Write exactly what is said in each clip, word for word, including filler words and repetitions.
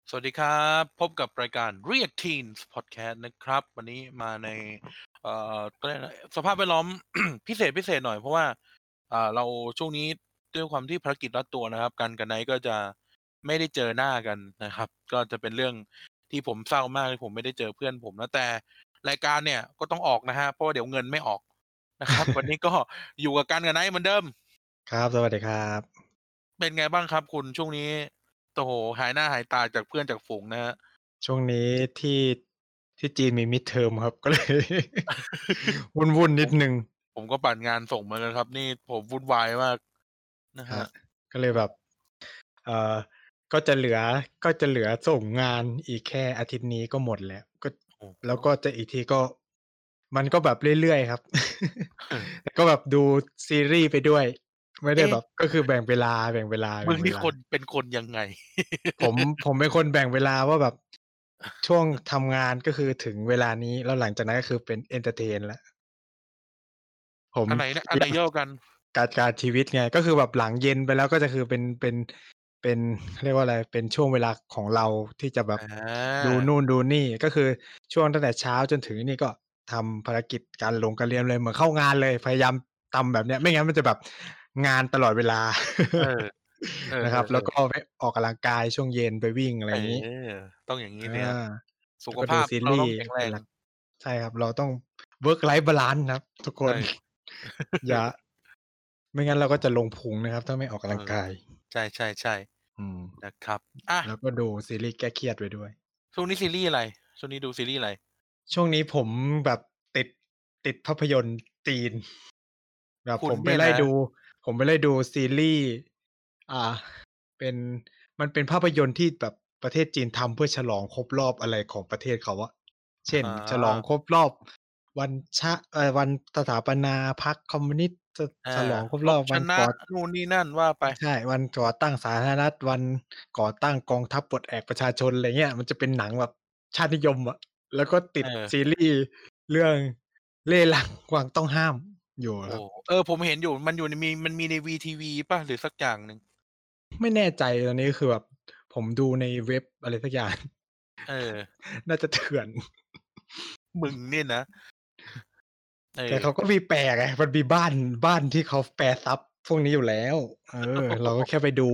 สวัสดีครับ พบกับรายการ เรียก Teens Podcast นะครับ วันนี้มาใน เอ่อ เขาเรียกอะไรนะ สภาพแวดล้อม พิเศษ พิเศษหน่อย เพราะว่า อ่า เรา ช่วงนี้ด้วยความที่ภารกิจรัดตัวนะครับ กันกับไนท์ก็จะไม่ได้เจอหน้ากันนะครับ ก็จะเป็นเรื่องที่ผมเศร้ามากที่ผมไม่ได้เจอเพื่อนผมนะ แต่รายการเนี่ยก็ต้องออกนะครับ เพราะว่าเดี๋ยวเงินไม่ออก นะครับ วันนี้ก็อยู่กับกันกับไนท์เหมือนเดิมครับ สวัสดีครับเป็นไงบ้างครับคุณช่วงนี้? โอ้โฮ หายหน้าหายตาจากเพื่อนจากฝูงนะครับช่วงนี้ที่ ที่จีนมี Midterm ครับ ก็เลย วุ่น ๆผมนิดหนึ่งผมก็ปั่นงานส่งเหมือนกันครับ นี่ผมวุ่นวายมากนะคครรับบก็เลยแบบ เอ่อ ก็จะเหลือ ก็จะเหลือส่งงานอีกแค่อาทิตย์นี้ก็หมดแล้ว ก็โอ้โแล้วก็ฮจะอีกทีก็ มันก็แบบเรื่อย ๆ ครับ แต่ก็แบบดูซีรีส์ไปด้วย ไม่ไเดอ๊แบะบ ก็คือแบ่งเวลา แบ่งเวลา แมบึ่งเวลงนี่คาน เป็นคนยังไง? ผม ผมเป็นคนแบ่งเวลาว่าแบบ ช่วงทำงานก็คือถึงเวลานี้ แล้วหลังจากนั้นก็คือเป็นเอนเทอร์เทนแล้ว ผมอันไหนนะ อันไหนย่อกัน? การ การชีวิตไง ก็คือแบบหลังเย็นไปแล้วก็จะคือเป็น เป็น เป็น เขาเรียกว่าอะไร เป็นช่วงเวลาของเราที่จะแบบอดูานู่นดูนี่ ก็คือช่วงตั้งแต่เช้าจนถึงไอ้นี่ ก็ทำภารกิจการหลงการเรียนเลย เหมือนเข้างานเลย พยายามทำแบบเนี้ย ไม่งั้นมันจะแบบงานตลอดเวลาเออ เอนะครับ แล้วอก็ๆ ๆไปออกกำลังกายช่วงเย็น ไปวิ่ง อะไรเอองี้ต้องอย่างงีอ้าสิครับ สแุล้วก็ดูซีขภาพเรารีส์ต้องแข็งแรงเป็นหลัก ใช่ครับ เราต้อง work life balance ครับทุกคใช่น อย่า ไม่งั้นเราก็จะลงพุงนะครับ ถ้าไม่ออกกเอำลังอกายใช่ ๆอืมๆ นะครับ อาแล้วก็ดูซีรีส์แก้เครียดไปด้วยช่วงนี้ซีรีส์อะไร? ช่วงนี้ดูซีรีส์อะไร? ช่วงนี้ผมแบบติด ติดภาพยนตร์จีน แบบคุผมไปไลณเนี่ยน่ะดู ผมไปไล่ดูซีรีส์ อ่า เป็น มันเป็นภาพยนตร์ที่แบบประเทศจีนทำเพื่อฉลองครบรอบอะไรของประเทศเขาอะ เช่นอ๋ฉลองอครบรอบวันชะ เอ่อ วันสถาปนาพรรคคอมมิวนิสต์ ฉอาฉลองครบรบรอบวันกชนะ่อนู่นนี่นั่นว่าไปใช่ วันก่อตั้งสาธารณรัฐ วันก่อตั้งกองทัพปลดแอกประชาชน อะไรเงี้ย มันจะเป็นหนังแบบชาตินิยมอะ แล้วก็ติดเออซีรีส์เรื่องเล่ห์ลักกวางต้องห้ามอยู่โออะ้ครับเออ ผมเห็นอยู่ มันอยู่ใน มี มันมีใน วีทีวี เปล่า หรือสักอย่างหนึ่ง? ไม่แน่ใจตอนนี้ คือแบบผมดูในเว็บอะไรสักอย่างเออน่าจะเถื่อนมึงเนี่ยนะ เอแต่เขาอก็มีแปลไง มันมีบ้าน บ้านที่เขาแปลซับพวกนี้อยู่แล้ว เออ เราก็แค่ไปดู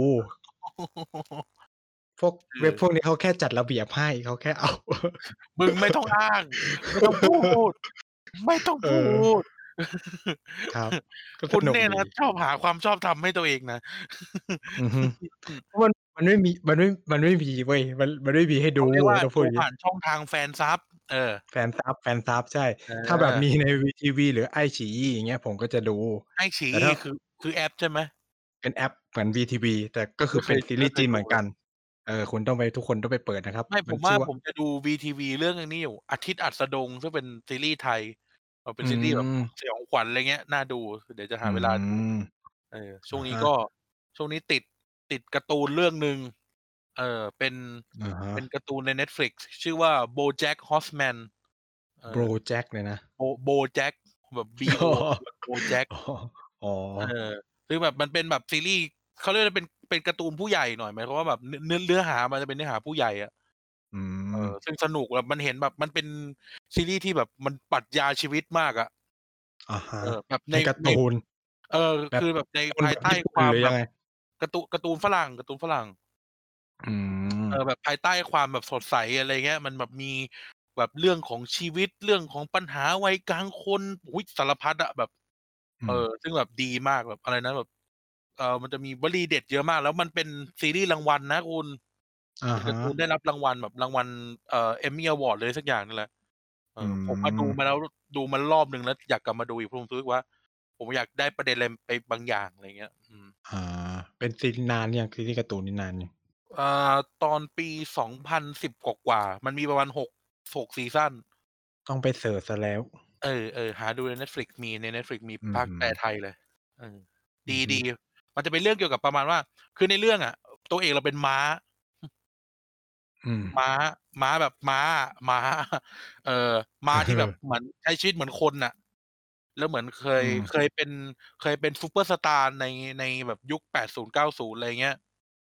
พวกเเว็บพออวกนี้เขาแค่จัดระเบียบให้ เขาแค่ เอามึงไม่ต้องอ้าง ไม่ต้องพูด ไม่ต้องเอพูอดครับ ก็คสุณนุเกดนี่ยนะีชอบหาความชอบธรรมให้ตัวเองนะอือฮึ เพราะมัน มันไม่มี มันไม่ มันไม่มีเว้ย มัน มันไม่มีให้เขดูาเรียกว่าต้องพดููดอย่างผงี้่านช่องทางแฟนซับ เออแฟนซับ แฟนซับ ใช่ ถ้าแบบเออมีในวีทีวี หรือ iQIYI อย่างเงี้ย ผมก็จะดู แต่ถ้า iQIYI คือ คือแอปใช่ไหม? เป็นแอปเหมือนวีทีวี แต่ก็คไมื่อเคยเป็นซีไรม่ีส์จีนเคยดเหมูือนเลยกัน เออ คุณต้องไป ทุกคนต้องไปเปิดนะครับไม่มผันมวช่ืา่อว่ผามจะดูวีทีวีเรื่องไอ้นี้อยู่ อาทิตย์อัสดง ซึ่งเป็นซีรีส์ไทย เอ่อ เป็อืนซีรีส์แบบมสยองขวัญ อะไรเงี้ย น่าดู เดี๋ยวจะอหืาเวลาดูมเออ ชอ่วะฮงนี้ะก็ ช่วงนี้ติด ติดการ์ตูนเรื่องหนึ่ง เอ่อ เป็นอะฮเป็นะการ์ตูนใน Netflix ชื่อว่า BoJack Horseman เออ BoJack เลยนะ Bo BoJack แบบ B-O อ๋ออะ แบบ BoJack อ๋อ อ๋อเออ คือแบบมันเป็นแบบซีรีส์ เขาเรียกว่าเป็น เป็นการ์ตูนผู้ใหญ่หน่อย หมายความว่าแบบ เนื้อ เนื้อหามันจะเป็นเนื้อหาผู้ใหญ่อะอืเออมซึ่งสนุกแบบมันเห็นแบบ มันเป็นซีรีส์ที่แบบมันปรัชญาชีวิตมากอะอะฮเะออ แบบเปใน็นการ์ใตนูนเออแบบคือแบบในการ์ตูภนายใต้แบบญี่ปุ่ความแบบนหรือยังไง? การ์ตู การ์ตูนฝรั่ง การ์ตูนฝรั่งอืเออมแบบภายใต้ความแบบสดใส อะไรเงี้ย มันแบบมีแบบเรื่องของชีวิต เรื่องของปัญหาวัยกลางคน โอ้โฮ สารพัดอะ แบบ เอออืมซึ่งแบบดีมาก แบบอะไรนะ แบบ เอ่อ มันจะมีวลีเด็ดเยอะมาก แล้วมันเป็นซีรีส์รางวัลนะคุณอะฮเป็นการ์ตูนะได้รับรางวัลแบบรางวัล เอ่อ Emmy Award หรืออะไรสักอย่างนี่แหละ เอออืผมอะดูมมาแล้ว ดูมารอบหนึ่งแล้วอยากกลับมาดูอีก เพราะผมรู้สึกว่า ผมอยากได้ประเด็นอะไรไปบางอย่าง อะไรเงี้ย อืมอา เป็นซีรีส์นานหรือยัง? ซีรีส์การ์ตูนนี่นานยัง? อ่า ตอนปี สองพันสิบ กว่า ๆ มันมีประมาณ หก หก ซีซันต้องไปเซิร์ชเสียแล้วเออ ๆ หาดูใน Netflix มี ใน Netflix มีอื้อฮพากย์ืแปลอไทยเลย เอออือฮึดี ๆ มันจะเป็นเรื่องเกี่ยวกับประมาณว่า คือในเรื่องอะตัวเอกเราเป็นม้าอืมม้า ม้าแบบม้าอะ ม้า เออ ม้าที่แบบเหมือนใช้ชีวิตเหมือนคนน่ะ แล้วเหมือนเคยอืมเคยเป็น เคยเป็นซุปเปอร์สตาร์ใน ในแบบยุค แปดศูนย์ เก้าศูนย์ อะไรเงี้ย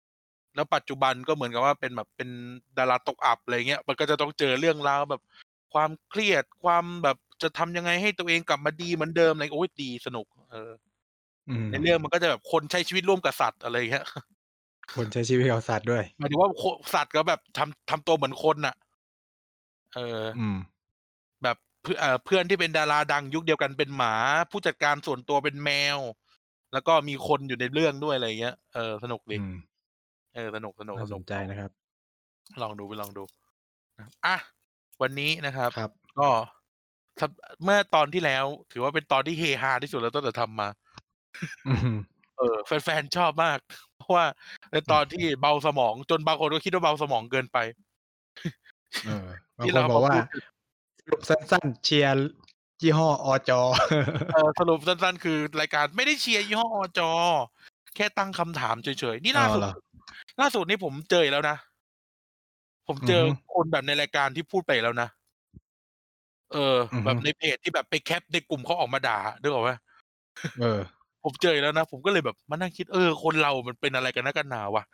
แล้วปัจจุบันก็เหมือนกับว่าเป็นแบบเป็นดาราตกอับอะไรเงี้ยมันก็จะต้องเจอเรื่องราวแบบความเครียดความแบบจะทำยังไงให้ตัวเองกลับมาดีเหมือนเดิมอะไรโอ๊ยดีสนุกเอออืมในเรื่องมันก็จะแบบคนใช้ชีวิตร่วมกับสัตว์อะไรเงี้ยคนใช้ชีวิตกับสัตว์ด้วยหมายถึงว่าโคสัตว์ก็แบบทำทำตัวเหมือนคนน่ะเอออืมแบบเพื่อเอ่อเพื่อนที่เป็นดาราดังยุคเดียวกันเป็นหมาผู้จัดการส่วนตัวเป็นแมวแล้วก็มีคนอยู่ในเรื่องด้วยอะไรอย่างเงี้ยเออสนุกดีอืมเออสนุกๆน่าสนๆลองใจนะครับลองดูไปลองดูนะครับอะวันนี้นะครับครับก็สเมื่อตอนที่แล้วถือว่าเป็นตอนที่เฮฮาที่สุดแล้วตั้งแต่ทำมาอืมเออแฟนๆชอบมากเพราะว่าเป็นอืมตอนที่เบาสมองจนบางคนก็คิดว่าเบาสมองเกินไปเออบางที่เราคนบอกว่ามาพูดถึงสรุปสั้นๆเชียร์ยี่ห้ออจเออสรุปสั้นๆคือรายการไม่ได้เชียร์ยี่ห้ออจแค่ตั้งคำถามเฉยๆนี่อ้าวเหรอล่าสุดล่าสุดนี่ผมเจออีกแล้วนะผมเจออือฮึคนแบบในรายการที่พูดไปอีกแล้วนะเอออือฮึแบบในเพจที่แบบไปแคปในกลุ่มเขาออกมาด่านึกออกไหมเออผมเจออีกแล้วนะผมก็เลยแบบมานั่งคิดเออคนเรามันเป็นอะไรกันนักกันหนาวะ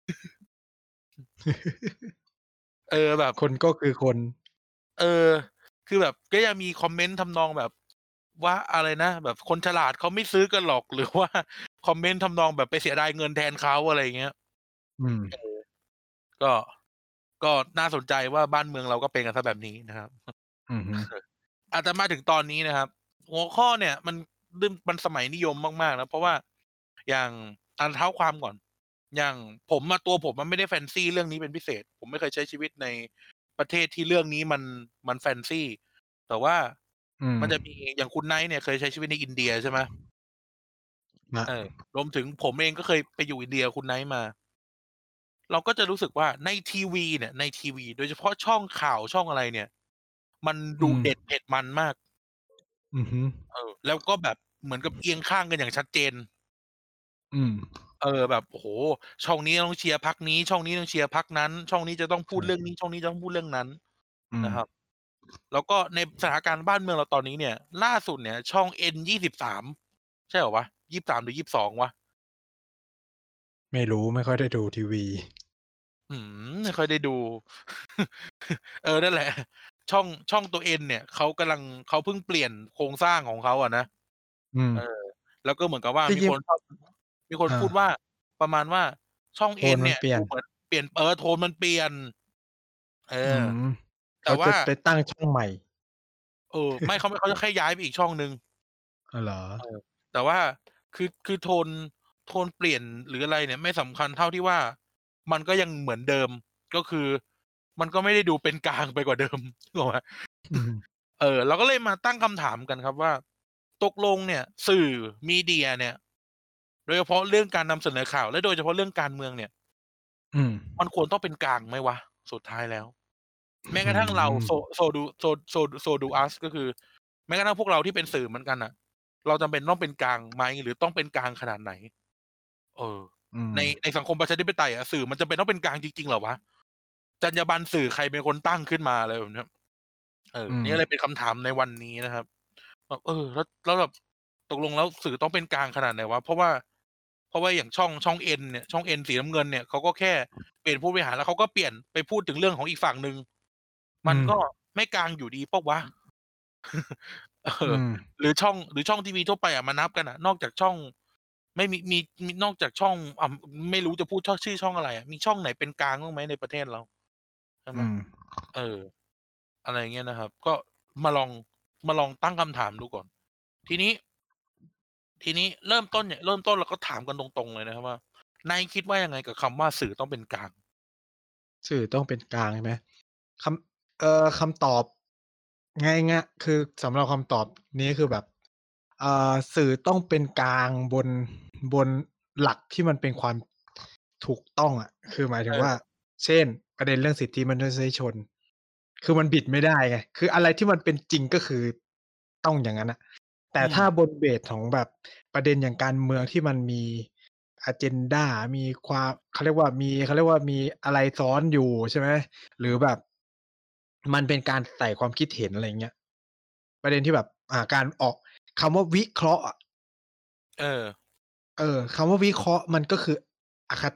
เออแบบคนก็คือคนเออคือแบบก็ยังมีคอมเมนต์ทำนองแบบว่าอะไรนะแบบคนฉลาดเขาไม่ซื้อกันหรอกหรือว่าคอมเมนต์ทำนองแบบไปเสียดายเงินแทนเขาอะไรอย่างเงี้ยอืมก็ก็น่าสนใจว่าบ้านเมืองเราก็เป็นกันเสียแบบนี้นะครับอือฮึอาจจะมาถึงตอนนี้นะครับหัวข้อเนี่ยมันดึมมันสมัยนิยมมากๆนะเพราะว่าอย่างอ่าเท้าความก่อนอย่างผมอะตัวผมอะไม่ได้แฟนซีเรื่องนี้เป็นพิเศษผมไม่เคยใช้ชีวิตในประเทศที่เรื่องนี้มันมันแฟนซีแต่ว่าอืมมันจะมีอย่างคุณ Night เนี่ยเคยใช้ชีวิตในอินเดียใช่ไหมนะเออรวมถึงผมเองก็เคยไปอยู่อินเดียกับคุณ Night มาเราก็จะรู้สึกว่าในทีวีเนี่ยในทีวีโดยเฉพาะช่องข่าวช่องอะไรเนี่ยมันดุอืมเด็ดเผ็ดมันมากอือฮึเออแล้วก็แบบเหมือนกับเอียงข้างกันอย่างชัดเจนอืมเออแบบโอ้โฮช่องนี้ต้องเชียร์พรรคนี้ช่องนี้ต้องเชียร์พรรคนั้นช่องนี้จะต้องพูดเรื่องใช่นี้ช่องนี้จะต้องพูดเรื่องนั้นอืมนะครับแล้วก็ในสถานการณ์บ้านเมืองเราตอนนี้เนี่ยล่าสุดเนี่ยช่อง เอ็น ยี่สิบสามใช่เปล่าวะยี่สิบสามหรือยี่สิบสองวะไม่รู้ไม่ค่อยได้ดูทีวีอื้อฮือไม่ค่อยได้ดูเออนั่นแหละช่องช่องตัว N เนี่ยเขากำลังเขาเพิ่งเปลี่ยนโครงสร้างของเขาอะนะอืมเออแล้วก็เหมือนกับว่าจริงมีคนชอบมีคนๆอาพูดว่าประมาณว่าช่องโทน N เนี่ยมันเปลี่ยนดูเหมือนเปลี่ยนเออโทนมันเปลี่ยนเออือมแต่ว่าเขาจะไปตั้งช่องใหม่เออไม่เขาไม่เขาจะแค่ย้ายไปอีกช่องหนึ่งอ้าวเหรอเออแต่ว่าคือคือโทนโทนเปลี่ยนหรืออะไรเนี่ยไม่สำคัญเท่าที่ว่ามันก็ยังเหมือนเดิมก็คือมันก็ไม่ได้ดูเป็นกลางไปกว่าเดิมนึกออกไหมอืมเออเราก็เลยมาตั้งคำถามกันครับว่าตกลงเนี่ยสื่อ Media เนี่ยโดยเฉพาะเรื่องการนำเสนอข่าวและโดยเฉพาะเรื่องการเมืองเนี่ยอืมมันควรต้องเป็นกลางไหมวะสุดท้ายแล้ว แม้กอืระทั่งเรามโซโซดูโซโซโซดูอัสก็คือแม้กระทั่งพวกเราที่เป็นสื่อเหมือนกันน่ะเราจำเป็นต้องเป็นกลางไหมหรือต้องเป็นกลางขนาดไหนเอออืมในในสังคมประชาธิปไตยอะสื่อมันจำเป็นต้องเป็นกลางจริงๆเหรอวะจรรยาบรรณสื่อใครเป็นคนตั้งขึ้นมาอะไรแบบเนี้ยเอออืมนี่ก็เลยเป็นคำถามในวันนี้นะครับแบบเออแล้วแล้วแบบตกลงแล้วสื่อต้องเป็นกลางขนาดไหนวะเพราะว่าเพราะว่าอย่างช่องช่อง N เนี่ยช่อง N สีน้ำเงินเนี่ยเขาก็แค่เปลี่ยนผู้บริหารแล้วเขาก็เปลี่ยนไปพูดถึงเรื่องของอีกฝั่งหนึ่งมันอืมก็ไม่กลางอยู่ดีเปล่าวะ เอออืมหรือช่องหรือช่องทีวีทั่วไปอะมานับกันอะนอกจากช่องไม่มีมีมีนอกจากช่องอ่าไม่รู้จะพูดชชื่อช่องอะไรอะมีช่องไหนเป็นกลางบ้างไหมในประเทศเราใช่ไหมอืมเอออะไรอย่างเงี้ยนะครับก็มาลองมาลองตั้งคำถามดูก่อนทีนี้ทีนี้เริ่มต้นเนี่ยเริ่มต้นเราก็ถามกันตรงๆเลยนะครับว่านายคิดว่ายังไงกับคำว่าสื่อต้องเป็นกลางสื่อต้องเป็นกลางใช่ไหมคำเอ่อคำตอบง่ายๆคือสำหรับคำตอบนี้คือแบบอ่าสื่อต้องเป็นกลางบนบนหลักที่มันเป็นความถูกต้องอะคือหมายถึงว่าเออเช่นประเด็นเรื่องสิทธิมนุษยชนคือมันบิดไม่ได้ไงคืออะไรที่มันเป็นจริงก็คือต้องอย่างงั้นน่ะแต่อืมถ้าบนเบสของแบบประเด็นอย่างการเมืองที่มันมี อะเจนดา มีความเขาเรียกว่ามีเขาเรียกว่ามีอะไรซ้อนอยู่ใช่ไหมหรือแบบมันเป็นการใส่ความคิดเห็นอะไรอย่างเงี้ยประเด็นที่แบบอ่าการออกคำว่าวิเคราะห์อะเออเออคำว่าวิเคราะห์มันก็คืออคติ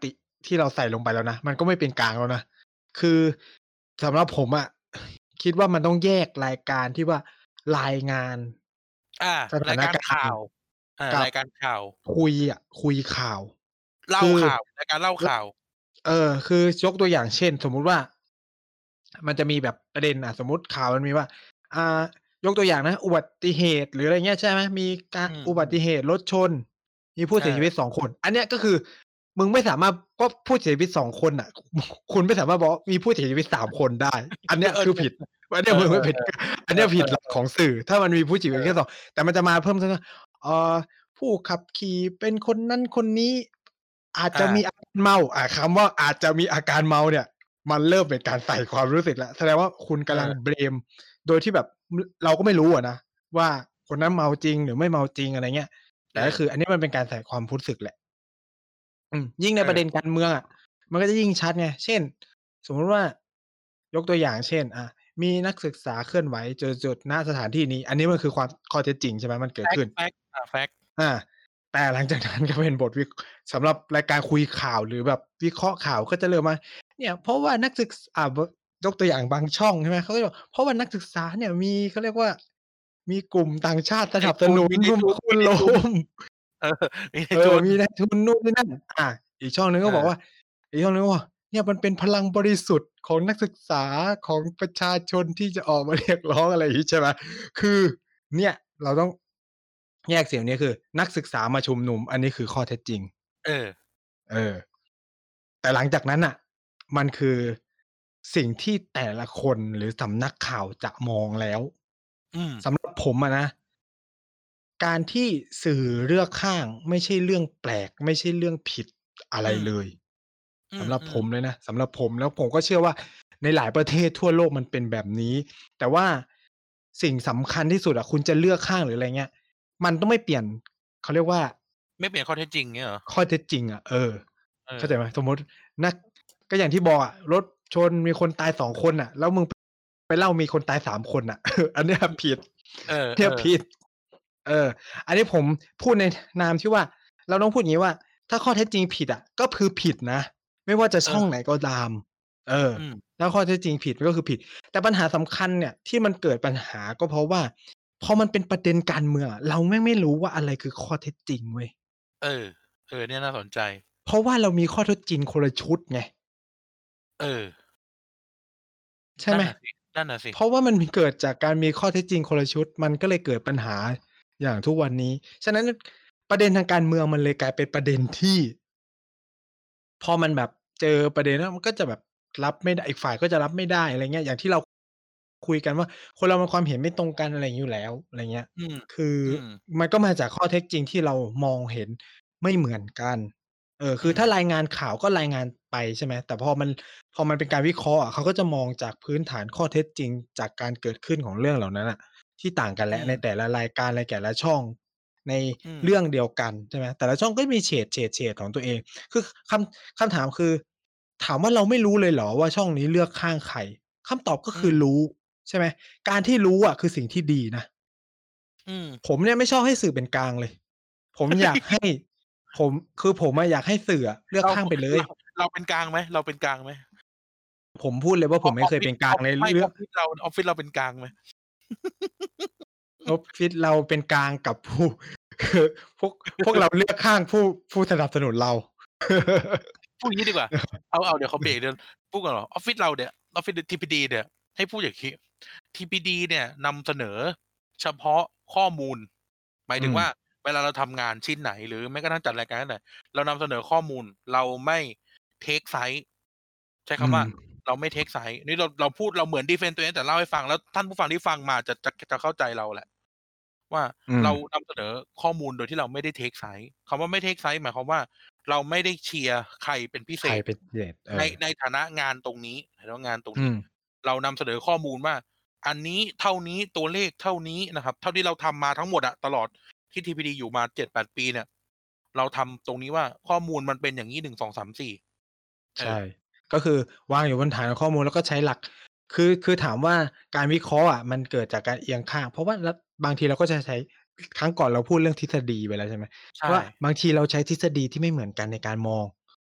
ที่เราใส่ลงไปแล้วนะ มันก็ไม่เป็นกลางแล้วนะ คือสำหรับผมอะ คิดว่ามันต้องแยกรายการที่ว่า รายงานอาสถราานกยการข่าารณ์ว เออกับรายการข่าวคุยอะ คุยข่าวเล่คาือข่าว รายการเล่ายข่าวเออ คือยกตัวอย่างเช่น สมมุติว่า มันจะมีแบบประเด็น อะ สมมุติข่าวมันมีว่า อ่า ยกตัวอย่างนะ อุบัติเหตุ หรืออะไรเงี้ย ใช่ไหม มีกาอรือุบัมติๆเหตุรถชน มีผู้เเสียชีออวิต สอง คน อันเนี้ยก็คือมึงไม่สามารถ ก็ผู้เสียชีวิต สอง คนน่ะ คุณไม่สามารถบอกว่ามีผู้เสียชีวิต สาม คนได้ อันเนี้ยเออคือผิด อันเนเีอ้อยมึงไม่ผิด อันเนี้ยผิดหลักๆ ๆ ๆของสื่อ ถ้ามันมีผู้เสียชีวิตแค่เออสอง แต่มันจะมาเพิ่มเติมว่า เอ่อ ผู้ขับขี่เป็นคนนั้นคนนี้ อาจอจะมีาอาการเมา อ่า คำว่าอาจจะมีอาการเมาเนี่ย มันเริ่มเป็นการใส่ความรู้สึกแล้ว แสดงว่าคุณกำลังเออ blame โดยที่แบบ ม เราก็ไม่รู้อะนะว่าคนนั้นเมาจริงหรือไม่เมาจริง อะไรเงี้ย แต่ก็เออคืออันนี้มันเป็นการใส่ความรู้สึกแหละ อืม ยิ่งในเประเด็ออนการเมืองอะ มันก็จะยิ่งชัดไง เช่น สมมุติว่า ยกตัวอย่างเช่น อ่า มีนักศึกษาเคลื่อนไหวจุด ๆ ณ สถานที่นี้ อันนี้มันคือความ ข้อเท็จจริง ใช่ไหม มันเกิแฟกตดขึ้น์ แฟกต์ อา แฟกต์อา แต่หลังจาก นั้น ก็เป็นบทวิ สำหรับรายการคุยข่าวหรือแบบวิเคราะห์ข่าว ก็จะเริ่มว่า เนี่ยเพราะว่านักศึก ส อ่า บ ยกตัวอย่างบางช่อง ใช่ไหม เขาก็จะบอก เพราะว่านักศึกษาเนี่ยมี เขาเรียกว่า มีกลุ่มต่างชาติสนับนายทุนสนุนมีนายทุนโมีนายทุนค่นล้มเออ มีนาเยทออุนมีนายทุนนู่นนี่นั่น อา อีกช่องหนึ่งก็บอกว่าเอออีกช่องหนึ่งก็บอก เนี่ยมันเป็นพลังบริสุทธิ์ของนักศึกษา ของประชาชนที่จะออกมา เรียกร้อง อะไรอย่างงี้ ใช่ไหม คือเนี่ยเราต้อง แยกเสียงนี้ คือนักศึกษามาชุมนุม อันนี้คือข้อเท็จจริงเออเออ แต่หลังจากนั้นน่ะ มันคือสิ่งที่แต่ละคนหรือสำนักข่าวจะมองแล้วอืมสำหรับผมอะนะ การที่สื่อเลือกข้างไม่ใช่เรื่องแปลก ไม่ใช่เรื่องผิดอะไรอืมเลยอืสำหรับผม ๆมเลยนะ สำหรับผม แล้วผมก็เชื่อว่าในหลายประเทศทั่วโลกมันเป็นแบบนี้ แต่ว่าสิ่งสำคัญที่สุดอะ คุณจะเลือกข้างหรืออะไรเงี้ย มันต้องไม่เปลี่ยน เขาเรียกว่าไม่เปลี่ยนข้อเท็จจริง เงี้ยเหรอ? ข้อเท็จจริงอะ เออ เข้าใจไหมเออสมมุตินัก ก็อย่างที่บอกอะ รถชนมีคนตาย สอง คนน่ะ แล้วมึง ไปเล่ามีคนตาย สาม คนน่ะ อันเนี้ยอืมผิดเอเนี่ยอผๆิด เออ อันนี้ผมพูดในนามที่ว่า เราต้องพูดอย่างงี้ว่า ถ้าข้อเท็จจริงผิดอะ ก็คือผิดนะ ไม่ว่าจะเช่องไหออนก็ตาม เอออืมถ้าข้อเท็จจริงผิดมันก็คือผิด แต่ปัญหาสำคัญเนี่ยที่มันเกิดปัญหา ก็เพราะว่าพอมันเป็นประเด็นการเมืองอะ เราแม่งไม่รู้ว่าอะไรคือข้อเท็จจริงเว้ยเออ เออ เนี่ยน่าสนใจเพราะว่าเรามีข้อเท็จจริงคนละชุดไงเออใช่นัไ่หมนน่ะสิ นั่นน่ะสิเพราะว่ามัน ม เกิดจากการมีข้อเท็จจริงคนละชุด มันก็เลยเกิดปัญหาอย่างทุกวันนี้ ฉะนั้น ประเด็นทางการเมืองมันเลยกลายเป็นประเด็นที่ พอมันแบบเจอประเด็นแล้ว มันก็จะแบบรับไม่ได้ อีกฝ่ายก็จะรับไม่ได้ อะไรเงี้ย อย่างที่เรา คุยกันว่า คนเรามันความเห็นไม่ตรงกัน อะไรงี้อยู่แล้ว อะไรเงี้ยอืมคืออืมมันก็มาจากข้อเท็จจริงที่เรามองเห็นไม่เหมือนกัน เอออคืือถ้ามรายงานข่าวก็รายงานไป ใช่ไหม แต่พอมัน พอมันเป็นการวิเคราะห์อะ เขาก็จะมองจากพื้นฐานข้อเท็จจริงจากการเกิดขึ้นของเรื่องเหล่านั้นน่ะ ที่ต่างกันอแืล้วในมแต่ละรายการ ในแต่ละช่อง ในอืเรื่องมเดียวกัน ใช่ไหม แต่ละช่องก็มีเฉด ๆ ๆ ของตัวเอง คือคำ คำถามคือ ถามว่าเราไม่รู้เลยเหรอว่าช่องนี้เลือกข้างใคร คำตอบก็อืมคือรู้ ใช่ไหม การที่รู้อะคือสิ่งที่ดีนะอืมผมเนี่ยไม่ชอบให้สื่อเป็นกลางเลย ผมอยากให้ ผม คือผมอะอยากให้สื่ออะเลือเกราข้างไปเลเรยา เราเป็นกลางไหม เราเป็นกลางไหม? ผมพูดเลยว่าอผมไม่เคยออฟฟิศเป็นกลางในออฟ ไม่เรื่องออฟฟิศเรา ออฟฟิศเราเป็นกลางไหม? ออฟฟิศเราเป็นกลางกับ ผู้ คือพวก พวกเราเลือกข้างผู้ ผู้สนับสนุนเราพูดอย่างงี้ดีกว่า เอา เอา เดี๋ยวขอเบรกเดียว พูดก่อนเหรอ ออฟฟิศเราเนี่ย ออฟฟิศ ด ที พี ดี เนี่ย ให้พูดอย่างงี้ ที พี ดี เนี่ยนำเสนอเฉพาะข้อมูล หมายอืถึงว่ามเวลาเราทำงานชิ้นไหน หรือแม้กระทั่งจัดรายการที่ไหน เรานำเสนอข้อมูล เราไม่ เทกไซด์ ใช้อืคำว่ามเราไม่เทกไซด์ นี่เรา เราพูด เราเหมือน ดีเฟนด์ ตัวเอง แต่เล่าให้ฟัง แล้วท่านผู้ฟังที่ฟังมาจะ จะ จะเข้าใจเราแหละ ว่าเราอืมนำเสนอข้อมูลโดยที่เราไม่ได้เทกไซด์ คำว่าไม่เทกไซด์หมายความว่า เราไม่ได้เชียร์ใครเป็นพิเใศษครเป็นเดต เอในอในฐานะงานตรงนี้ ฐานะงานตรงนี้อืมเรานำเสนอข้อมูลว่า อันนี้เท่านี้ ตัวเลขเท่านี้นะครับ เท่าที่เราทำมาทั้งหมดอะ ตลอดที่ ที พี ดี อยู่มา เจ็ดแปด ปีเนี่ย เราทำตรงนี้ว่า ข้อมูลมันเป็นอย่างงี้ หนึ่งสองสามสี่ เอใช่อก็คือวางอยู่บนฐานของข้อมูล แล้วก็ใช้หลัก คือ คือถามว่าการวิเคราะห์อะมันเกิดจากการเอียงข้าง เพราะว่ารัฐ บางทีเราก็จะใช้ ครั้งก่อนเราพูดเรื่องทฤษฎีไปแล้ว ใช่ไหมใชว่า่บางทีเราใช้ทฤษฎีที่ไม่เหมือนกันในการมอง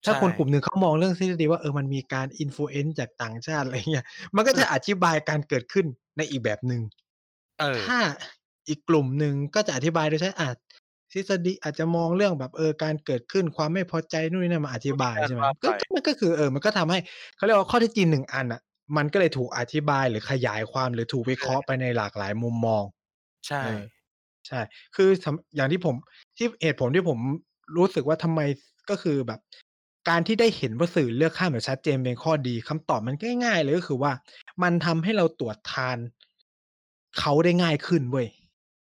ใชถ้าคนกลุ่มหนึ่งเขามองเรื่องทฤษฎีว่า เออ มันมีการ influence จากต่างชาติ อะไรเงี้ย มันก็เออจะอธิบายการเกิดขึ้นในอีกแบบหนึ่งเถ้ออาอีกกลุ่มหนึ่งก็จะอธิบายโดยใช้ อ่า ทฤษฎี อาจจะมองเรื่องแบบ เออ การเกิดขึ้น ความไม่พอใจนู่นนี่นั่นมาอธิบาย ใช่ไหมว่ากไ็ปก็มันก็คือ เออ มันก็ทำให้ เขาเรียกว่าข้อเท็จจริง หนึ่ง อันน่ะ มันก็เลยถูกอธิบาย หรือขยายความ หรือถูกวิใชเคราะห์่ไปในหลากหลายมุมมองใช่เออ ใช่ คือสำ อย่างที่ผม ที่ เหตุผลที่ผมรู้สึกว่า ทำไม ก็คือแบบการที่ได้เห็นว่า สื่อเลือกข้างแบบชัดเจนเป็นข้อดี คำตอบมันง่าย ๆ เลย ก็คือว่า มันทำให้เราตรวจทาน เขาได้ง่ายขึ้นเว้ย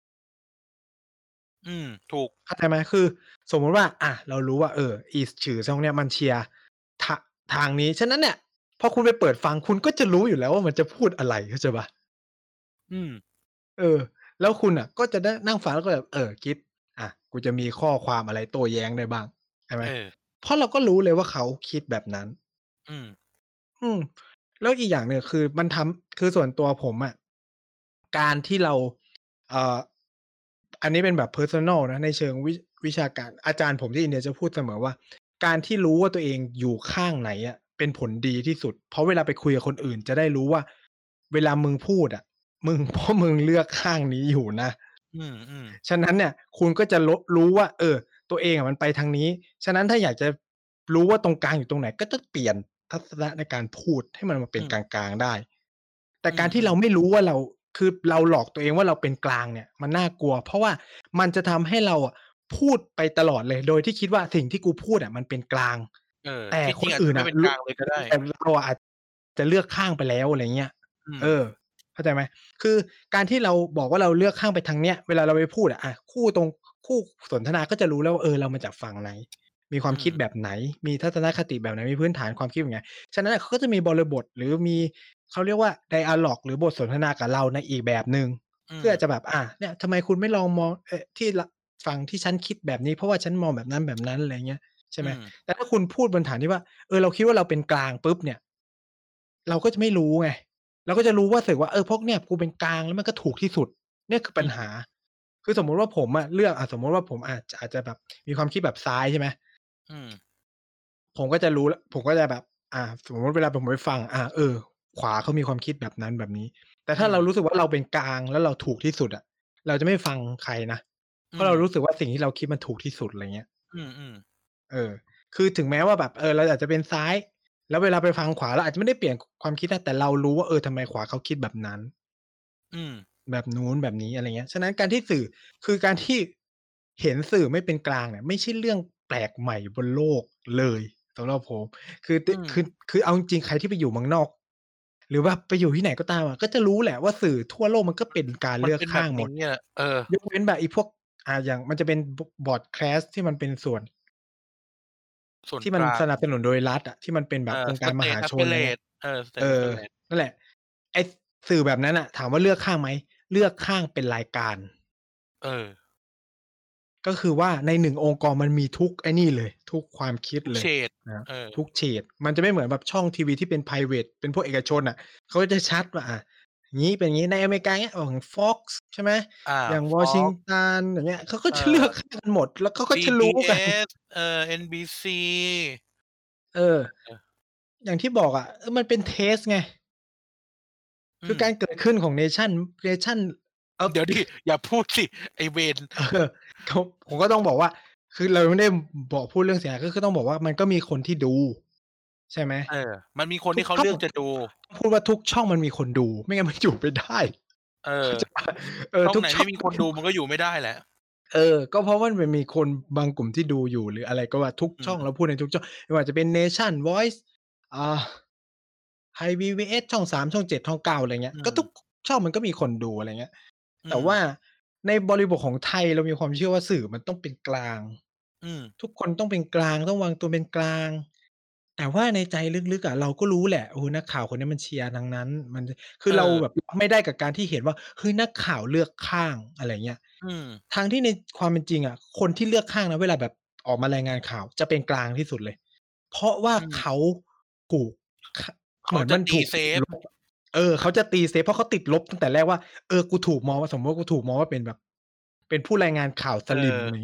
อืม ถูกเข้าใจไหม คือสมมุติว่า อะ เรารู้ว่า เออ อีสื่อช่องเนี้ยมันเชียร์ ทะ ทางนี้ ฉะนั้นเนี่ย พอคุณไปเปิดฟัง คุณก็จะรู้อยู่แล้วว่า มันจะพูดอะไร เข้าใจเปล่า? อืมเออ แล้วคุณน่ะก็จะได้นั่งฟัง แล้วก็แบบ เออ คิด อะ กูจะมีข้อความอะไรโต้แย้งได้บ้าง ใช่ไหมเออเพราะเราก็รู้เลยว่า เขาคิดแบบนั้นอืมอืม แล้วอีกอย่างหนึ่ง คือมันทำ คือส่วนตัวผมอะ การที่เรา เอ่อ อันนี้เป็นแบบ เพอร์ซันนัล นะ ในเชิงวิ วิชาการ อาจารย์ผมที่อินเดียจะพูดเสมอว่า การที่รู้ว่า ตัวเองอยู่ข้างไหนอะเป็นผลดีที่สุด เพราะเวลาไปคุยกับคนอื่นจะได้รู้ว่า เวลามึงพูดอะ มึง เพราะมึงเลือกข้างนี้อยู่นะอืม ๆฉะนั้นเนี่ยคุณก็จะละ รู้ว่า เออ ตัวเองอะมันไปทางนี้ ฉะนั้นถ้าอยากจะรู้ว่า ตรงกลางอยู่ตรงไหน ก็ต้องเปลี่ยนทัศนะในการพูดให้มันมาเปอ็ืนกมลาง ๆ ได้ แต่อืการที่เรมาๆไม่รู้ว่าเรา คือเราหลอกตัวเองว่า เราเป็นกลางเนี่ยมันน่ากลัว เพราะว่ามันจะทำให้เราอะพูดไปตลอดเลย โดยที่คิดว่า สิ่งที่กูพูดอะมันเป็นกลางเออแต่ที่จริงอาจจคนอืะ่นไม่น่เะป็นรกลางเลยก็ได้แต่เราอะอาจจะเลือกข้างไปแล้ว อะไรเงี้ยอืมเออ เข้าใจไหม คือการที่เราบอกว่า เราเลือกข้างไปทางเนี้ย เวลาเราไปพูดอะ อะ คู่ตรง คู่สนทนาก็จะรู้แล้วว่า เออ เรามาจากฝั่งไหน มีควาอืมคิดมแบบไหน มีทัศนคติแบบไหน มีพื้นฐานความคิดแบบไหน ฉะนั้นเขาก็จะมีบริบท หรือมี เขาเรียกว่า ไดอะล็อก หรือบทสนทนากับเราในอีกแบบหนึ่งอืเพื่อมจะแบบ อะ เนี่ย ทำไมคุณไม่ลองมอง เอ๊ะ ที่ ร ฝั่งที่ฉันคิดแบบนี้ เพราะว่าฉันมองแบบนั้น ๆ อะไรเงี้ย ใช่อืไหมมแต่ถ้าคุณพูดบนฐานที่ว่า เออ เราคิดว่า เราเป็นกลางปุ๊บเนี่ย เราก็จะไม่รู้ไง เราก็จะรู้ว่า สึกว่า เออ พวกเนี่ยกูเป็นกลางแล้วมันก็ถูกที่สุด เนี่ยคืออปืัญมหา คือสมมุติว่า ผมอะเลือก อะ สมมุติว่า ผมอาจ อาจจะแบบมีความคิดแบบซ้าย ใช่ไหมอืมผมก็จะรู้แล้ว ผมก็จะแบบ อา สมมุติเวลาผมไปฟัง อา เออ ขวาเขามีความคิดแบบนั้นแบบนี้ แต่อืถ้าเรามรู้สึกว่า เราเป็นกลางแล้วเราถูกที่สุดอะ เราจะไม่ฟังใครนะ เอพืราะเรามรู้สึกว่า สิ่งที่เราคิดมันถูกที่สุด อะไรเงี้ยอืม ๆเออ คือถึงแม้ว่าแบบ เออ เราอาจจะเป็นซ้าย แล้วเวลาไปฟังขวาเราอาจจะไม่ได้เปลี่ยน ค ความคิดนะ แต่เรารู้ว่า เออ ทำไมขวาเขาคิดแบบนั้นอืมแบบนู้นแบบนี้ อะไรเงี้ย ฉะนั้นการที่สื่อ คือการที่เห็นสื่อไม่เป็นกลางเนี่ย ไม่ใช่เรื่องแปลกใหม่บนโลกเลยสำหรับผม คือ ตอืมคือ คือเอาจริง ๆ ใครที่ไปอยู่เมืองนอก หรือว่าไปอยู่ที่ไหนก็ตามอะ ก็จะรู้แหละว่า สื่อทั่วโลกมันก็เป็นการมเัลนือเกขป็นแบ้าบนงหมีด้อะ เออยกเว้นแบบไอ้พวก อ่า อย่างมันจะเป็น บ broadcast ที่มันเป็นส่วน ที่มส่วนกันลางสนับสนุนโดยรัฐอะ ที่มันเป็นแบเออบองค์การมหา State ชน อะไรเงี้ย Affiliate เออเอ State อ Affiliate นั่นแหละ ไอ้ สื่อแบบนั้นน่ะ ถามว่าเลือกข้างไหม เลือกข้างเป็นรายการเออก็คือว่าใน หนึ่ง องค์กรมันมีทุกไอ้นี่เลย ทุกความคิดทุกเฉเลยดนะครับเออทุกเฉด มันจะไม่เหมือนแบบช่องทีวีที่เป็นไพรเวต เป็นพวกเอกชนน่ะ เขาก็จะชัดว่า อา งี้เป็นงี้ ในอเมริกา เงี้ย ของ Fox ใช่ไหมอาอย่าง Fox Washington อย่างเงี้ย เขาก็เอจะเลือกอข้างกันหมด แล้วเขาก็จะรู้กันซี บี เอส เออ เอ็น บี ซีเออเอออย่างที่บอกอะ เออ มันเป็น เทสต์ ไงอืคือกามรเกิดขึ้นของ Nation Nation เอ่อเดี๋ยวดิ อย่าพูดสิ ไอ้เวรเออ เขา ผมก็ต้องบอกว่า คือเราไม่ได้บอก พูดเรื่องเสียหาย ก็คือต้องบอกว่า มันก็มีคนที่ดู ใช่ไหมเออ มันมีคนททุี่กช่เขาเองลือกจะดูพูดว่าทุกช่องมันมีคนดู ไม่งั้นมัน อยู่ไม่ได้เออเข้าใจเปล่า เออช่องไหนทุกชไ่มอ่งมีคนดูมันก็อยู่ไม่ได้แหละเออ ก็เพราะว่ามันมีคนบางกลุ่มที่ดูอยู่ หรืออะไรก็ว่า ทุกช่อง เรอืมาพูดในทุกช่อง ไม่ว่าจะเป็น Nation Voice อ่า ไทย วี วี เอส ช่อง สาม ช่อง เจ็ด ช่อง เก้า อะไรเงี้ย ก็ทุกอืมช่องมันก็มีคนดู อะไรเงี้ยอืแต่ว่ามในบริบทของไทยเรามีความเชื่อว่า สื่อมันต้องเป็นกลางอืมทุกคนต้องเป็นกลาง ต้องวางตัวเป็นกลาง แต่ว่าในใจลึก ๆ อะ เราก็รู้แหละ โอ้ นักข่าวคนนี้มันเชียร์ทางนั้น มันจะ คือเราเออแบบรับไม่ได้กับการที่เห็นว่า เฮ้ย นักข่าวเลือกข้าง อะไรเงี้ยอืมทั้งที่ในความเป็นจริงอะ คนที่เลือกข้างนะ เวลาแบบออกมารายงานข่าวจะเป็นกลางที่สุดเลย เพราะว่าอืมเขาถูก ขเขเหมาือนจะตมันถีูกเซฟติดลบอะ เออ เขาจะตีเซฟ เพราะเขาติดลบตั้งแต่แรกว่า เออ กูถูกมองว่า สมมุติว่ากูถูกมองว่าเป็นแบบ เป็นผู้รายงานข่าวสลิมเอออย่างเงี้ย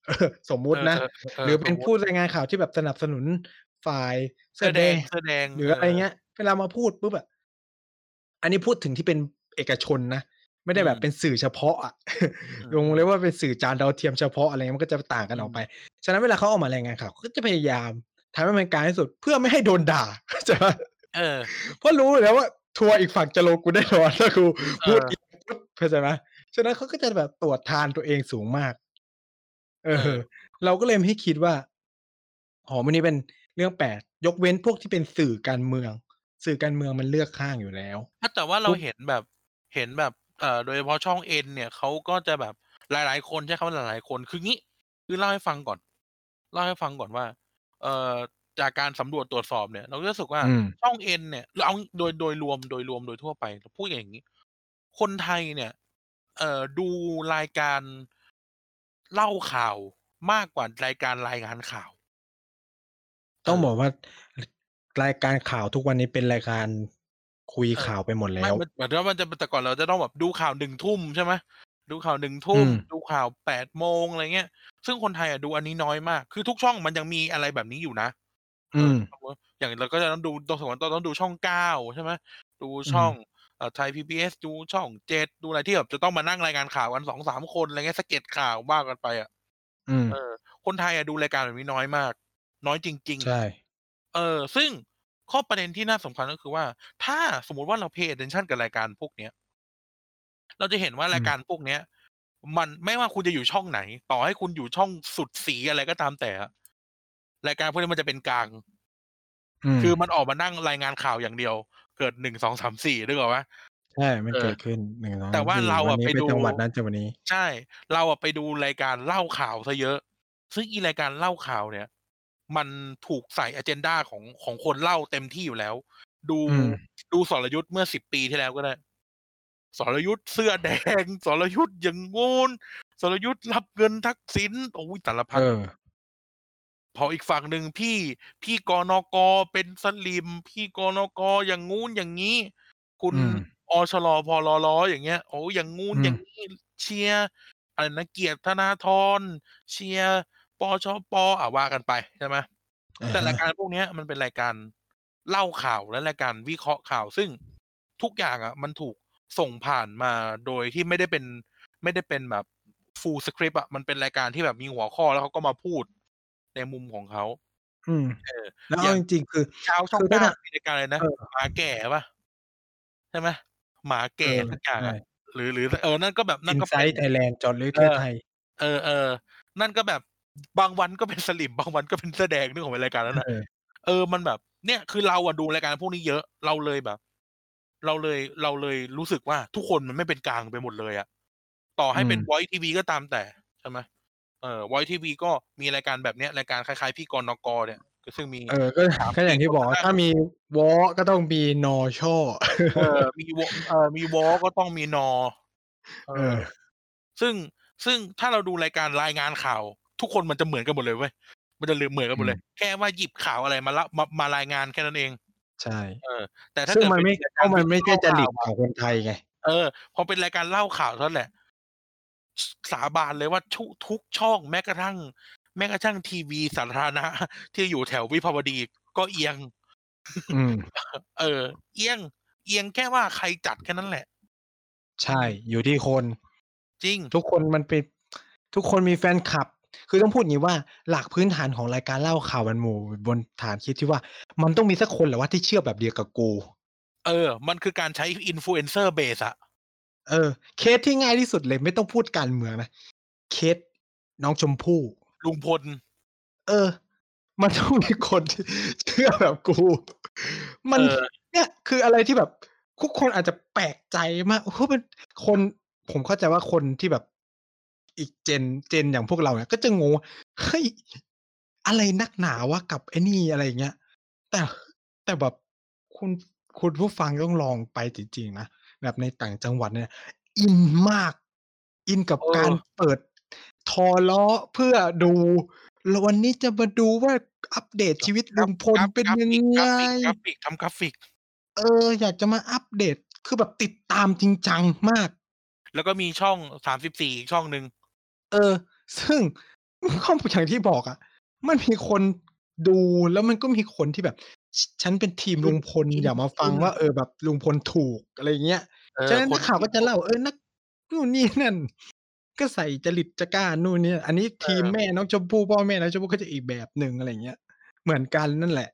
เออ สมมุเอตินะอ ๆ ๆ ๆหรือเสป็นผมมุตู้รายงานข่าวที่แบบสนับสนุนฝ่ายเสเสืื้้อแดงอแดงเสื้อแดงหรืเอออะไรเองี้ย เวลามาพูดปุ๊บอะ อันนี้พูดถึงที่เป็นเอกชนนะ ไม่อืมได้แบบเป็นสื่อเฉพาะอะอืลงมเรียๆกว่าเป็นสื่อจานดาวเทียมเฉพาะ อะไรเงี้ย มันก็จะต่างกันออกไปอืมฉะนั้นเวลาเขาออกมารายงานข่าว เขาก็จะพยายามทำให้มันกลางที่สุด เพื่อไม่ให้โดนด่า เข้าใจเปล่า? เออเพราะรู้อยู่แล้วว่าทัวร์อีกฝั่งจะลงกูแน่นอน ถ้ากูเพูดออปุ๊บ เข้าใจไหม? ฉะนั้นเขาก็จะแบบตรวจทานตัวเองสูงมาก เออเออเราก็เลยไม่คิดว่า อ๋อ วันนี้เป็นเรื่องแปลก ยกเว้นพวกที่เป็นสื่อการเมือง สื่อการเมืองมันเลือกข้างอยู่แล้วอะ แต่ว่าเพราวกเห็นแบบ เห็นแบบ เอ่อ โดยเฉพาะช่อง N เนี่ย เขาก็จะแบบหลาย ๆ คน ใช้คำว่าหลาย ๆ คน คืองี้ คือเล่าให้ฟังก่อน เล่าให้ฟังก่อนว่า เอ่อ จากการสำรวจตรวจสอบเนี่ย เราก็รู้สึกว่าอืมช่อง N เนี่ย เราเอางี้ โดย โดยรวม โดยรวม โดยทั่วไป เราพูดกันอย่างงี้ คนไทยเนี่ย เอ่อ ดูรายการ เล่าข่าวมากกว่ารายการรายงานข่าว เต้องบอออกว่า ร รายการข่าวทุกวันนี้เป็นรายการคุยเออข่าวไปหมดแไลม่้วมัน เหมือนกับมันจะ แต่ก่อนเราจะต้องแบบดูข่าว หนึ่ง ทุ่ม ใช่ไหม ดูข่าว หนึ่ง ทอืุ่มมดูข่าว แปด โมง อะไรเงี้ย ซึ่งคนไทยอะดูอันนี้น้อยมาก คือทุกช่องมันยังมีอะไรแบบนี้อยู่นะอเอือมสมมุติ อย่างเราก็จะต้องดู ต้อง สมมุติเราต้องดูช่อง เก้า ใช่ไหม ดูอืช่องมเอ่อ ไทย พี บี เอส ดูช่อง เจ็ด ดูอะไรที่แบบจะต้องมานั่งรายงานข่าวกัน สองสาม คน อะไรเงี้ย สะเก็ดข่าวว่ากันไปอะอืมเออ คนไทยอะดูรายการแบบนี้น้อยมาก น้อยจริงใช่ๆ เออ ซึ่งข้อประเด็นที่น่าสำคัญก็คือว่า ถ้าสมมุติว่าเรา Pay attention กับรายการพวกเนี้ย เราจะเห็นว่าอืมรายการพวกเนี้ย มัน ไม่ว่าคุณจะอยู่ช่องไหน ต่อให้คุณอยู่ช่องสุดสีอะไรก็ตามแต่อะ รายการพวกนี้มันจะเป็นกลางอืมคือมันออกมานั่งรายงานข่าวอย่างเดียว เกิด หนึ่งสองสามสี่ นึกออกไหม? ใช่ มัเนออเกิดขึ้น หนึ่งสองแตส่ามสี่ว่าเราวันนอะี้ไปดูไปจังหวัดนั้น จังหวัดนี้ใช่ เราอะไปดูรายการเล่าข่าวเสียเยอะ ซึ่งอีรายการเล่าข่าวเนี่ย มันถูกใส่ อะเจนดา ของ ของคนเล่าเต็มที่อยู่แล้ว ดูอืมดูสรยุทธเมื่อ สิบ ปีที่แล้วก็ได้ สรยุทธเสื้อ แดง สรยุทธอย่างงู้น สรยุทธรับเงินทักษิณ โอ๊ย สารพเัดออพออีกฝั่งหนึ่งพี่ พี่ กนก. เป็นสลิ่ม พี่ กนก. อย่างงู้นอย่างงี้ คุอืณมอชร. พลร. อย่างเงี้ย โอ้ อย่างงู้นอืมอย่างงี้ เชียร์ อะไรนะ เกียรติ ธนาธร เชียร์ ปชป. อา ว่ากันไป ใช่ไหมอะฮแต่รายกาะรพวกเนี้ยมันเป็นรายการเล่าข่าว และรายการวิเคราะห์ข่าว ซึ่งทุกอย่างอะมันถูกส่งผ่านมาโดยที่ไม่ได้เป็น ไม่ได้เป็นแบบ Full script อะ มันเป็นรายการที่แบบมีหัวข้อ แล้วเขาก็มาพูดในมุมของเขาอืมเออแล้วเออย่าางจริง ๆ คือเช้าชค่ือง เกอถ้า้าทางมีรายการอะไรนเอะอหมาแก่เปล่า? ใช่ไหม หมาแกเออ่สักอย่าใชงอะ่หรือ หรือ เออ นั่นก็แบบ นั่นก็เป็น Inside Thailand เจาะลึกเประเทศออไทยเออ ๆ นั่นก็แบบ บางวันก็เป็นสลิ่ม บางวันก็เป็นเสื้อแดง นึกออกไหมรายการนั้นน่ะเออเออ มันแบบ เนี่ย คือเราอะดูรายการพวกนี้เยอะ เราเลยแบบ เราเลย เราเลยรู้สึกว่า ทุกคนมันไม่เป็นกลางไปหมดเลยอะ ต่ออใืห้เป็นม Voice ทีวีก็ตามแต่ ใช่ไหม เออ Voice ทีวีก็มีรายการแบบเนี้ย รายการคล้าย ๆ พี่ กนก. เนี่ย ก็ซึ่งมีเออ ก็สามสก็อีย่่างทีค่บอกนมานั่งถ้ามี วอ. ก็ต้องมี นอ ช่อเออ มี ว เออ มี วอ. ก็ต้องมี นอ เอเอออซึ่ง ซึ่งถ้าเราดูรายการรายงานข่าว ทุกคนมันจะเหมือนกันหมดเลยเว้ย มันจะเหลือ เหมือนกันอหมืดเลยมแค่ว่าหยิบข่าวอะไรมาเล่า มา มารายงานแค่นั้นเองใช่เออ แต่ถ้าซึเ่กงิดมัเนไม่ป็นรายเพกราาระมวัินเคไม่ใรช่าะห์ข่จราิวอตขะองคนไทยไงเออ พอเป็นรายการเล่าข่าวเท่านั้นแหละ ส สาบานเลยว่า ชุ ทุกช่อง แม้กระทั่ง แม้กระทั่งทีวีสาธารณะ ที่อยู่แถววิภาวดีก็เอียงอืมเออ เอียง เอียงแค่ว่าใครจัดแค่นั้นแหละใชอื่มอยู่ที่คนจริงทุกคนมันเป็น ทุกคนมีแฟนคลับ คือต้องพูดอย่างงี้ว่า หลักพื้นฐานของรายการเล่าข่าวมันหมู่บนฐานคิดที่ว่า มันต้องมีสักคนแหละวะที่เชื่อแบบเดียวกับกูเออ มันคือการใช้ Influencer base อะเออ เคสที่ง่ายที่สุดเลย ไม่ต้องพูดการเมืองนะ เคสน้องชมพู่ลุงพลเออ มัน ต้องมีคน ที่เชื่อแบบกู มันเออเนี่ยคืออะไรที่แบบทุกคนอาจจะแปลกใจมาก โอ้โฮ มัน คน ผมเข้าใจว่าคนที่แบบ อีก Gen Gen อย่างพวกเราเนี่ย ก็จะงงว่า เฮ้ย อะไรนักหนาวะกับไอ้นี่ อะไรอย่างเงี้ย แต่ แต่แบบคุณ คุณผู้ฟังต้องลองไปจริง ๆ นะ แบบในต่างจังหวัดเนี่ย อินมาก อินกับเการออเปิด ทอ ล้อ เพื่อดู แล้ววันนี้จะมาดูว่า อัปเดตชีวิตกราฟลุงพลกราฟเป็นยังกราฟิก กไรงาฟิก กราฟิก ทำกราฟิกเออ อยากจะมาอัปเดต คือแบบติดตามจริงจังมากแล้วก็มีช่อง สามสิบสี่ อีกช่องหนึ่งเออ ซึ่งก็อย่างที่บอกอะ มันมีคนดู แล้วมันก็มีคนที่แบบ ฉ ฉันเป็นทีมคลุุณงพลอินอย่ามาฟคัุงณว่า เออ แบบลุงพลถูก อะไรอย่างเงี้ยเออฉะนั้นนักข่าวก็จะเล่า เออ นัก นู่นนี่นั่น ก็ใส่จริตจะกล้านู่นนี่ อันนี้ทีมเออแม่น้องชมพู่ พ่อแม่น้องชมพู่ก็จะอีกแบบหนึ่ง อะไรอย่างเงี้ย เหมือนกันนั่นแหละ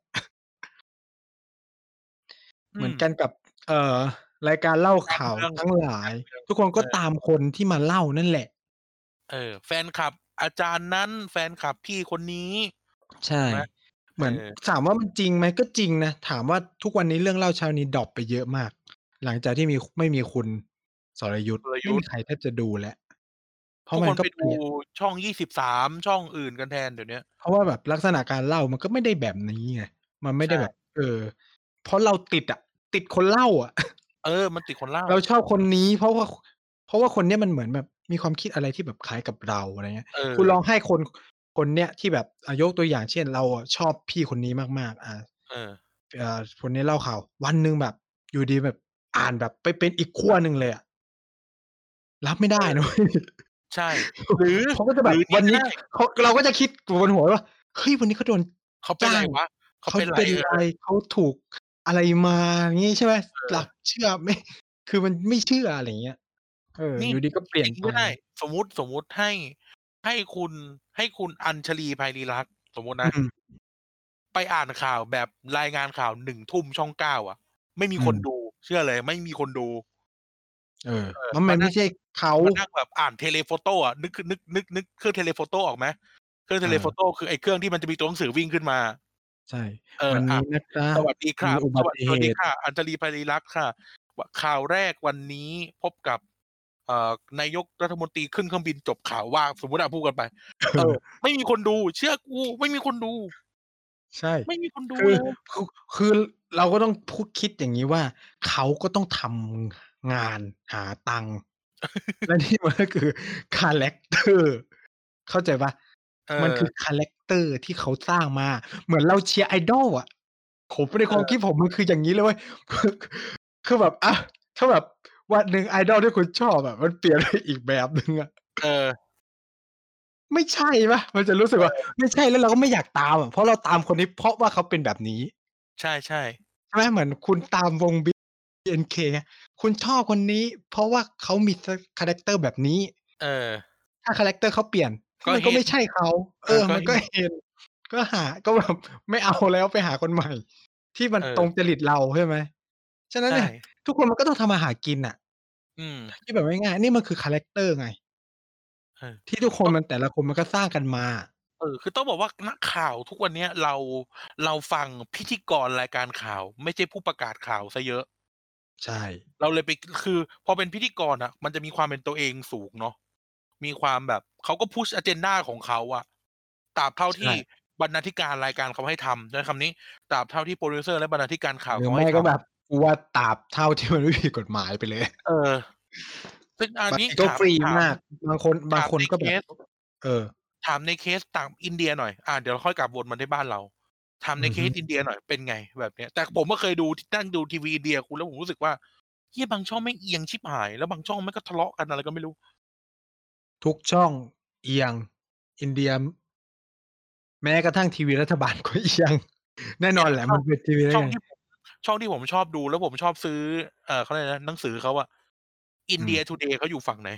อืเหมือนมกันกับ เอ่อ รายการเล่ากาขร่าเมวืองทั้งหลายการเมืองทุกคนเกอ็อตามคนที่มาเล่านั่นแหละเออ แฟนคลับอาจารย์นั้น แฟนคลับพี่คนนี้ใช่ถูกไหม? เหมือนเออถามว่ามันจริงไหม ก็จริงนะ ถามว่าทุกวันนี้เรื่องเล่าเช้านี้ดร็อปไปเยอะมาก หลังจากที่มี ไม่มีคุณสรยุทธกลยุทธไม่มีใครแทบจะดูแล้ว เพราทุะกคนไปดมันก็เปูลี่ยนช่อง ยี่สิบสาม ช่องอื่นกันแทนเดี๋ยวเนี้ยเพราะว่าแบบลักษณะการเล่ามันก็ไม่ได้แบบนี้ไง มันไม่ใชได้แบ่บ เออ เพราะเราติดอะ ติดคนเล่าอะเออ มันติดคนเล่าเราชอบคนนี้ เพราะว่า ค เพราะว่าคนเนี้ยมันเหมือนแบบมีความคิดอะไรที่แบบคล้ายกับเรา อะไรเงี้ยเคุณลออองให้คน คนเนี้ยที่แบบ อ่า ยกตัวอย่างเช่น เราอะชอบพี่คนนี้มาก ๆ อ่าเอออ่า คนนี้เล่าข่าว วันหนึ่งแบบอยู่ดี ๆ แบบอ่านแบบไปเป็นอีกขั้วหนึ่งเลยอะ รับไม่ไเดออ้ นะเว้ยใช่ หรือเขาก็จะหรแบืบวอนี่ันก็นี้ได้เขา เราก็จะคิดอยู่บนหัวว่า เฮ้ย วันนี้เขาโดนเขาเป็จน้ไารงวะ เขเาขาเป็นไร? เป็นไรเออเขาถูกอะไรมา งี้ใช่ไหมเหลับออเชื่อ ไม่ คือมันไม่เชื่อ อะไรอย่างเงี้ย เออนี่อยู่ดี ๆ ก็เปลี่อยย่นางงี้ไปก็ได้ สมมุติ สมมุติให้ ให้คุณ ให้คุณอัญชลี ไพรีรักษ์ สมมุติอนะืมไปอ่านข่าวแบบรายงานข่าว หนึ่ง ทุ่มช่อง เก้า อะ ไม่มีอืมคนดู เชื่อเลยไม่มีคนดูเออเออเพราะมมัานไนมั่งใช่เขามานั่งแบบอ่าน Telephoto อะ นึก คือ นึก นึก นึกเครื่อง Telephoto ออกไหม? เครื่องเออ Telephoto คือไอ้เครื่องที่มันจะมีตัวหนังสือวิ่งขึ้นมาใช่เออ อวันนี้ะนะจ๊ะสวัสดีคมรีับอุบสัวัสติเหตสวัสดีคุ่ะ อัญชลี ไพรีรักษ์ค่ะ ว ข่าวแรกวันนี้พบกับ เอ่อ นายกรัฐมนตรีขึ้นเครื่องบินจบข่าวว่า สมมุติอะ พูดกันไป เออ ไม่มีคนดู เชื่อกู ไม่มีคนดูใช่ไม่มีคนดูคือเลยคือ คือเราก็ต้องพุ คิดอย่างงี้ว่า เขาก็ต้องทำงานหาตังค์ และ นี่มันก็คือคาแรกเตอร์ เข้าใจเปล่า? มันคือเออคาแรกเตอร์ที่เขาสร้างมา เหมือนเราเชียร์ idol อะ ผม ในความคิดเออผมมันคืออย่างงี้เลยเว้ย คือ คือแบบ อะ ถ้าแบบวันหนึ่ง idol ที่คุณชอบอะมันเปลี่ยน ไป อีกแบบหนึ่งอะเออไม่ใช่เปล่า? มันจะรู้สึกว่าเออไม่ใช่ แล้วเราก็ไม่อยากตามอะ เพราะเราตามคนนี้ เพราะว่าเขาเป็นแบบนี้ใช่ ๆใช่ไหม? เหมือนคุณตามวง BNK เงี้ย คุณชอบคนนี้ เพราะว่าเขามี ค คาแรกเตอร์แบบนี้เออถ้าคาแรกเตอร์เขาเปลี่ยนก็มันเก็ฮไม่็นใช่เขา เเออออ ก็มันเกห็็นเฮน ก็หา ก็แบบไม่เอาแล้วไปหาคนใหม่ ที่มันตรงเออจริตเรา ใช่ไหม? ฉะนั้ใชนเนี่ย่ทุกคนมันก็ต้องทำมาหากินน่ะอืมถ้าคิดแบบง่าย ๆ นี่มันคือคาแรกเตอร์ไงเออที่ทุกคต้องนมัน แต่ละคนมันก็สร้างกันมาเออ คือต้องบอกว่า นักข่าวทุกวันเนี้ย เรา เราฟังพิธีกรรายการข่าว ไม่ใช่ผู้ประกาศข่าวเสียเยอะใช่เราเลยไป คือพอเป็นพิธีกรอะ มันจะมีความเป็นตัวเองสูงเนาะ มีความแบบ เขาก็ Push Agenda ของเขาอะ ตราบเท่าใชที่่บรรณาธิการรายการเขาให้ทำ ใช้คำนี้ ตราบเท่าที่โพรดิวเซอร์และบรรณาธิการข่าวหรืเขอาไใมห้่ทก็แบำบ กูว่าตราบเท่า ที่มันไม่ผิดกฎหมายไปเลยเออ ซึ่งอันนี้บางทีก็ถามฟรีถามมาก บางคน บถางามในคนก็แบบเคสเออถามในเคสต่าง อินเดียหน่อย อา เดี๋ยวเราค่อยกลับวนมาที่บ้านเรา ถามอในือเคฮึสอินเดียหน่อยเป็นไง? แบบเนี้ย แต่ผมก็เคยดู ท นั่งดูทีวีอินเดียคุณ แล้วผมรู้สึกว่า เหี้ย บางช่องแม่งเอียงชิบหาย แล้วบางช่องแม่งก็ทะเลาะกัน อะไรก็ไม่รู้ทุกช่องเอียง อินเดีย แม้กระทั่งทีวีรัฐบาล ก็เอียง แน่เนนี่ยอนแหละช่องมันเป็นทีวีได้ช่อไงงที่ผม ช่องที่ผมชอบดู แล้วผมชอบซื้อ เอ่อ เขาเรียกอะไรนะ หนังสือเขาอะอืม India Today เขาอยู่ฝั่งไหน?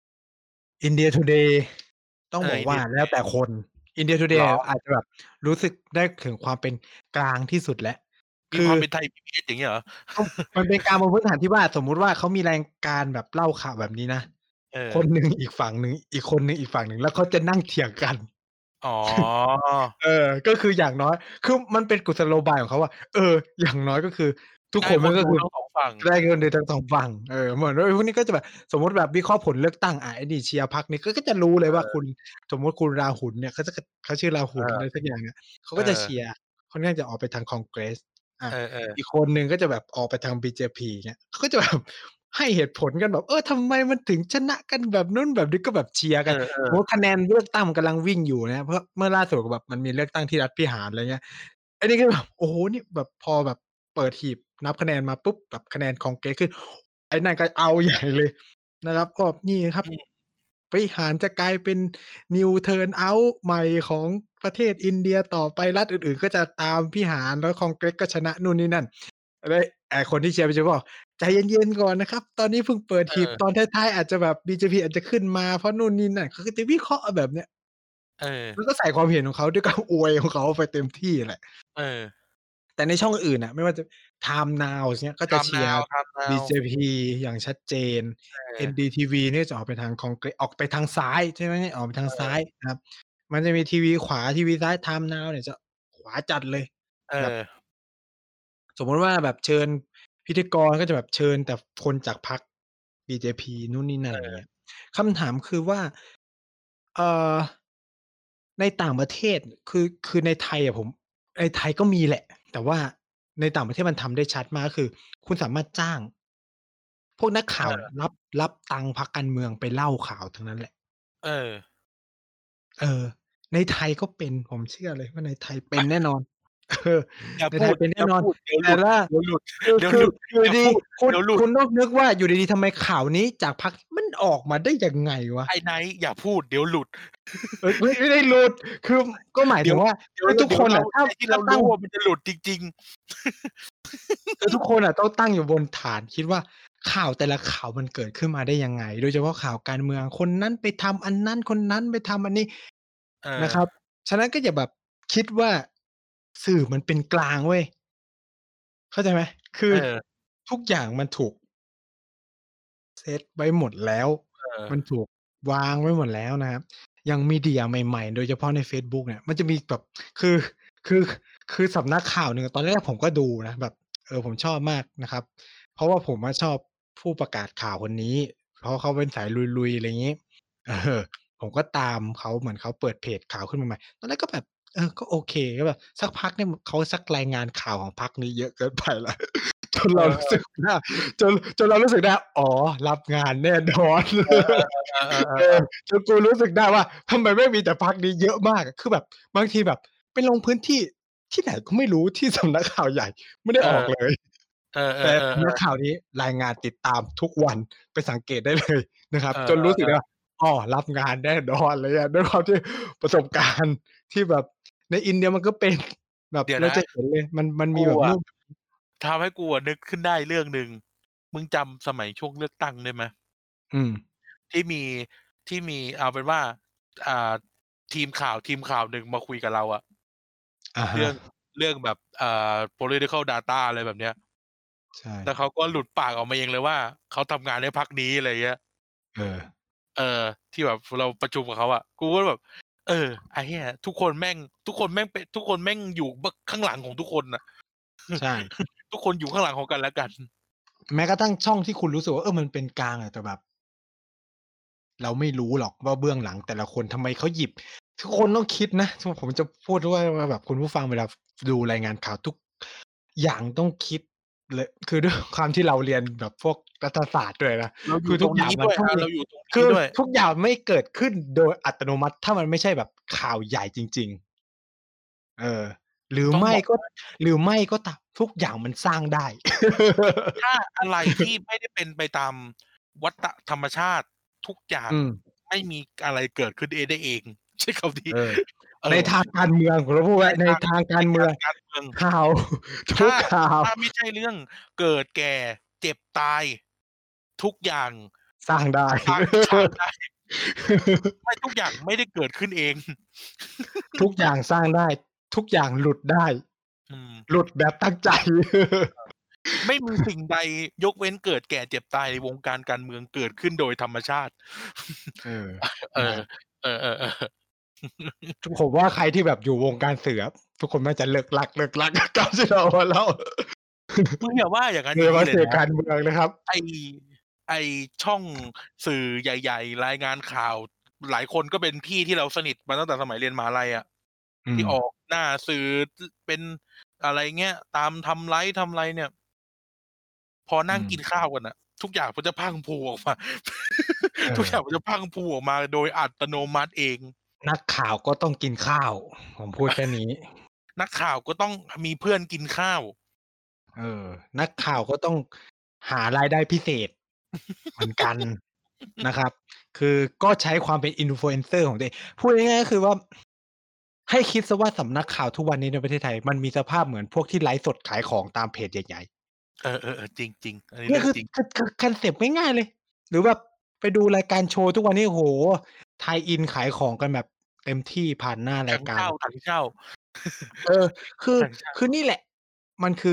India Today ต้อเงออบอกว่า India แล้วแต่ Today คน India เหร Today อ? อาจจะแบบรู้สึกได้ถึงความเป็นกลางที่สุดแล้วมคีืควอามเป็นไทย พีบีเอส อย่างงี้เหรอ? อ้าว มันเป็นกลางบนพื้นฐานที่ว่า สมมุติว่าเขามีรายการแบบเล่าข่าวแบบนี้นะเออคนหนึ่งอีกฝั่งหนึ่ง อีกคนหนึ่งอีกฝั่งหนึ่ง แล้วเขาจะนั่งเถียงกันอ๋อเออ ก็คืออย่างน้อย คือมันเป็นกุศโลบายของเขาอะ เออ อย่างน้อยก็คือ ทุกได้คนมันก็คือคนดูทั้ง สอง ฝั่งได้เงินเดือนทั้ง สอง ฝั่ง เออ เหมือนว่าไอ้พวกนี้ก็จะแบบ สมมุติแบบวิเคราะห์ผลเลือกตั้ง อ่า ไอ้นี่เชียร์พรรคนี้ ก็ ก็จะรู้เลยว่าเออคุณ สมมุติคุณราหุลเนี่ย เขาจะ ก เขาชื่อราหเุล อะออไรสักอย่างเนี่ย เขาเก็จะเชออียร์ ค่อนข้างจะออกไปทาง Congress อเาออ ๆอีกคนหนึ่งก็จะแบบออกไปทาง BJP อย่างเงี้ย เขาก็จะ แบบ ให้เหตุผลกันแบบ เออ ทำไมมันถึงชนะกันแบบนู้นแบบนี้ ก็แบบเชียร์เกอัน สอมมุๆติคะแนนเลือกตั้งมันกำลังวิ่งอยู่นะครับ เพราะเมื่อล่าสุดแบบมันมีเลือกตั้งที่รัฐพิหาร อะไรเงี้ย ไอ้นี่ก็แบบ โอ้โฮ นี่แบบพอแบบเปิดหีบนับคะแนนมาปุ๊บ แบบคะแนน Congress ขึ้น ไอ้นั่นก็เอา ใหญ่ เลยนะครับ ก็นี่ครับอืมวิหารจะกลายเป็น New Turn Out ใหม่ของประเทศอินเดียต่อไปรัฐอื่นๆก็จะตามพิหารแล้วคองเกรสก็ชนะนู่นนี่นั่นแล้วไอ้คนที่เชียร์ บี เจ พี บอกใจเย็นๆก่อนนะครับตอนนี้เพิ่งเปิดเอหีบอตอนท้ายๆอาจจะแบบ บี เจ พี อาจจะขึ้นมาเพราะนู่นนี่นั่นเขาก็จะวิเคราะห์แบบเนี้ยเออแล้วก็ใส่ความเห็นของเขาด้วยการอวยของเขาไปเต็มที่แหละเออแต่ในช่องอื่นๆน่ะไม่ว่าจะ Time Now อย่างเงี้ยก็จะเชียร์ Time Now Time Now บี เจ พี อย่างชัดเจนเออเอ็น ดี ที วี เนี่ยจะออกไปทางคองเกรสออกไปทางซ้ายใช่ไหมออกไปทางซ้ายเออนะครับมันจะมีทีวีขวาทีวีซ้าย Time Now เนี่ยจะขวาจัดเลยเอแบบอสมมุติว่าแบบเชิญพิธีกรก็จะแบบเชิญแต่คนจากพรรค บี เจ พี นู่นนี่นั่นอย่างเงี้ยคำถามคือว่าเอ่อในต่างประเทศคือคือในไทยอะผมในไทยก็มีแหละแต่ว่าในต่างประเทศมันทำได้ชัดมากก็คือคุณสามารถจ้างพวกนักข่าวเออเนี่ยรับรับตังค์พรรคการเมืองไปเล่าข่าวทั้งนั้นแหละเออเออในไทยก็เป็นผมเชื่อเลยว่าในไทยเป็นแน่นอนเอออย่าพูดในไทยเป็นแน่นอนอย่าพูดเดี๋ยวหลุดแต่ว่าเดี๋ยวหลุดคือคือเดี๋ยวหลุดอยู่ดีอย่าพูดๆคุณเดี๋ยวหลุดคุณต้องนึกว่าอยู่ดีๆทำไมข่าวนี้จากพรรคมันออกมาได้ยังไงวะไอ้ไนท์อย่าพูดเดี๋ยวหลุดเฮ้ยไม่ไม่ได้หลุดคือก็หมายเดี๋ยวถึงว่าเดี๋ยวคือทุกเดี๋ยวเราคนอะถ้าไอ้ที่เราถ้าตั้งรู้ว่ามันจะหลุดจริงคือทุกคนอะต้องตั้งอยู่บนฐานคิดว่าข่าวแต่ละข่าวมันเกิดขึ้นมาได้ยังไงโดยเฉพาะข่าวการเมืองคนนั้นไปทำอันนั้นคนนั้นไปทำอันนี้ๆเออนะครับฉะนั้นก็อย่าแบบคิดว่าสื่อมันเป็นกลางเว้ยเข้าใจไหมคือเออทุกอย่างมันถูก เซตไว้หมดแล้วเออมันถูกวางไว้หมดแล้วนะครับอย่างมีเดียใหม่ๆโดยเฉพาะในเฟซบุ๊กเนี่ยมันจะมีแบบคือคือคือสำนักข่าวหนึ่งอะตอนแรกผมก็ดูนะแบบเออผมชอบมากนะครับเพราะว่าผมอะชอบผู้ประกาศข่าวคนนี้เพราะเขาเป็นสายลุยๆอะไรงี้เออผมก็ตามเขาเหมือนเขาเปิดเพจข่าวขึ้นมาใหม่ตอนแรกก็แบบเออก็โอเคก็แบบสักพักเนี่ยเขาซักรายงานข่าวของพรรคนี้เยอะเกินไปแล้ว จนเเรารู้สึออกว่าจนจนเรารู้สึกได้อ๋อรับงานแน่นอนเออเออๆๆๆๆจนกูรู้สึกได้ว่าทำไมแม่งมีแต่พรรคนี้เยอะมากอะคือแบบบางทีแบบไปลงพื้นที่ที่ไหนก็ไม่รู้ที่สำนักข่าวใหญ่ไม่ได้เออออกเลยเออแต่สำนักๆๆๆข่าวนี้รายงานติดตามทุกวันไปสังเกตได้เลยนะครับเอจนรู้สึกได้อว่าอ้อรับงานแน่นอนเลยอะด้วยความที่ประสบการณ์ที่แบบในอินเดียมันก็เป็นแบบๆเดี๋ยวนะเราจะเห็นเลยมันมันมีกูอะแบบนู่นทำให้กูอะนึกขึ้นได้เรื่องหนึ่งมึงจำสมัยช่วงเลือกตั้งได้ไหมอืมที่มีที่มีเอาเป็นว่าอ่าทีมข่าวทีมข่าวหนึ่งมาคุยกับเราอะอะฮะเรื่องเรื่องแบบอ่า political data อะไรแบบเนี้ยใช่แล้วเขาก็หลุดปากออกมาเองเลยว่าเขาทำงานให้พรรคนี้อะไรอย่างเงี้ยเออเออที่แบบเราประชุมกับเขาอะกูก็แบบเออไอ้เหี้ยทุกคนแม่งทุกคนแม่งเป็นทุกคนแม่งอยู่บข้างหลังของทุกคนน่ะใช่ทุกคนอยู่ข้างหลังของกันและกันแม้กระทั่งช่องที่คุณรู้สึกว่าเออมันเป็นกลางอะแต่แบบเราไม่รู้หรอกว่าเบื้องหลังแต่ละคนทำไมเขาหยิบทุกคนต้องคิดนะทผมจะพูดด้วยว่าแบบคุณผู้ฟังเวลาฟดูรายงานข่าวทุกอย่างต้องคิดเลยคือด้วยความที่เราเรียนแบบพวกรัฐศาสตร์ด้วยนะเราอยู่ตรงคือทุกอย่างนี้ด้วยอามันต้องมีเราอยู่ตรงนี้คือด้วยทุกอย่างไม่เกิดขึ้นโดยอัตโนมัติถ้ามันไม่ใช่แบบข่าวใหญ่จริงๆเออหรือต้องไม่ก็บอกว่าหรือไม่ก็ตทุกอย่างมันสร้างได้ถ้าอะไรที่ไม่ได้เป็นไปตามวัฏธรรมชาติทุกอย่างอืมไม่มีอะไรเกิดขึ้นเองได้เองใช้คำนี้เออเออในทางการเมืองผมจะพูดในว่าในทางทางในทางการเมืองการเมืองข่าวทุถ้ากข่าวถ้าไม่ใช่เรื่องเกิดแก่เจ็บตายทุกอย่างสร้างได้สร้างสร้างได้ไม่ทุกอย่างไม่ได้เกิดขึ้นเองทุกอย่างสร้างได้ทุกอย่างหลุดได้อืมหลุดแบบตั้งใจไม่มีสิ่งใดยกเว้นเกิดแก่เจ็บตายในวงการการเมืองเกิดขึ้นโดยธรรมชาติเออเออนะครับเออๆๆผมว่าใครที่แบบอยู่วงการสื่ออะทุกคนน่าจะเลิกลักเลิกลักกับการที่เรามาเล่ามึงอย่าว่าอย่างงั้นโดยอย่างเฉพาะสื่องี้เลยนะการเมืองนะครับไอ้ไอ้ช่องสื่อใหญ่ๆรายงานข่าวหลายคนก็เป็นพี่ที่เราสนิทมาตั้งแต่สมัยเรียนมหาลัยอะอืมที่ออกหน้าสื่อตเป็นอะไรเงี้ยตามทำไลฟ์ทำไรเนี่ยพอนั่งอืมกินข้าวกันน่ะทุกอย่างมันจะพรั่งพรูออกมาเอทุกออย่างมันจะพรั่งพรูออกมาโดยอัตโนมัติเองนักข่าวก็ต้องกินข้าวผมพูดแค่นี้นักข่าวก็ต้องมีเพื่อนกินข้าวเออนักข่าวก็ต้องหารายได้พิเศษเหมือนกันนะครับ คือก็ใช้ความเป็น Influencer ของตัวเอง พูดง่าย ๆ ก็คือว่า ให้คิดเสียว่าสำนักข่าวทุกวันนี้ในประเทศไทย มันมีสภาพเหมือนพวกที่ไลฟ์สดขายของตามเพจใหญ่ ๆเออ ๆ ๆ จริง ๆ อันนี้นีเ่รื่อคืองจริงคือ คือคอนเซปต์ง่าย ๆ เลย หรือแบบไปดูรายการโชว์ทุกวันนี้ โอ้โฮ tie in ขายของกันแบบเต็มที่ผ่านหน้ารถาัยงกเาชร่า ถังเช่าเออ คือถังเช่าคือนี่แหละ มันคือ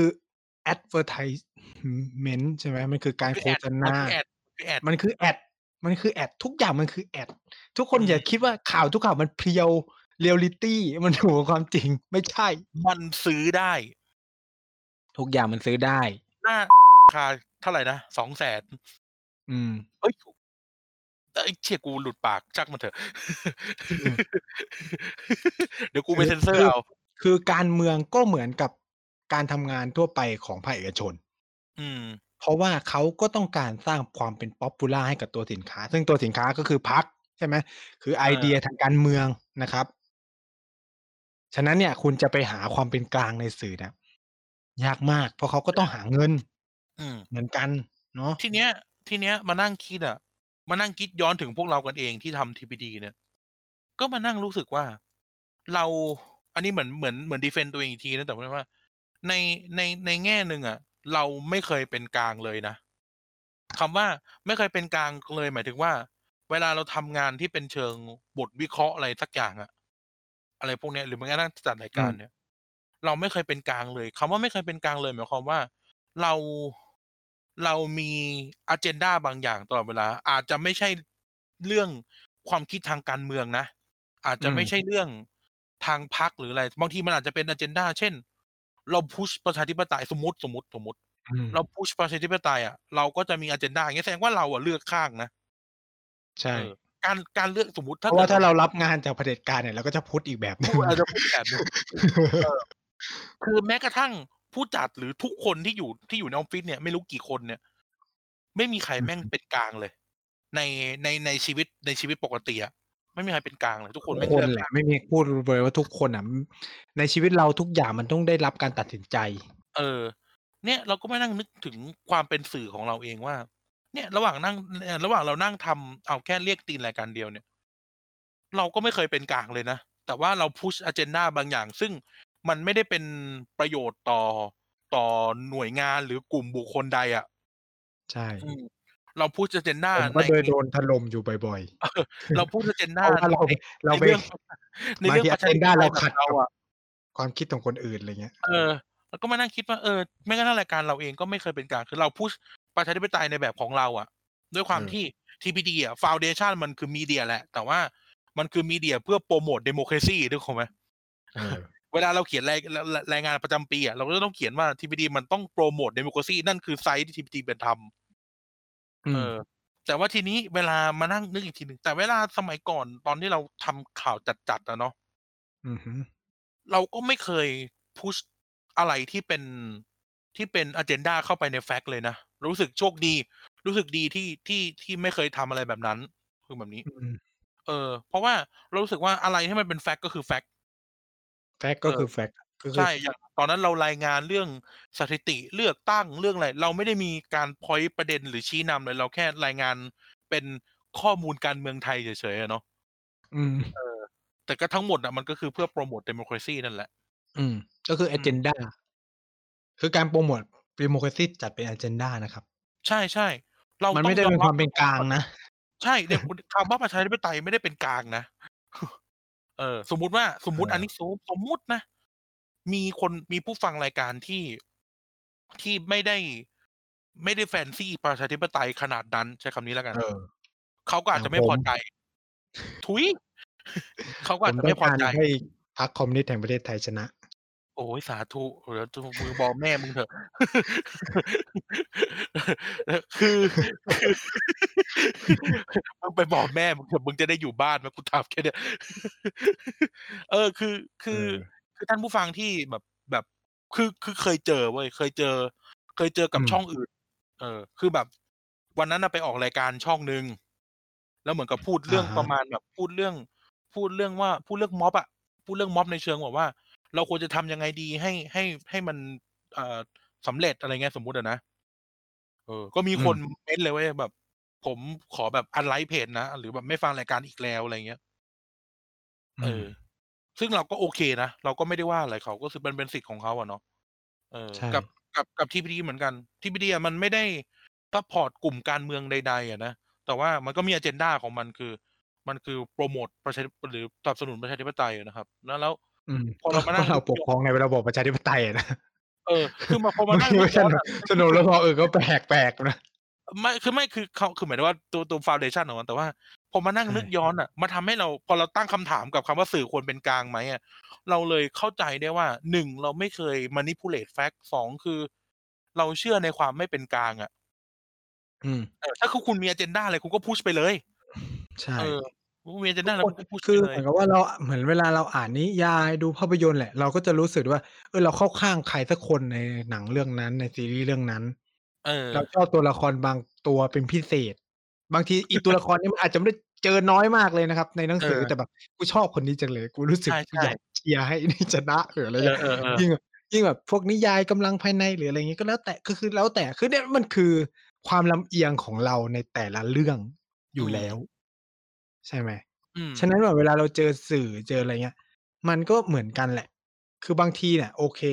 advertisement ใช่ไหม มันคือมกันารคือโฆ Ad ษณมันาคือ Ad คือ Ad มันคือ Ad มันคือ Ad ทุกอย่างมันคือ Ad ทุกคอืนอย่ามคิดว่าข่าวทุกข่าวมันเพียว เรียลลิตี มันถูกกว่าความจริง ไม่ใช่มันซื้อได้ทุกอย่างมันซื้อได้หน้า คาเท่าไรนะ สองแสนอืมเฮ้ย เอ๊ย เชี่ย กูหลุดปาก ช่างมันเถอะอืมเดี๋ยวกูคไปือเซนเซอครื์อเอาคือการเมืองก็เหมือนกับการทำงานทั่วไปของภาคเอกชนอืมเพราะว่าเขาก็ต้องการสร้างความเป็น Popular ให้กับตัวสินค้า ซึ่งตัวสินค้าก็คือพรรค ใช่ไหม คือไอเดียเออทางการเมืองนะครับ ฉะนั้นเนี่ย คุณจะไปหาความเป็นกลางในสื่อเนี่ย ยากมาก เพราะเขาก็ยต้องากหาเงินอืมเหมือนกันเนาะทีเนี้ย ทีเนี้ยมานั่งคิดอะ มานั่งคิดย้อนถึงพวกเรากันเองที่ทำ ที พี ดี เนี่ย ก็มานั่งรู้สึกว่า เรา อันนี้เหมือน เหมือน เหมือน defend ตัวเองอีกทีนะ แต่ว่า ว่า ใน ใน ในแง่หนึ่งอะ เราไม่เคยเป็นกลางเลยนะ คำว่าไม่เคยเป็นกลางเลย หมายถึงว่า เวลาเราทำงานที่เป็นเชิงบทวิเคราะห์อะไรสักอย่างอะ อะไรพวกเนี้ย หรือแม้กระทั่งจัดรายอืมการเนี่ย เราไม่เคยเป็นกลางเลย คำว่าไม่เคยเป็นกลางเลย หมายความว่า เรา เรามีอะเจนดาบางอย่างตลอดเวลา อาจจะไม่ใช่เรื่องความคิดทางการเมืองนะ อาจอืจะไม่ใช่มเรื่องทางพรรคหรืออะไร บางทีมันอาจจะเป็นอะเจนดา เช่น เรา พุช ประชาธิปไตย สมมุติ สมมุติ สมมุติ เราอืมพุช ประชาธิปไตยอะ เราก็จะมีอะเจนดา อย่างเงี้ย แสดงว่าเราอะเลือกข้างนะใชเออ่การ การเลือก สมมุติเถพ้าราเะกว่ิาดถเ้ราาเรารับงานจากเผด็จการเนี่ย เราก็จะพุชอีกแบบหนพึู่งด อาจจะพูดอีกแบบหนึ่ง เออ คือแม้กระทั่งผู้จัด หรือทุกคนที่อยู่ ที่อยู่ในออฟฟิศเนี่ย ไม่รู้กี่คนเนี่ย ไม่มีใครแม่งอือฮึเป็นกลางเลย ใน ใน ในชีวิต ในชีวิตปกติอะ ไม่มีใครเป็นกลางเลย ทุกคทนุแกม่งเลือกขคนแหละ้างไม่มี พูดเลยว่าทุกคนน่ะ อืม ในชีวิตเราทุกอย่างมันต้องได้รับการตัดสินใจเออ เนี่ยเราก็มานั่งนึกถึงความเป็นสื่อของเราเองว่า เนี่ยระหว่างนั่ง เอ่อ ระหว่างเรานั่งทำ เอาแค่เรียกตีนรายการเดียวเนี่ย เราก็ไม่เคยเป็นกลางเลยนะ แต่ว่าเรา พุช อะเจนดา บางอย่าง ซึ่งมันไม่ได้เป็นประโยชน์ต่อ ต่อหน่วยงานหรือกลุ่มบุคคลใดอะใช่อืม เรา พุช อะเจนดาผมกใ็นโดยโดนถล่มอยู่บ่อยเออ เรา พุช อะเจนๆ เพดาราะว่าเราในเราไปในเรื่อง ในบเารงื่อทงีปอระะชเจาธินดาปไตยแบเราขบัดกับเราอะความคิดของคนอื่น ไรเงี้ยเออ เราก็มานั่งคิดว่า เออ แม้กระทั่งรายการเราเองก็ไม่เคยเป็นกลาง คือเรา พุช ประชาธิปไตยในแบบของเราอะ ด้วยควเามทออี่ ที พี ดี อะ ฟาวน์เดชัน มันคือมีเดียแหละ แต่ว่ามันคือมีเดียเพื่อโพรโมต Democracy นึกออกไหมเออเวลาเราเขียนราย ร ร รายงานประจำปีอะ เราก็จะต้องเขียนว่า ที พี ดี มันต้องโพรโมต Democracy นั่นคือไซต์ที่ ที พี ดี เป็นทำอืมเออ แต่ว่าทีนี้เวลามานั่งนึกอีกทีหนึ่ง แต่เวลาสมัยก่อนตอนที่เราทำข่าวจัด ๆ อะเนาะอือฮึเราก็ไม่เคย พุช อะไรที่เป็น ที่เป็นอะเจนดาเข้าไปในแฟกต์เลยนะ รู้สึกโชคดี รู้สึกดีที่ ที่ ที่ไม่เคยทำอะไรแบบนั้น คือแบบนี้อืมเออ เพราะว่าเรารู้สึกว่า อะไรที่มันเป็นแฟกต์ก็คือแฟกต์แฟกต์เกอ็อคือแฟกต์ ก็ใคชือ่ อย่างตอนนั้นเรารายงานเรื่องสถิติเลือกตั้ง เรื่องอะไร เราไม่ได้มีการ พ็อยนต์ ประเด็นหรือชี้นำเลย เราแค่รายงานเป็นข้อมูลการเมืองไทยเฉย ๆ อะเนาะอืมเออ แต่ก็ทั้งหมดอะ มันก็คือเพื่อโพรโมต Democracy นั่นแหละอืม ก็คืออะเจนอืมดา คือการโพรโมต Democracy จัดเป็นอะเจนดานะครับใช่ ๆ เราตมันไ้มอ่งยอมรได้เป็นคัวบามเป็นกลางนะใช่ เด คุณ คำว่าประชาธิปไตยไม่ได้เป็นกลางนะ เออ สมมุติว่า สมมุติ อันนี้เออสมมุติ สมมุตินะ มีคน มีผู้ฟังรายการที่ ที่ไม่ได้ ไม่ได้แฟนซีประชาธิปไตยขนาดนั้น ใช้คำนี้แล้วกัเนออเขาก็ออยา่จาจงะไมผ่พอมใจ ถุย เขาก็ผอาจจะไมมต้อ่งการพอใจให้พรรคคอมมิวนิสต์แห่งประเทศไทยชนะโอ๊ย สาธุ เดี๋ยวจูงมือบอกแม่มึงเถอะ เออ คือ คือ มึงไปบอกแม่มึงเถอะ มึงจะได้อยู่บ้านไหม กูถามแค่เนี้ย เออ คือ คือเออคือท่านผู้ฟังที่แบบ แบบ คือ คือเคยเจอเว้ย เคยเจอ เคยเจออกัืบช่องมอื่น เออ คือแบบวันนั้นน่ะไปออกรายการช่องหนึ่ง แล้วเหมือนกับพูดเอรื่ะองฮประะมาณแบบ พูดเรื่อง พูดเรื่องว่า พูดเรื่องม็อบอะ พูดเรื่องม็อบในเชิงแบบว่า เราควรจะทำยังไงดีให้ ให้ ให้มัน เอ่อ สำเร็จ อะไรเงี้ย สมมุติอะนะ เออ ก็มีคนอืมเม้นต์เลยเว้ย แบบ ผผมขอแบบ unlike เพจนะ หรือแบบไม่ฟังรายการอีกแล้ว อะไรเงี้ยอืเออมซึ่งเราก็โอเคนะ เราก็ไม่ได้ว่าอะไรเขา ก็คือมันเป็นสิทธิ์ของเขาอะเนาะ เออใชกับ่กับ กับ ที พี ดี เหมือนกัน ที พี ดี อะมันไม่ได้ซัปพอร์ตกลุ่มการเมืองใด ๆ อะนะ แต่ว่ามันก็มี อะเจนดา ของมัน คือ มันคือโพรโมตประชาธิ หรือสนับสนุนประชาธิปไตยอะนะครับ แล้ว แล้วอืมพอก็เรามากน็ั่งเราปกนึกย้อนครองในระบอบประชาธิปไตยอะนะเออ คือมา พอมานั่งบางทีไม่สนนึกย้อนุอกะ ไอ้สนุกกแลลุ้วพอมเออ ก็แปลก ๆ นะไม่ คือไม่ คือเขา คือหมายถึงว่าตัว ตัว ฟาวเดชัน ของมัน แต่ว่าพอมานั่ใชงนึก่ย้อนอะ มันทำให้เรา พอเราตั้งคำถามกับคำว่าสื่อควรเป็นกลางไหมอะ เราเลยเข้าใจได้ว่า หนึ่ง เราไม่เคย manipulate fact สอง คือเราเชื่อในความไม่เป็นกลางอะอืมเออ ถ้าคือคุณมี อะเจนดา อะไรคุณก็ พุช ไปเลยใช่เออ คุณมี อะเจนทดุากอะไรคนคุณก็ พุชคไปือเลยเหมือนกับว่าเรา เหมือนเวลาเราอ่านนิยาย ดูภาพยนตร์แหละ เราก็จะรู้สึกว่า เออ เราเข้าข้างใครสักคนในหนังเรื่องนั้น ในซีรีส์เรื่องนั้นเเราออชอบตัวละครบางตัวเป็นพิเศษ บางทีอีตัวละครนี้มันอาจจะไม่ได้เจอน้อยมากเลยนะครับในหนังสือเออแต่แบบกูชอบคนนี้จังเลย กูรู้ใสึกกูช่อยากๆเชียร์ให้ นี่ ชนะ หรืออะไรเอเงี้ยอ ๆ ๆยิ่งแบบ ยิ่งแบบพวกนิยายกำลังภายใน หรืออะไรงี้ ก็แล้วแต่ ก็คือแล้วแต่ คือเนี่ยมันคือความลำเอียงของเราในแต่ละเรื่องออยืู่แล้มว ใช่ไหมอืมฉะนั้นแบบเวลาเราเจอสื่อ เจออะไรเงี้ย มันก็เหมือนกันแหละ คือบางทีเนี่ย โอเค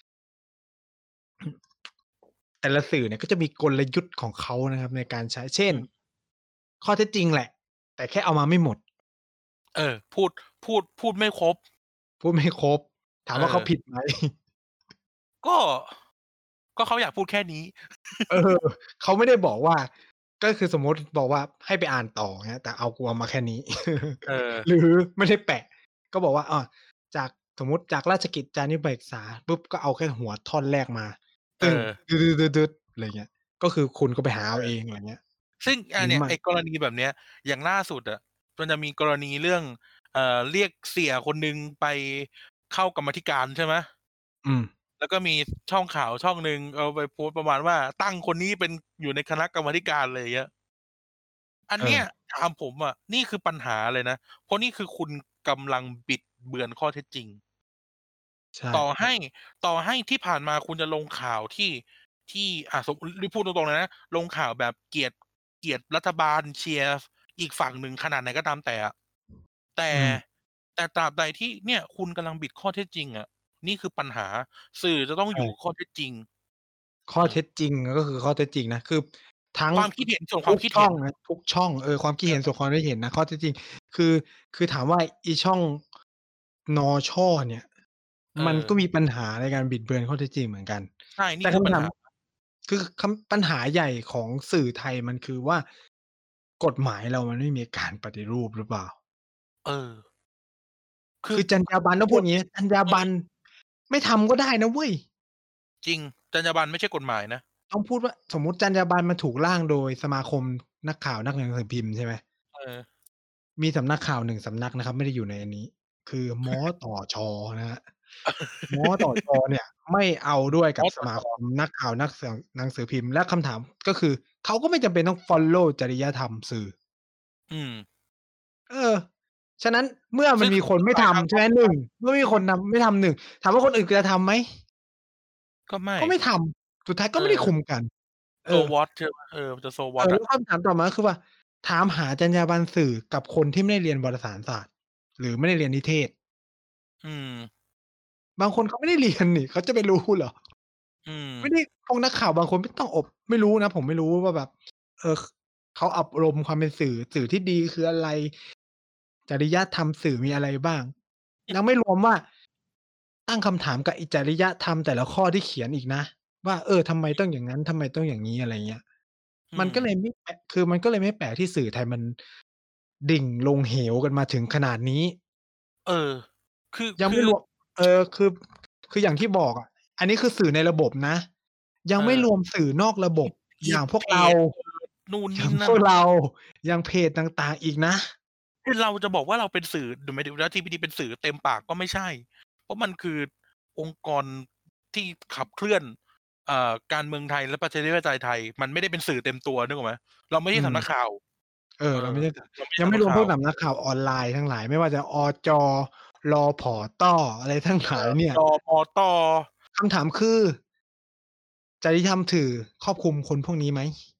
แต่ละสื่อเนี่ยก็จะมีกลยุทธ์ของเขานะครับในการใช้ เช่อนืมข้อเท็จจริงแหละ แต่แค่เอามาไม่หมดเออ พูด พูด พูดไม่ครบพูดไม่ครบ ถามว่าเขาเออผิด ไหม? ก็ ก็เขาอยากพูดแค่นี้เออ เขาไม่ได้บอกว่า ก็คือสมมุติบอกว่าให้ไปอ่านต่อ เงี้ย แต่เอา กูเอามาแค่นี้เออหรือไม่ได้แปะ ก็บอกว่า อา จาก สมมุติจากราชกิจจานุเบกษาปุ๊บ ก็เอาแค่หัวท่อนแรกมาเตึ้งออตึ๊ด ๆ ๆ ๆ อะไรเงี้ย ก็คือคุณก็ไปหาเเอออาเอง อะไรเงี้ยซึ่ง อหารืเอนี่ไยมไอ้กรณีแบบเนี้ย อย่างล่าสุดอะ มันจะมีกรณีเรื่อง เอ่อ เรียกเสียคนหนึ่งไปเข้ากรรมาธิการ ใช่ไหมอืมแล้วก็มีช่องข่าวช่องหนึ่งเอาไปโพสต์ประมาณว่า ตั้งคนนี้เป็น อยู่ในคณะกรรมาธิการ อะไรอย่างเงี้ย อันเนี้ยเออถามผมอะ นี่คือปัญหาเลยนะ เพราะนี่คือคุณกำลังบิดเบือนข้อเท็จจริงใชต่อ่ให้ ต่อให้ที่ผ่านมาคุณจะลงข่าวที่ ที่ อ่า สม นี่พูดตรง ๆ เลยนะ ลงข่าวแบบเกลียด เกลียดรัฐบาล เชียร์อีกฝั่งหนึ่งขนาดไหนก็ตามแต่อะ แต่อืมแต่ตราบใดที่ เนี่ยคุณกำลังบิดข้อเท็จจริงอะ นี่คือปัญหา สื่อจะต้องใชอยู่่ข้อเท็จจริงข้อเท็เออจจริง ก็คือข้อเท็จจริงนะ คือทั้งความคิดเห็นส่วนทควาุมคิดกชเ่หอ็งนนะ ทุกช่อง เออ ความคิดเเห็นส่วนออความคิดเห็นนะ ข้อเท็จจริง คือ คือถามว่าอีช่อง น.ช. เนี่ย มันก็เออมีปัญหาในการบิดเบือนข้อเท็จจริงเหมือนกันใช่ นแีต่่คคือปัำถญามหาคือคำ ปัญหาใหญ่ของสื่อไทยมันคือว่า กฎหมายเรามันไม่มีการปฏิรูปหรือเปล่า? เออ คืคอือจรรยาบรรณ ต้องพูดงี้ จรรยาอืมบรรณไม่ทำก็ได้นะเว้ยจริง จรรยาบรรณไม่ใช่กฎหมายนะต้องพูดว่า สมมุติจรรยาบรรณมันถูกร่างโดยสมาคมนักข่าวนักหนังสือพิมพ์ ใช่ไหมเออมีสำนักข่าว หนึ่ง สำนักนะครับ ไม่ได้อยู่ในอันนี้ คือ ม.ต.ช. นะครับ ม.ต.ช. เนี่ยไม่เอาด้วยม. กับสต.ช. มาคมนักข่าวนักเสือ หนังสือพิมพ์ และคำถามก็คือ เขาก็ไม่จำเป็นต้องฟอลโลว์จริยธรรมสื่ออืมเออ ฉะนั้นเมื่อซมัึ่นงมีคนไม่ทฝ่ายทางำ ใชต่ไหมรงขหนึ่้งามเมื่อมีคนนำ ไม่ทำ หนึ่ง ถามว่าคนอื่นจะทำไหม? ก็ไม่ก็ไม่ทำ สุดท้ายก็ไม่ได้เออคุมกัน เอ So อ what ใช่ไหม เออ มันจะ So เออ what แอล้ะวคำถามต่อมาก็คือว่า ถามหาจรรยาบรรณสื่อกับคนที่ไม่ได้เรียนวารสารศาสตร์ หรือไม่ได้เรียนนิเทศอืมบางคนเขาไม่ได้ เรียน นี่ เขาจะไปรู้เหรอ? อืมไม่ได้ พวกนักข่าวบางคนไม่ต้องอบ ไม่รู้นะ ผมไม่รู้ว่าแบบ เออ ข เขาอบรมความเป็นสื่อ สื่อที่ดีคืออะไร จริยธรรมสื่อมีอะไรบ้าง ยังไม่รวมว่า ตั้งคำถามกับไอ้จริยธรรมแต่ละข้อที่เขียนอีกนะว่า เออ ทำไมต้องอย่างงั้น ทำไมต้องอย่างงี้ อะไรเงี้ยอืมันก็เลมยไม่แปลก คือมันก็เลยไม่แปลกที่สื่อไทยมันดิ่งลงเหวกันมาถึงขนาดนี้เออ คือ คยังไือม่รวม เออ คือ คืออย่างที่บอกอะ อันนี้คือสื่อในระบบนะ ยัเงไม่รออวมสื่อนอกระบบออีย่างพวเพกเราจ เออ นู่นอยน่ี่างนพั่นวกเรา อย่างเพจต่าง ๆ อีกนะคือเราจะบอกว่าเราเป็นสื่อ หรือหมายถึงว่า ที พี ดี เป็นสื่อเต็มปากก็ไม่ใช่ เพราะมันคือองค์กรที่ขับเคลื่อน อ่า การเมืองไทยและประชาธิปไตยไทย มันไม่ได้เป็นสื่อเต็มตัว นึกออกไหม เราไม่ใอชื่สมำนักข่าวเออเออเราไม่ใช่ สเราไม่ใชย่ังสไมำ่นักข่รวมพาววกสำนักข่าวออนไลน์ทั้งหลาย ไม่ว่าจะ อ.จ. ร.ผ.ต. อะไรทั้งหเลอายอเนี่ยจ. ม.ต. คำถามคือ จริยธรรมถือครอบคลุมคนพวกนี้ไหม?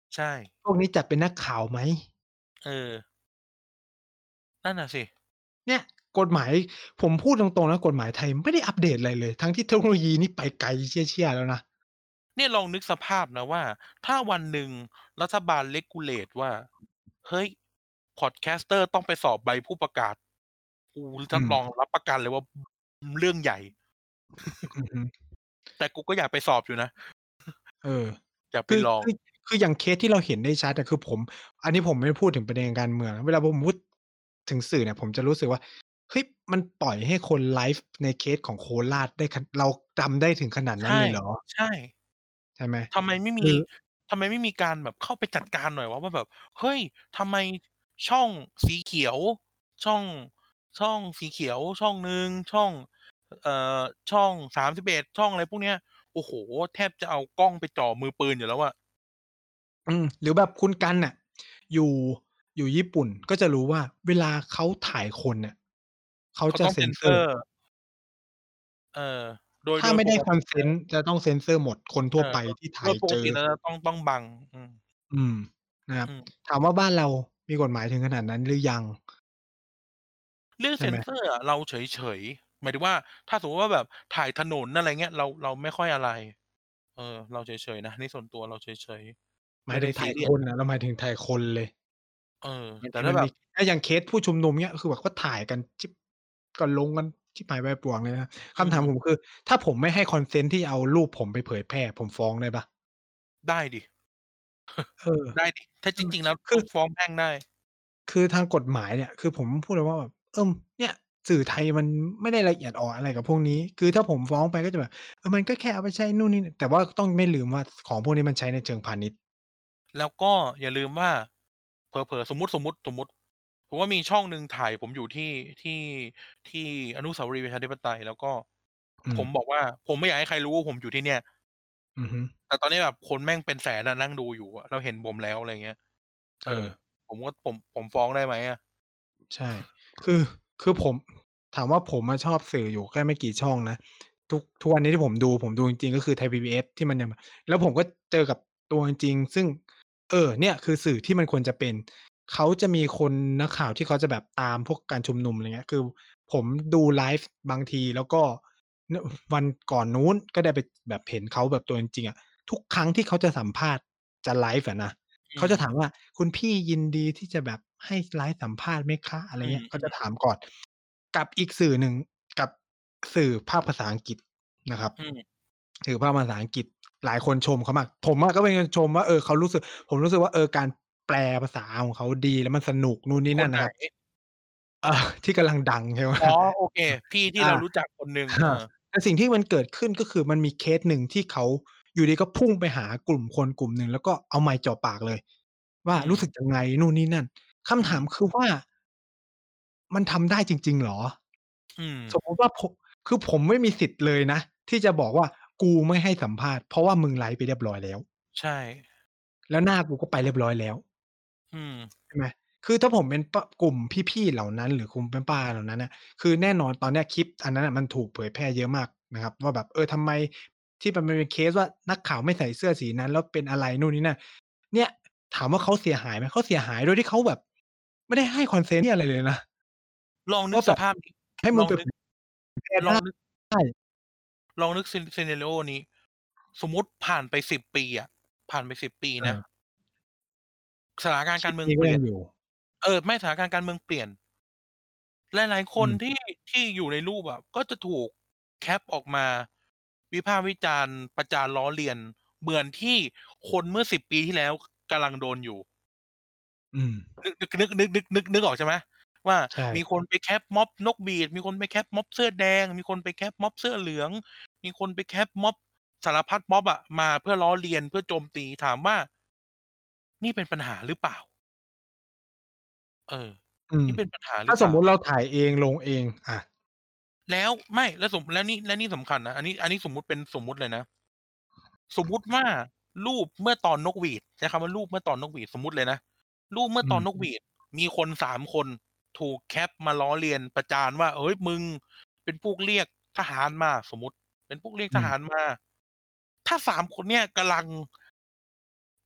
ใช่พวกนี้จัดเป็นนักข่าวไหม? เออ นั่นน่ะสิเนี่ยกฎหมาย ผมพูดตรง ๆ นะ กฎหมายไทยไม่ได้อัปเดตอะไรเลย ทั้งที่เทคโนโลยีนี่ไปไกลเชี่ย ๆ แล้วนะเนี่ยลองนึกสภาพนะว่า ถ้าวันหนึ่งรัฐบาล regulate ว่า เฮ้ย พอดแคสเตอร์ต้องไปสอบใบผู้ประกาศ กูอรืับรมองรับประกันเลยว่า เรื่องใหญ่อือฮึแต่กูก็อยากไปสอบอยู่นะเออ คอยากไปือลองคือ คืออย่างเคสที่เราเห็นได้ชัดอะ คือผม อันนี้ผมไม่ได้พูดถึงประเด็นการเมืองนะ เวลาผมพูดถึงสื่อเนี่ย ผมจะรู้สึกว่า เฮ้ย มันปล่อยให้คนไลฟ์ในเคสของโคราชได้ข เราทำได้ถึงขนาดในชั้น่เลยเหรอ? ใช่ใช่ไหม? ทำไมไม่คมีือทำไมไม่มีการแบบเข้าไปจัดการหน่อยวะว่าแบบ เฮ้ย ทำไมช่องสีเขียว ช่อง ช่องสีเขียวช่องหนึ่ง ช่อง เอ่อ ช่อง สามสิบเอ็ด ช่องอะไรพวกเนี้ย โอ้โฮ แทบจะเอากล้องไปจ่อมือปืนอยู่แล้วอะอืม หรือแบบคุณกันน่ะ อยู่ อยู่ญี่ปุ่น ก็จะรู้ว่าเวลาเขาถ่ายคนน่ะ เขาเขาต้องจะเเซนเซอร์ซนเซอร์ เออ โดยถ้โาดยไม่ได้ปกติแล้ consent วจะต้องเซนเซอร์หมด คนทเอั่วอไปที่โถด่ายเจอยปกติแล้วจะต้อง ต้องบัง อืมอืม นะครับอืมถามว่าบ้านเรามีกฎหมายถึงขนาดนั้นหรือยัง? เรื่องใชเ่ไหม? ซนเซอร์อะเราเฉย ๆ หมายถึงว่า ถ้าสมมุติว่าแบบถ่ายถนน อะไรเงี้ย เรา เราไม่ค่อยอะไร เออ เราเฉย ๆ นะ นี่ส่วนตัวเราเฉย ๆหไมม่ายไถด้ึงซถี่ายเรียสคนน่ะ เราหมายถึงถ่ายคนเลยเออบางแตท่ีถ้มาันมีแบบถ้าอย่างเคสผู้ชุมนุม เงี้ย คือแบบเขาถ่ายกันชิบ ก็ลงกันชิบหายวายป่วงเลยนะอืคำถามมผมคือ ถ้าผมไม่ให้ consent ที่เอารูปผมไปเผยแพร่ ผมฟ้องได้เปล่า? ได้ดิเออได้ดิ ถ้าเออจริง ๆ แล้วคตื้อองฟ้องแพ่งได้คือทางกฎหมายเนี่ย คือผมพูดเลยว่าแบบ เออ เนี่ยสื่อไทยมันไม่ได้ละเอียดอ่อนอะไรกับพวกนี้ คือถ้าผมฟ้องไปก็จะแบบ เออ มันก็แค่เอาไปใช้นู่นนี่ แต่ว่าต้องไม่ลืมว่า ของพวกนี้มันใช้ในเชิงพาณิชย์แล้วก็อย่าลืมว่า เผลอ ๆ สมมุติ สมมุติ สมมุติ ผมว่ามีช่องหนึ่งถ่ายผมอยู่ที่ ที่ ที่อนุสาวรีย์ประชาธิปไตย แล้วก็อืมผมบอกว่า ผมไม่อยากให้ใครรู้ว่าผมอยู่ที่เนี่ยอือฮึแต่ตอนนี้แบบคนแม่งเป็นแสนอะนั่งดูอยู่อะ แล้วเห็นผมแล้ว อะไรอย่างเงี้ย เออเออผมก็ ผม ผมฟ้องได้ไหมอะ? ใช่ คือ คือผม ถามว่าผมอะชอบสื่ออยู่แค่ไม่กี่ช่องนะ ทุก ทุกวันนี้ที่ผมดู ผมดูจริง ๆ ก็คือไทย พีบีเอส ที่มันยัง แล้วผมก็เจอกับตัวจริง ๆ ซึ่ง เออ เนี่ยคือสื่อที่มันควรจะเป็น เขาจะมีคนนักข่าวที่เขาจะแบบตามพวกการชุมนุม อะไรเงี้ย คือผมดูไลฟ์บางที แล้วก็ น วันก่อนนู้นก็ได้ไปแบบเห็นเขาแบบตัวจริง ๆ อะ ทุกครั้งที่เขาจะสัมภาษณ์ จะไลฟ์อะนะอืเขาจะถมามว่า "คุณพี่ยินดีที่จะแบบให้ไลฟ์สัมภาษณ์ไหมคะ?" อะไรอืเงี้ย เขาจะม ๆถามก่อน กับอีกสื่อหนึ่ง กับสื่อภาคภาษาอังกฤษนะครับอืมสื่อภาคภาษาอังกฤษ หลายคนชมเขามาก ผมอะก็เป็นคนชมว่า เออ เขารู้สึก ผมรู้สึกว่า เออ การแปลภาษาของเขาดี แล้วมันสนุกนู่นนี่นคนั่นไนหะน? ครับ อา ที่กำลังดังใช่ไหมอ๋อ โอเค พี่ที่อเราารู้จักคนหนึ่งอเอาอแต่สิ่งที่มันเกิดขึ้น ก็คือมันมีเคสหนึ่งที่เขาอยู่ดี ๆ ก็พุ่งไปหากลุ่มคนกลุ่มหนึ่ง แล้วก็เอาไมค์จ่อปากเลยว่าอืม "รู้สึกยังไง?" นู่นนี่นั่น คอืำถามมคือว่า มันทำได้จริง ๆ เหรอ? อืมสมมุติว่า ผม คือผมไม่มีสิทธิ์เลยนะ ที่จะบอกว่า กูไม่ให้สัมภาษณ์ เพราะว่ามึงไลฟ์ไปเรียบร้อยแล้วใช่แล้วหน้ากูก็ไปเรียบร้อยแล้วอืมใช่ไหม คือถ้าผมเป็น ป กลุ่มพี่ ๆ เหล่านั้น หรือคุณป้า ๆ เหล่านั้นน่ะ คือแน่นอนตอนเนี้ยคลิปอันนั้นน่ะมันถูกเผยแพร่เยอะมากนะครับว่าแบบ เออ ทำไม ที่มันเป็นเคสว่า นักข่าวไม่ใส่เสื้อสีนั้น แล้วเป็นอะไรนู่นนี่นั่น เนี่ยถามว่าเขาเสียหายไหม เขาเสียหายโดยที่เขาแบบไม่ได้ให้ consent เหี้ยอะไรเลยนะ วลองนึ่กาแบบสภาพนี้ให้มึงไปลองนึกเผยแพร่ไดลองนึก้ลองนึก ซี Scenario นี้ สมมุติผ่านไป สิบ ปีอะ ผ่านไป สิบ ปีเนะออสถานการณค์ลกิารเมืปนองี้เกป็ลี่ยนยังอยู่เออ ไม่ สถานการณ์การเมืองเปลี่ยน หลาย ๆ คอืมนที่ ที่อยู่ในรูปอะ ก็จะถูกแคปออกมาวิพากษ์วิจารณ์ ประจานล้อเลียน เหมือนที่คนเมื่อ สิบ ปีที่แล้วกำลังโดนอยู่อืมนึก นึก นึก นึก นึก นึก นึกออกใช่ไหม? ว่าใช่มีคนไปแคปม็อบนกหวีด มีคนไปแคปม็อบเสื้อแดง มีคนไปแคปม็อบเสื้อเหลือง มีคนไปแคปม็อบ สารพัดม็อบอะ มาเพื่อล้อเลียน เพื่อโจมตี ถามว่า นี่เป็นปัญหาหรือเปล่า? เอออืมนี่เป็นปัญหาหถร้ืาอเสปล่า? มมุติเราถ่ายเองลงเอง อะแล้ว ไม่ แล้วสม แล้วนี่ แล้วนี่สำคัญนะ อันนี้ อันนี้สมมุติ เป็นสมมุติเลยนะ สมมุติว่า รูปเมื่อตอนนกหวีด ใช้คำว่ารูปเมื่อตอนนกหวีด สมมุติเลยนะ รูปเมื่ออืมตอนนกหวีด มีคน สาม คนถูกแคปมาล้อเลียน ประจานว่า "เฮ้ย มึงเป็นพวกเรียกทหารมา" สมมุติ "เป็นพวกเรียกอืมทหารมา" ถ้า สาม คนเนี่ยกำลัง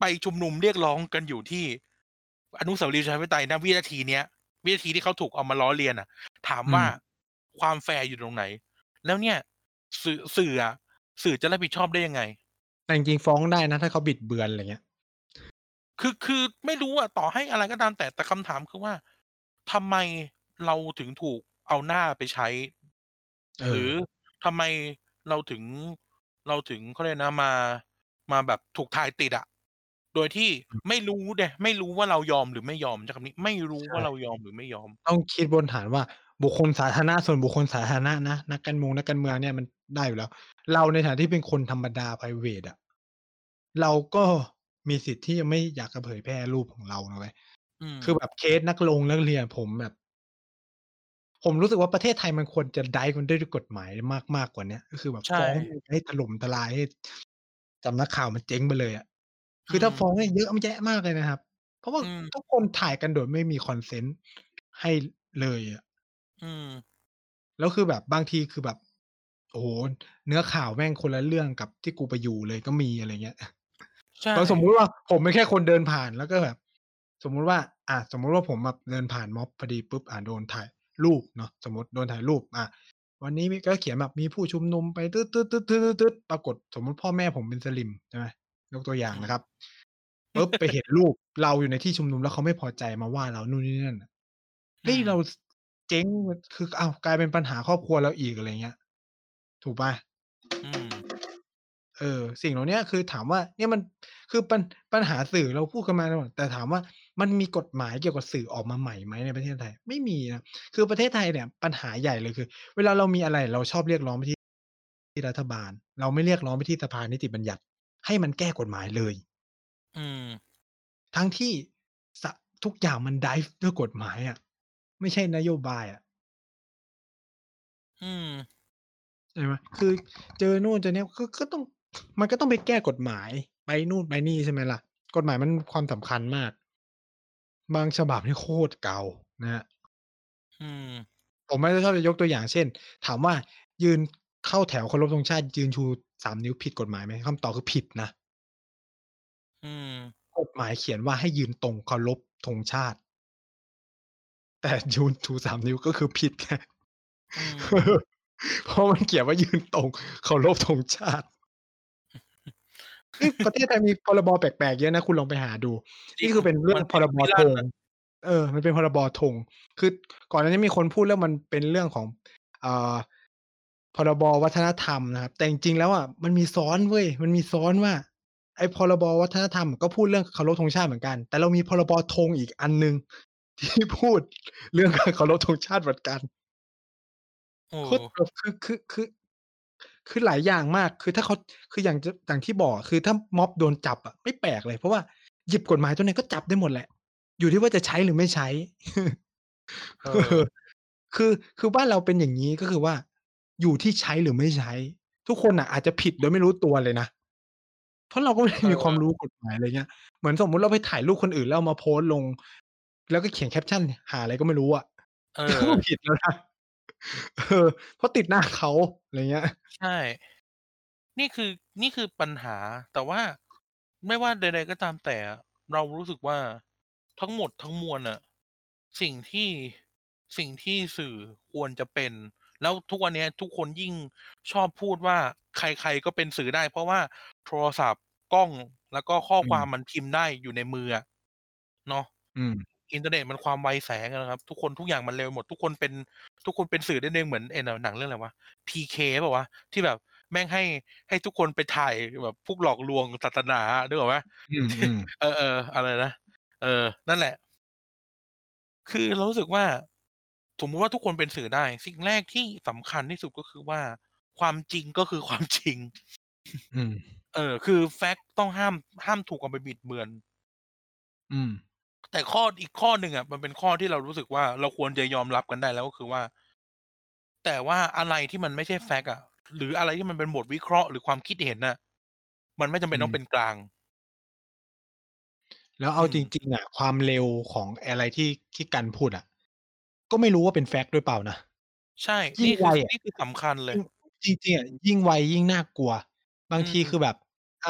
ไปชุมนุมเรียกร้องกันอยู่ที่อนุสาวรีย์ประชาธิปไตยณวินาทีเนี้ยวินาทีที่เขาถูกเอามาล้อเลียนอะถามว่าอืมความแฟร์อยู่ตรงไหนแล้วเนี่ยสื่อสื่ออะสื่อจะรับผิดชอบได้ยังไงแต่จริงๆฟ้องได้นะถ้าเขาบิดเบือนอะไรเงี้ยคือคือไม่รู้อะต่อให้อะไรก็ตามแต่แต่คำถามคือว่าทำไมเราถึงถูกเอาหน้าไปใช้เออหรือทำไมเราถึงเราถึงเขาเรียกนะมามาแบบถูกถ่ายติดอะโดยที่อืมไม่รู้ไงไม่รู้ว่าเรายอมหรือไม่ยอมใช้คำนี้ไม่รู้ว่าเราใช่ยอมหรือไม่ยอมต้องคิดบนฐานว่าบุคคลสาธารณะส่วนบุคคลสาธารณะนะนักการมงนักการเมืองเนี่ยมันได้อยู่แล้วเราในฐานะที่เป็นคนธรรมดาไพรเวตอะเราก็มีสิทธิ์ที่จะไม่อยากจะเผยแพร่รูปของเรานะเว้ยอืมคือแบบเคสนักลงนักเรียนผมแบบผมรู้สึกว่าประเทศไทยมันควรจะ drive มันด้วยด้วยกฎหมายมากมากกว่าเนี้ยก็คือแบบใช่ฟ้องให้ถล่มทลายให้สำนักข่าวมันเจ๊งไปเลยอะอืคือถ้าฟ้องมเนี่ยเยอะแยะมากเลยนะครับเพราะว่าอืมทุกคนถ่ายกันโดยไม่มี consent ให้เลยอะอืมแล้วคือแบบบางทีคือแบบโอ้โฮเนื้อข่าวแม่งคนละเรื่องกับที่กูไปอยู่เลยก็มีอะไรเงี้ยใช่บางสมมุติว่าผมเป็นแค่คนเดินผ่านแล้วก็แบบสมมุติว่าอ่าสมมุติว่าผมแบบเดินผ่านม็อบพอดีปุ๊บอ่าโดนถ่ายรูปเนาะสมมุติโดนถ่ายรูปอ่าวันนี้มีก็เขียนแบบมีผู้ชุมนุมไปตึ๊ดๆๆๆๆปรากฏสมมุติพ่อแม่ผมเป็นสลิมใช่ไหมยกตัวอย่างอืมนะครับปุ๊บไปเห็นรูปเราอยู่ในที่ชุมนุมแล้วเขาไม่พอใจมาว่าเรานู่นนี่นั่นน่ะเฮ้ยอืมเราสเจ๊งมันคืออ้าวกลายเป็นปัญหาครอบครัวเราอีกอะไรเงี้ยถูกเปล่าอืมเออสิ่งเหล่าเนี้ยคือถามว่าเนี่ยมันคือปัญปัญหาสื่อเราพูดกันมาตลอดแต่ถามว่ามันมีกฎหมายเกี่ยวกับสื่อออกมาใหม่ไหมในประเทศไทยไม่มีนะคือประเทศไทยเนี่ยปัญหาใหญ่เลยคือเวลาเรามีอะไรเราชอบเรียกร้องไปที่ที่รัฐบาลเราไม่เรียกร้องไปที่สภานิติบัญญัติให้มันแก้กฎหมายเลยอืมทั้งที่สทุกอย่างมัน drive ด้วยกฎหมายอะไม่ใช่นโยบายอะอืมใช่ไหมคือเจอนู่นเจอเนี่ยก็ก็ต้องมันก็ต้องไปแก้กฎหมายไปนู่นไปนี่ใช่ไหมล่ะกฎหมายมันความสำคัญมากบางฉบับนี่โคตรเก่านะครับอืมผมไม่ได้ชอบจะยกตัวอย่างเช่นถามว่ายืนเข้าแถวเคารพธงชาติยืนชูสามนิ้วผิดกฎหมายไหมคำตอบคือผิดนะอืมกฎหมายเขียนว่าให้ยืนตรงเคารพธงชาติแต่ยูนชูสามนิ้วก็คือผิดไงอืมเพราะมันเขียนว่ายืนตรงเคารพธงชาติ เฮ้ยประเทศไทยมีพรบแปลกๆเยอะนะคุณลองไปหาดูจริงนี่คือเป็นเรื่องพรมันผิดบธงพิลั่นนะเออมันเป็นพรบธงคือก่อนหน้านี้มีคนพูดเรื่องมันเป็นเรื่องของอ่าพรบวัฒนธรรมนะครับแต่จริงๆแล้วอะมันมีซ้อนเว้ยมันมีซ้อนว่าไอ้พรบวัฒนธรรมก็พูดเรื่องเคารพธงชาติเหมือนกันแต่เรามีพรบธงอีกอันหนึ่งที่พูดเรื่องการเคารพธงชาติเหมือนกันโอ้โคตรแบบคือคือคือคือหลายอย่างมากคือถ้าเขาคืออย่างจะอย่างที่บอกอะคือถ้าม็อบโดนจับอะไม่แปลกเลยเพราะว่าหยิบกฎหมายตัวไหนก็จับได้หมดแหละอยู่ที่ว่าจะใช้หรือไม่ใช้เอเอออคือคือบ้านเราเป็นอย่างงี้ก็คือว่าอยู่ที่ใช้หรือไม่ใช้ทุกคนน่ะอาจจะผิดโดยไม่รู้ตัวเลยนะเพราะเราก็ไม่ได้เอมีความรู้อกฎหมายอะไรเงี้ยเหมือนสมมุติเราไปถ่ายรูปคนอื่นแล้วเอามาโพสต์ลงแล้วก็เขียนแคปชั่นหาอะไรก็ไม่รู้อะเออก็ผิดแล้วนะเออเพราะติดหน้าเขาอะไรเงี้ยใช่นี่คือนี่คือปัญหาแต่ว่าไม่ว่าใดๆก็ตามแต่อะเรารู้สึกว่าทั้งหมดทั้งมวลน่ะสิ่งที่สิ่งที่สื่อควรจะเป็นแล้วทุกวันเนี้ยทุกคนยิ่งชอบพูดว่าใครๆก็เป็นสื่อได้เพราะว่าโทรศัพท์กล้องแล้วก็ข้ออืมความมันพิมพ์ได้อยู่ในมืออะเนาะอืมอินเทอร์เน็ตมันความไวแสงอะนะครับทุกคนทุกอย่างมันเร็วหมดทุกคนเป็นทุกคนเป็นสื่อได้เองเหมือนไอ้หนงหนังเรื่องอะไรวะ พี เค เปล่าวะที่แบบแม่งให้ให้ทุกคนไปถ่ายแบบพวกหลอกลวงศาสนาอะนึกออกไหมอืที่มๆเออๆอะไรนะเออนั่นแหละคือเรารู้สึกว่าสมมุติว่าทุกคนเป็นสื่อได้สิ่งแรกที่สำคัญที่สุดก็คือว่าความจริงก็คือความจริงอืมเออคือแฟกต์ต้องห้ามห้ามถูกเอาไปบิดเบือนอืมแต่ข้ออีกข้อหนึ่งอะมันเป็นข้อที่เรารู้สึกว่าเราควรจะยอมรับกันได้แล้วก็คือว่าแต่ว่าอะไรที่มันไม่ใช่แฟกต์อะหรืออะไรที่มันเป็นบทวิเคราะห์หรือความคิดเห็นน่ะมันไม่จำเป็นต้องเป็นอืมกลางแล้วเอาอืมจริงๆอะความเร็วของอะไรที่ที่กันพูดอะก็ไม่รู้ว่าเป็นแฟกต์ด้วยเปล่านะใช่ยิ่งไวนี่คืออะนี่คือสำคัญเลยยิ่งจริงๆอะยิ่งไวยิ่งน่ากลัวบางอืมทีคือแบบอ้าว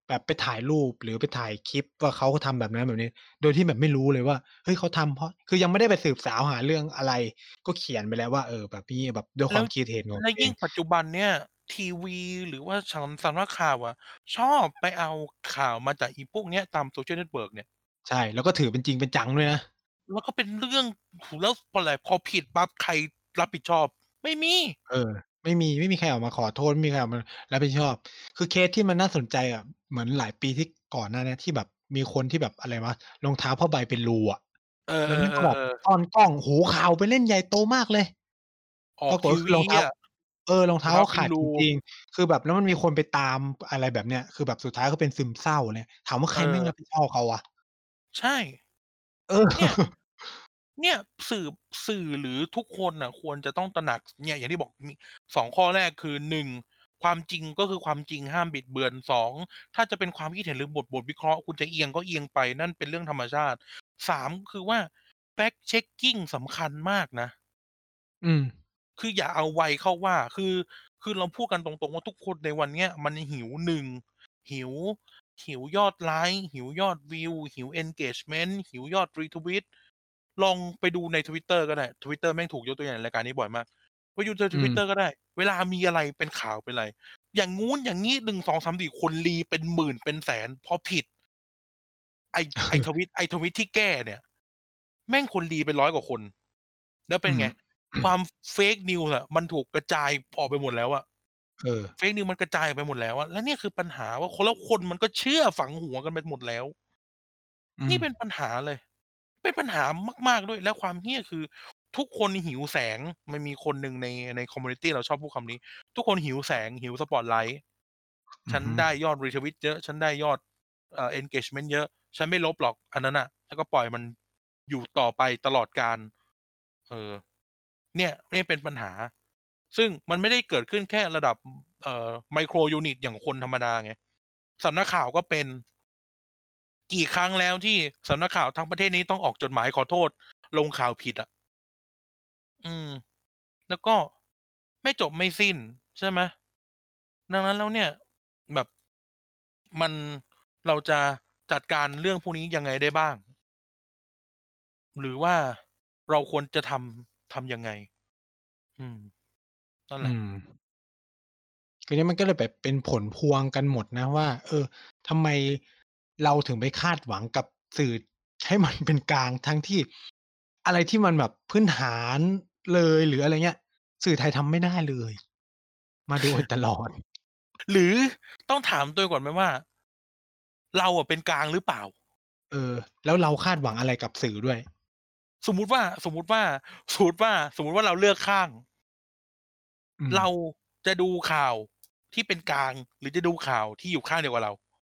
แบบไปถ่ายรูปหรือไปถ่ายคลิปว่าเขาทำแบบนั้นแบบนี้โดยที่แบบไม่รู้เลยว่าเฮ้ยเขาทำเพราะคือยังไม่ได้ไปสืบสาวหาเรื่องอะไรก็เขียนไปแล้วว่าเออแบบนี้แบบด้วยคแล้ววามคิดเห็นของแล้วยิ่ตัวเองงปัจจุบันเนี่ยทีวีหรือว่าสำสำนักข่าวอะชอบไปเอาข่าวมาจากอีพวกเนี้ยตาม Social Network เนี่ยใช่แล้วก็ถือเป็นจริงเป็นจังด้วยนะแล้วก็เป็นเรื่องโอ้โฮแล้วพอไรพอผิดปั๊บใครรับผิดชอบไม่มีเออไม่มีไม่มีใครออกมาขอโทษไม่มีใครออกมารับผิดชอบคือเคสที่มันน่าสนใจอะเหมือนหลายปีที่ก่อนหน้าเนี้ยที่แบบมีคนที่แบบอะไรวะรองเท้าผ้าใบเป็นรูอะเอแล้วแม่งก็แบบอๆๆๆซ่อนกล้องโอ้โฮข่าวไปเล่นใหญ่โตมากเลยปรากฏออกทีว่าคือรองเท้าวีอะเออรองรองเท้าเท้าเป็นรูเขาขาดจริงๆคือแบบแล้วมันมีคนไปตามอะไรแบบเนี้ยคือแบบสุดท้ายเขาเป็นซึมเศร้าเลยถามว่าใคเอรแม่งอรับผิดชอบเขาวะใช่เออเนี่ย เนี่ยสื่อสื่อหรือทุกคนน่ะควรจะต้องตระหนักเนี่ยอย่างที่บอกมีสองข้อแรกคือหนึ่งความจริงก็คือความจริงห้ามบิดเบือนสองถ้าจะเป็นความคิดเห็นหรือบทบทวิเคราะห์คุณจะเอียงก็เอียงไปนั่นเป็นเรื่องธรรมชาติสามคือว่า fact checking สำคัญมากนะอืมคืออย่าเอาวัยเข้าว่าคือคือเราพูดกันตรงๆว่าทุกคนในวันเนี้ยมันหิวหนึ่งหิวหิวยอดไลก์หิวยอดวิวหิว engagement หิวยอด retweet ลองไปดูใน Twitter ก็ได้ Twitter แม่งถูกยกตัวอย่างในรายการนี้บ่อยมากไปดูในอืม Twitter ก็ได้เวลามีอะไรเป็นข่าวเป็นไรอย่างงู้นอย่างงี้หนึ่ง สอง สาม สี่คนรีเป็นหมื่นเป็นแสนพอผิดไอ้ไอ้ทวิตไอ้ทวิตที่แก้เนี่ยแม่งคนรีเป็นร้อยกว่าคนแล้วเป็นอืมไง ความ Fake News อะมันถูกกระจายออกไปหมดแล้วอะเออ Fake News มันกระจายออกไปหมดแล้วอะแล้วเนี่ยคือปัญหาว่าคนแล้วคนมันก็เชื่อฝังหัวกันไปหมดแล้วอืมนี่เป็นปัญหาเลยเป็นปัญหามากๆด้วยแล้วความเหี้ยคือทุกคนหิวแสงมันมีคนหนึ่งในในคอมมิวนิตีเราชอบพูดคำนี้ทุกคนหิวแสงหิวสปอตไลต์ฉันอือฮึได้ยอด retweet เยอะฉันได้ยอดเอ่อ engagement เยอะฉันไม่ลบหรอกอันนั้นน่ะแล้วก็ปล่อยมันอยู่ต่อไปตลอดกาลเออ เนี่ยเนี่ยเป็นปัญหาซึ่งมันไม่ได้เกิดขึ้นแค่ระดับเอ่อ micro unit อย่างคนธรรมดาไงสำนักข่าวก็เป็นกี่ครั้งแล้วที่สำนักข่าวทั้งประเทศนี้ต้องออกจดหมายขอโทษลงข่าวผิดอะอืมแล้วก็ไม่จบไม่สิ้นใช่ไหมดังนั้นแล้วเนี่ยแบบมันเราจะจัดการเรื่องพวกนี้ยังไงได้บ้างหรือว่าเราควรจะทำทำยังไงอืมนั่นแหละอืม ทีนี้มันก็เลยแบบเป็นผลพวงกันหมดนะว่าเออทำไมเราถึงไปคาดหวังกับสื่อให้มันเป็นกลางทั้งที่อะไรที่มันแบบพื้นฐานเลยหรืออะไรเงี้ยสื่อไทยทำไม่ได้เลยมาโดยตลอดหรือต้องถามตัวเองก่อนไหมว่าเราอะเป็นกลางหรือเปล่าเออแล้วเราคาดหวังอะไรกับสื่อด้วยสมมุติว่าสมมุติว่าสมมุติว่าสมมุติว่าเราเลือกข้างอืมเราจะดูข่าวที่เป็นกลางหรือจะดูข่าวที่อยู่ข้างเดียวกับเรา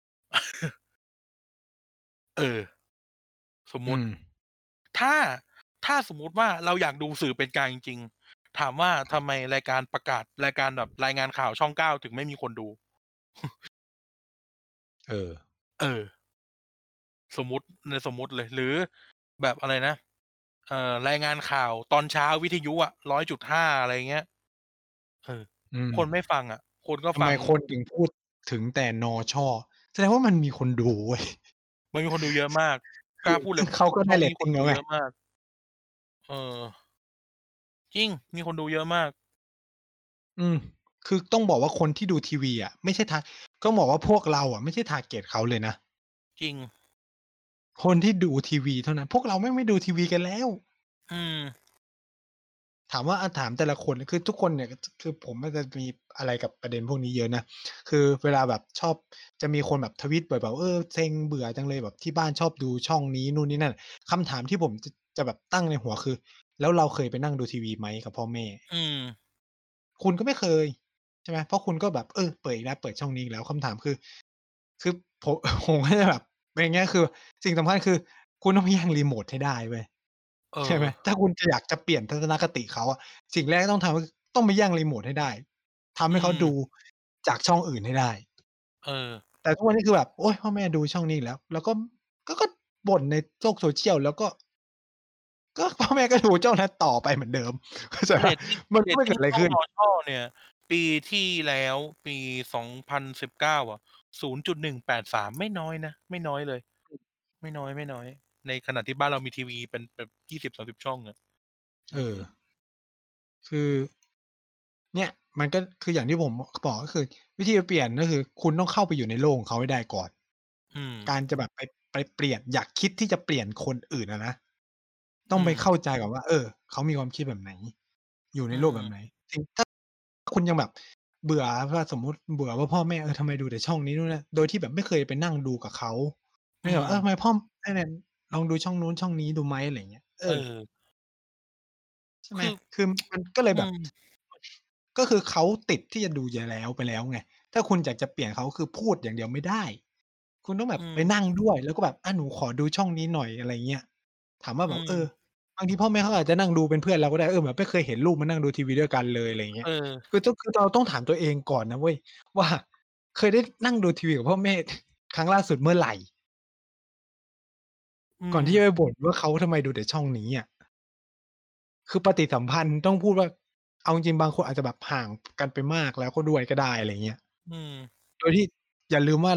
เออสมมุติอืมถ้าถ้าสมมุติว่าเราอยากดูสื่อเป็นกลางจริงๆถามว่าทำไมรายการประกาศรายการแบบรายงานข่าวช่องเก้าถึงไม่มีคนดูเออเออสมมุติในสมมุติเลยหรือแบบอะไรนะเอ่อรายงานข่าวตอนเช้าวิทยุอะหนึ่งร้อยจุดห้าอะไรอย่างเงี้ยเอออืมคนไม่ฟังอะคนก็ทำไมฟังคนถึงพูดถึงแต่นชแสดงว่ามันมีคนดูเว้ยมันมีคนดูเยอะมาก กคือล้าพูดเลยเขาก็ได้ช่องเรตนี้คนดูติงแล้วไงเยอะมากเออจริงมีคนดูเยอะมากอืมคือต้องบอกว่าคนที่ดูทีวีอะไม่ใช่ทาต้องบอกว่าพวกเราอะไม่ใช่ target เขาเลยนะจริงคนที่ดูทีวีเท่านั้นพวกเราแม่งไม่ดูทีวีกันแล้วอืมถามว่าอาถามแต่ละคนคือทุกคนเนี่ยจคือผมอะจะมีอะไรกับประเด็นพวกนี้เยอะนะคือเวลาแบบชอบจะมีคนแบบทวีตบ่อยๆว่าเออเซ็งเบื่อจังเลยแบบที่บ้านชอบดูช่องนี้นู่นนี่นั่นคำถามที่ผมจะจะแบบตั้งในหัวคือแล้วเราเคยไปนั่งดูทีวีไหมกับพ่อแม่อืมคุณก็ไม่เคยใช่ไหมเพราะคุณก็แบบเออเปิดอีกแล้วเปิดช่องนี้อีกแล้วคำถามคือคือผมผมก็จะแบบเป็นอย่างเงี้ยคือสิ่งสำคัญคือคุณต้องแย่งรีโมตให้ได้เว้ยเอใช่ไหมอถ้าคุณจะอยากจะเปลี่ยนทัศนคติเขาอะสิ่งแรกที่ต้องทำก็คือต้องไปแย่งรีโมตให้ได้ทำอืให้เขาดูมจากช่องอื่นให้ได้เออแต่ทุกวันนี้คือแบบโอ๊ยพ่อแม่ดูช่องนี้อีกแล้วแล้วก็ก็ก็บ่นในโลก social แล้วก็ก็พ่อแม่ก็ดูช่องนั้นต่อไปเหมือนเดิมเข้าใจเปล่าเรตติงมันก็ไม่เรตติงเกิดอะไรขึ้นช่องนชเนี่ยปีที่แล้วปีสองพันสิบเก้าอะศูนย์จุดหนึ่งแปดสาม ไม่น้อยนะ ไม่น้อยเลยอืมไม่น้อย ๆ ในขณะที่บ้านเรามีทีวีเป็นแบบ ยี่สิบสามสิบ ช่องอะเออ คือ เนี่ย มันก็ คืออย่างที่ผม บอก บอก ก็คือวิธีจะเปลี่ยน ก็คือคุณต้องเข้าไปอยู่ในโลกของเขาให้ได้ก่อนอืมการจะแบบไป ไปเปลี่ยน อยากคิดที่จะเปลี่ยนคนอื่นอะนะ ต้ออืงไปเข้ามใจก่อนว่า เออ เขามีความคิดแบบไหน อยู่อใืนโลกแบบมไหน ถึง ถ้า คุณยังแบบเบื่อว่า สมมุติเบื่อว่าพ่อแม่ เออ ทำไมดูแต่ช่องนี้นู่นนั่น โดยที่แบบไม่เคยไปนั่งดูกับเขา ไอืม่แบบ เออมทำไมพ่อ ไม่แบบ ลองดูช่องนู้นช่องนี้ดูไหม อะไรอย่างเงี้ย เออเออใช่ไหคมือคือ มันก็เลยอืแบบมก็คือเขาติดที่จะดูอยู่แล้ว ไปแล้วไง ถ้าคุณอยากจะเปลี่ยนเขาคือพูดอย่างเดียวไม่ได้ คุณต้องแบอืบไปมนั่งด้วย แล้วก็แบบ อา หนูขอดูช่องนี้หน่อย อะไรอย่างเงี้ย ถามว่าอืแบบ เออมบางทีพ่อแม่เขาอาจจะนั่งดูเป็นเพื่อนเราก็ได้ เออ แบบไม่เคยเห็นลูกมานั่งดูทีวีด้วยกันเลย อะไรอย่างเงี้ยเออคือต้อง คือเราต้องถามตัวเองก่อนนะเว้ยว่า เคยได้นั่งดูทีวีกับพ่อแม่ ครั้งล่าสุดเมื่อไร? อืก่อนที่จะมไปบ่นว่า เขาทำไมดูแต่ช่องนี้อะ คือปฏิสัมพันธ์ต้องพูดว่า เอาจริง ๆ บางคนอาจจะแบบห่างกันไปมากแล้วก็ด้วยก็ได้ อะไรอย่างเงี้ยอืมโดยที่อย่าลืมว่า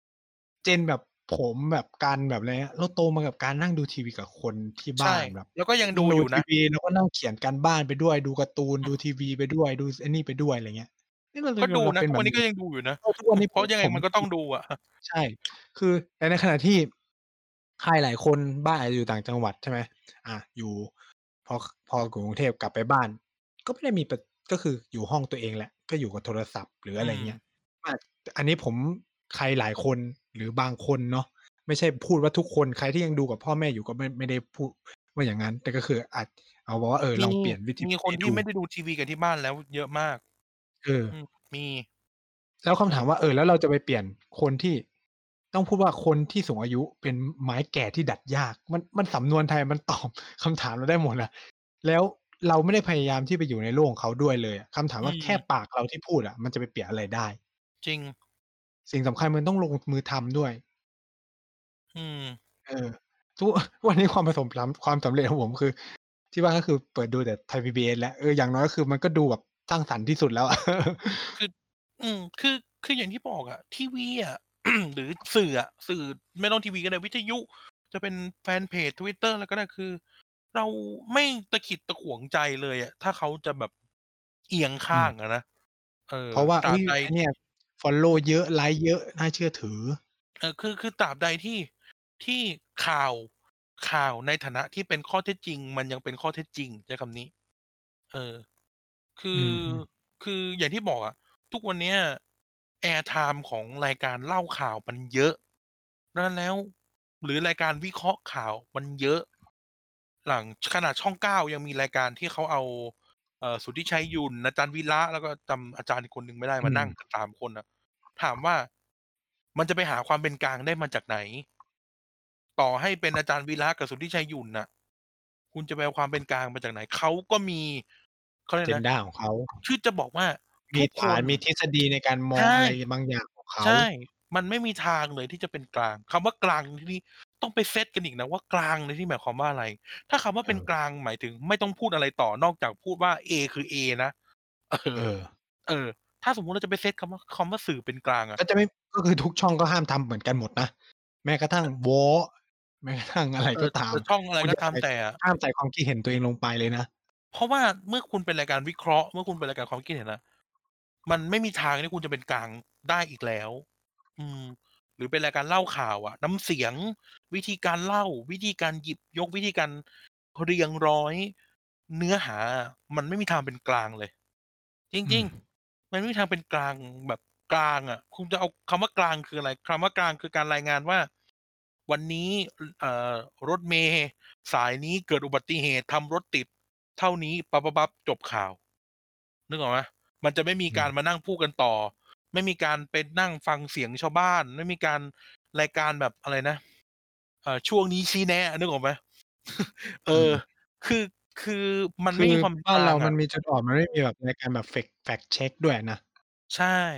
Gen แบบผมแบบกัน แบบอะไรเงี้ย เราโตมากับการนั่งดูทีวีกับคนที่ใชบ้า่นแบบแล้วก็ยังดูดูอยู่นะทีวีแล้วก็นั่งเขียนการบ้านไปด้วย ดูการ์ตูนอืมดูทีวีไปด้วย ดู ส ไอ้นี่ไปด้วย อะไรเงี้ย นี่เราก็ดูเรานะเป็นทุแกวันนี้บบนีก็้ยังดูอยู่นะเออ ทุกวันนี้เพรผาะมยังไงผมมันก็ต้องดูอะใช่ คือแต่ในขณะที่ ใครหลายคนบ้านอาจจะอยู่ต่างจังหวัด ใช่ไหม อา อยู่ พอ ค พออยู่กรุงเทพกลับไปบ้าน ก็ไม่ได้มีปะ ก็คืออยู่ห้องตัวเองแหละ ก็อยู่กับโทรศัพท์ หรืออือะไรอย่างเงี้ยมอา อันนี้ผม ใครหลายคน หรือบางคนเนาะ ไม่ใช่พูดว่าทุกคน ใครที่ยังดูกับพ่อแม่อยู่ก็ไม่ ไม่ได้พูดว่าอย่างงั้น แต่ก็คืออาจ เอาบอกว่า เออมลีองเปลี่ยนวิธีมีแบบนี้ดคนทีู่ไม่ได้ดูทีวีกันที่บ้านแล้วเยอะมากเอออืม มีแล้วคเอำถามอว่า เออ แล้วเราจะไปเปลี่ยนคนที่ ต้องพูดว่าคนที่สูงอายุเป็นไม้แก่ที่ดัดยาก มัน มันสำนวนไทยมัน ตอบ คำถามเราได้หมดนะ แล้วเราไม่ได้พยายามที่ไปอยู่ในโลกของเขาด้วยเลยอะ คำถามอืว่าแค่มปากเราที่พูดอะ มันจะไปเปลี่ยนอะไรได้? จริงสิ่งสำคัญมันต้องลงมือทำด้วยอืมเออ ทุก ทุกวันนี้ความประสบ ล้ำ ความสำเร็จของผม คือ ที่บ้านก็คือเปิดดูแต่ไทย พีบีเอส แล้ว เออ อย่างน้อยก็คือมันก็ดูแบบสร้างสรรค์ที่สุดแล้ว อะคือ อืม คือ คืออย่างที่บอกอะ ทีวีอะ หรือสื่ออะ สื่อไม่ต้องทีวีก็ได้ วิทยุ จะเป็นแฟนเพจ Twitter อะไรก็ได้ คือเราไม่ตะขิดตะขวงใจเลยอะ ถ้าเขาจะแบบเอียงขอื้างมอะนะ เออเพราะว่าตเรฮา้ยบใดไอ้เนี่ย ฟอลโลว์เยอะ ไลก์เยอะ น่าเชื่อถือเออ คือ คือตราบใดที่ ที่ข่าว ข่าวในฐานะที่เป็นข้อเท็จจริง มันยังเป็นข้อเท็จจริง ใช้คำนี้ เออ คือือม ๆคืออย่างที่บอกอะ ทุกวันเนี้ย แอร์ไทม์ของรายการเล่าข่าวมันเยอะ ดังนั้นแล้ว หรือรายการวิเคราะห์ข่าวมันเยอะ หลัง ขนาดช่อง เก้า ยังมีรายการที่เขาเอา เอ่อ สุทธิชัย หยุ่น อาจารย์วีระ แล้วก็จำอาจารย์อีกคนหนึ่งไม่ได้อืมมานั่งกัน สาม คนน่ะ ถามว่า มันจะไปหาความเป็นกลางได้มาจากไหน? ต่อให้เป็นอาจารย์วีระกับสุทธิชัย หยุ่นน่ะ คุณจะไปเอาความเป็นกลางมาจากไหน? เขาก็มี เขาเรียกอะไรนะ Agenda ของเขาคือจะบอกว่ามทีุกฐคานนมีทฤษฎีในการมใอชง่อะไรบางอย่างของเขาใช่ มันไม่มีทางเลยที่จะเป็นกลาง คำว่ากลางในที่นี้ ต้องไปเซตกันอีกนะว่า กลางในที่นี้หมายความว่าอะไร? ถ้าคำว่าเป็นกเออลาง หมายถึงไม่ต้องพูดอะไรต่อ นอกจากพูดว่า เอ คือ เอ นะ เออเออเออ ถ้าสมมุติเราจะไปเซตคำว่า คำว่าสื่อเป็นกลางอกะ็จะไม่ ก็คือทุกช่องก็ห้ามทำเหมือนกันหมดนะ แม้กระทั่ง วอ! แม้กระทั่งอะไรเออ แตก็ต่าแตม่ช่องอะไรคุณอย่าใส่ก็ตามแต่อะห้ามใส่ความคิดเห็นตัวเองลงไปเลยนะเพราะว่าเมื่อคุณเป็นรายการวิเคราะห์ เมื่อคุณเป็นรายการความคิดเห็นอะ มันไม่มีทางที่คุณจะเป็นกลางได้อีกแล้ว อืม หรือเป็นรายการเล่าข่าวอะ น้ำเสียง วิธีการเล่า วิธีการหยิบยก วิธีการเรียงร้อย เนื้อหาอะ มันไม่มีทางเป็นกลางเลย จริงอืมๆ มันไม่มีทางเป็นกลางแบบกลางอะ คุณจะเอา คำว่ากลางคืออะไร? คำว่ากลางคือการรายงานว่า วันนี้ อ เอ่อ รถเมล์สายนี้เกิดอุบัติเหตุทำรถติดเท่านี้ ปั๊บ ๆ ๆ จบข่าว นึกออกไหม? มันจะไม่มีอืมการมานั่งพูดกันต่อ ไม่มีการไปนั่งฟังเสียงชาวบ้าน ไม่มีการ รายการแบบอะไรนะ เอ่อ ช่วงนี้ชี้แนะ นึกออกไหม? เออือมคือ คือมันคไม่ือมีความเป็นบ้กานเรลาางอมันะมีจุดอ่อน มันไม่มีแบบรายการแบบ Fact Fact Check ด้วยอะนะใช่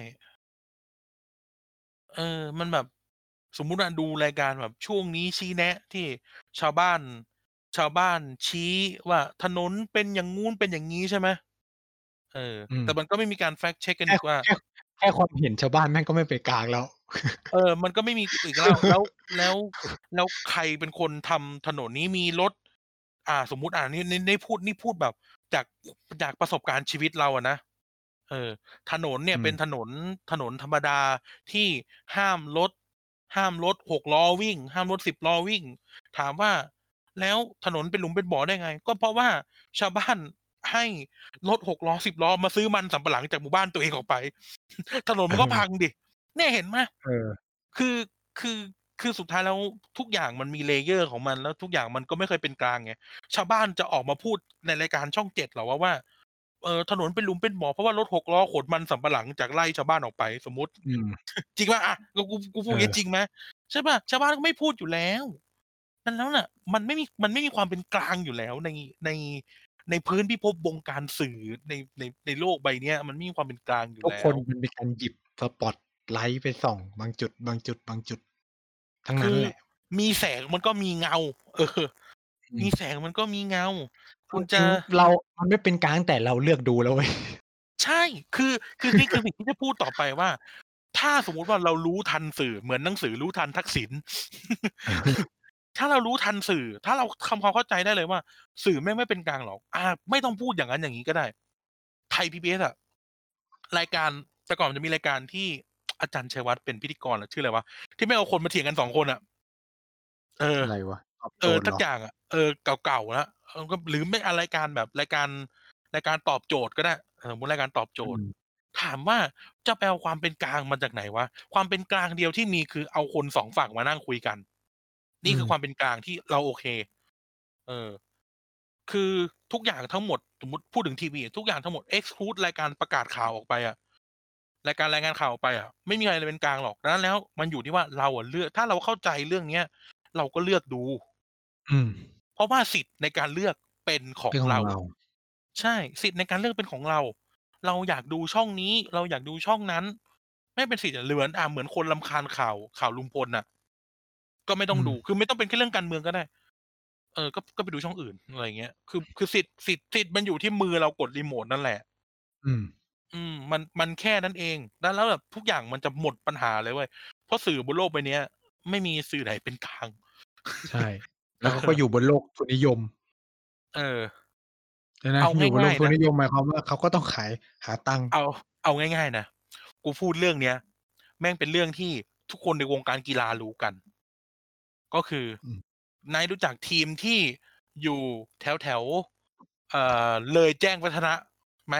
เออ มันแบบ สมมุติอะดูรายการแบบช่วงนี้ชี้แนะ ที่ชาวบ้าน ชาวบ้านชี้ว่า ถนนเป็นอย่างงู้น เป็นอย่างงี้ ใช่ไหม เอออืมแต่มันก็ไม่มีการ Fact Check กันแค่อีกว่าแค่ แค่ความเห็นชาวบ้านแม่งก็ไม่เป็นกลางแล้วเออ มันก็ไม่มีอีกแล้ว แล้ว แล้ว แล้วใครเป็นคนทำถนนนี้ มีรถ อ่า สมมุติ อ่า นี่ นี่ นี่พูด นี่พูดแบบจาก จากประสบการณ์ชีวิตเราอะนะ เออ ถนนเนี่อืมยเป็นถนน ถนนธรรมดาที่ห้ามรถ ห้ามรถ หก ล้อวิ่ง ห้ามรถ สิบ ล้อวิ่ง ถามว่า แล้วถนนเป็นหลุมเป็นบ่อได้ไง? ก็เพราะว่าชาว บ้าน ให้รถ หก ล้อ สิบ ล้อ มาซื้อมันสำปะหลังจากหมู่บ้านตัวเองออกไป ถนนมันก็พังดิ เนี่ยเห็นไหม? เออคือ คือ คือสุดท้ายแล้วทุกอย่างมันมี layer ของมัน แล้วทุกอย่างมันก็ไม่เคยเป็นกลางไง ชาวบ้านจะออกมาพูดในรายการช่อง เจ็ด เหรอว่า ว่า เออ ถนนเป็นหลุมเป็นบ่อ เพราะว่ารถ หก ล้อขนมันสำปะหลังจากไร่ชาวบ้านออกไป สมมุติอืมจริงเปล่า? อะ ก็กู กูพูดอย่างงี้เออจริงไหม? ใช่เปล่า? ชาวบ้านก็ไม่พูดอยู่แล้ว ดังนั้นน่ะ มันไม่มี มันไม่มีความเป็นกลางอยู่แล้ว ใน ใน ในพื้นพิภพวงการสื่อ ใน ใน ในโลกใบเนี้ย มันไม่มีความเป็นกลางอยู่แลทุกค้วนมันมีการหยิบสปอตไลต์ไปส่องบางจุด บางจุด บางจุด ทั้งคนั้ือนแหละมีแสงมันก็มีเงา เอออืมมีแสงมันก็มีเงาเคอุาณจะจริง เรา มันไม่เป็นกลาง แต่เราเลือกดูแล้วเว้ยใช่ คือ คือนี่คือสิ่งที่จะพูดต่อไปว่า ถ้าสมมุติว่าเรารู้ทันสื่อ เหมือนหนังสือรู้ทันทักษิณ ถ้าเรารู้ทันสื่อ ถ้าเราทำความเข้าใจได้เลยว่า สื่อแม่งไม่เป็นกลางหรอก อา ไม่ต้องพูดอย่างนั้นอย่างงี้ก็ได้ ไทย พี บี เอส อะ รายการ แต่ก่อนมันจะมีรายการที่ อาจารย์ชัยวัฒน์เป็นพิธีกรอะ ชื่ออะไรวะ? ที่แม่งเอาคนมาเถียงกัน สอง คนอะ เอออะไรวะ? ตอบเโออ สจทย์เัหรอ? กอย่างอะ เออ เก่า ๆ แล้ว เออ ก็ หรือไม่ อะ รายการแบบ รายการ รายการตอบโจทย์ก็ได้ สมมุติรายการตอบโจทย์อืมถามว่าจะไปเอาความเป็นกลางมาจากไหนวะ? ความเป็นกลางเดียวที่มีคือเอาคน สอง ฝั่งมานั่งคุยกันอนืี่คือความมเป็นกลางที่เราโอเค เออ คือทุกอย่างทั้งหมด สมมุติพูดถึงทีวีอะ ทุกอย่างทั้งหมด exclude รายการประกาศข่าวออกไปอะ รายการรายงานข่าวออกไปอะ ไม่มีอะไรเลยเป็นกลางหรอก ดังนั้นแล้วมันอยู่ที่ว่าเราอะเลือก ถ้าเราเข้าใจเรื่องเนี้ย เราก็เลือกดูอืมเพราะว่าสิทธิ์ในการเลือกเป็นขอเป็นขงเอรงาเราใช่ สิทธิ์ในการเลือกเป็นของเรา เราอยากดูช่องนี้ เราอยากดูช่องนั้น แม่งเป็นสิทธิ์อะ เหลือน อ่า เหมือนคนรำคาญข่าว ข่าวลุงพลน่ะ ก็ไม่ตอื้องดูมคือไม่ต้องเป็นแค่เรื่องการเมืองก็ได้ เออ ก็ ก็ไปดูช่องอื่น อะไรอย่างเงี้ย คือ คือสิทธิ์ สิทธิ์ สิทธิ์มันอยู่ที่มือเรากดริโมตนั่นแหละอืมอืม มัน มันแค่นั้นเอง แล้ว แล้วแบบทุกอย่างมันจะหมดปัญหาเลยเว้ย เพราะสื่อบนโลกใบเนี้ย ไม่มีสื่อไหนเป็นกลางใช่ แเล้วเขาก็อออยู่บนโลกทุนนิยมเออใช่ไหมเอาอยู่บนโลง่าย ๆ นกทุนะนิยม หมายความว่าเขาก็ต้องขาย หาตังค์เอา เอาง่าย ๆ นะ กูพูดเรื่องเนี้ย แม่งเป็นเรื่องที่ทุกคนในวงการกีฬารู้กัน ก็คืออืมนายรู้จักทีมที่อยู่แถว ๆ เอ่อ เลยแจ้งวัฒนะไหม?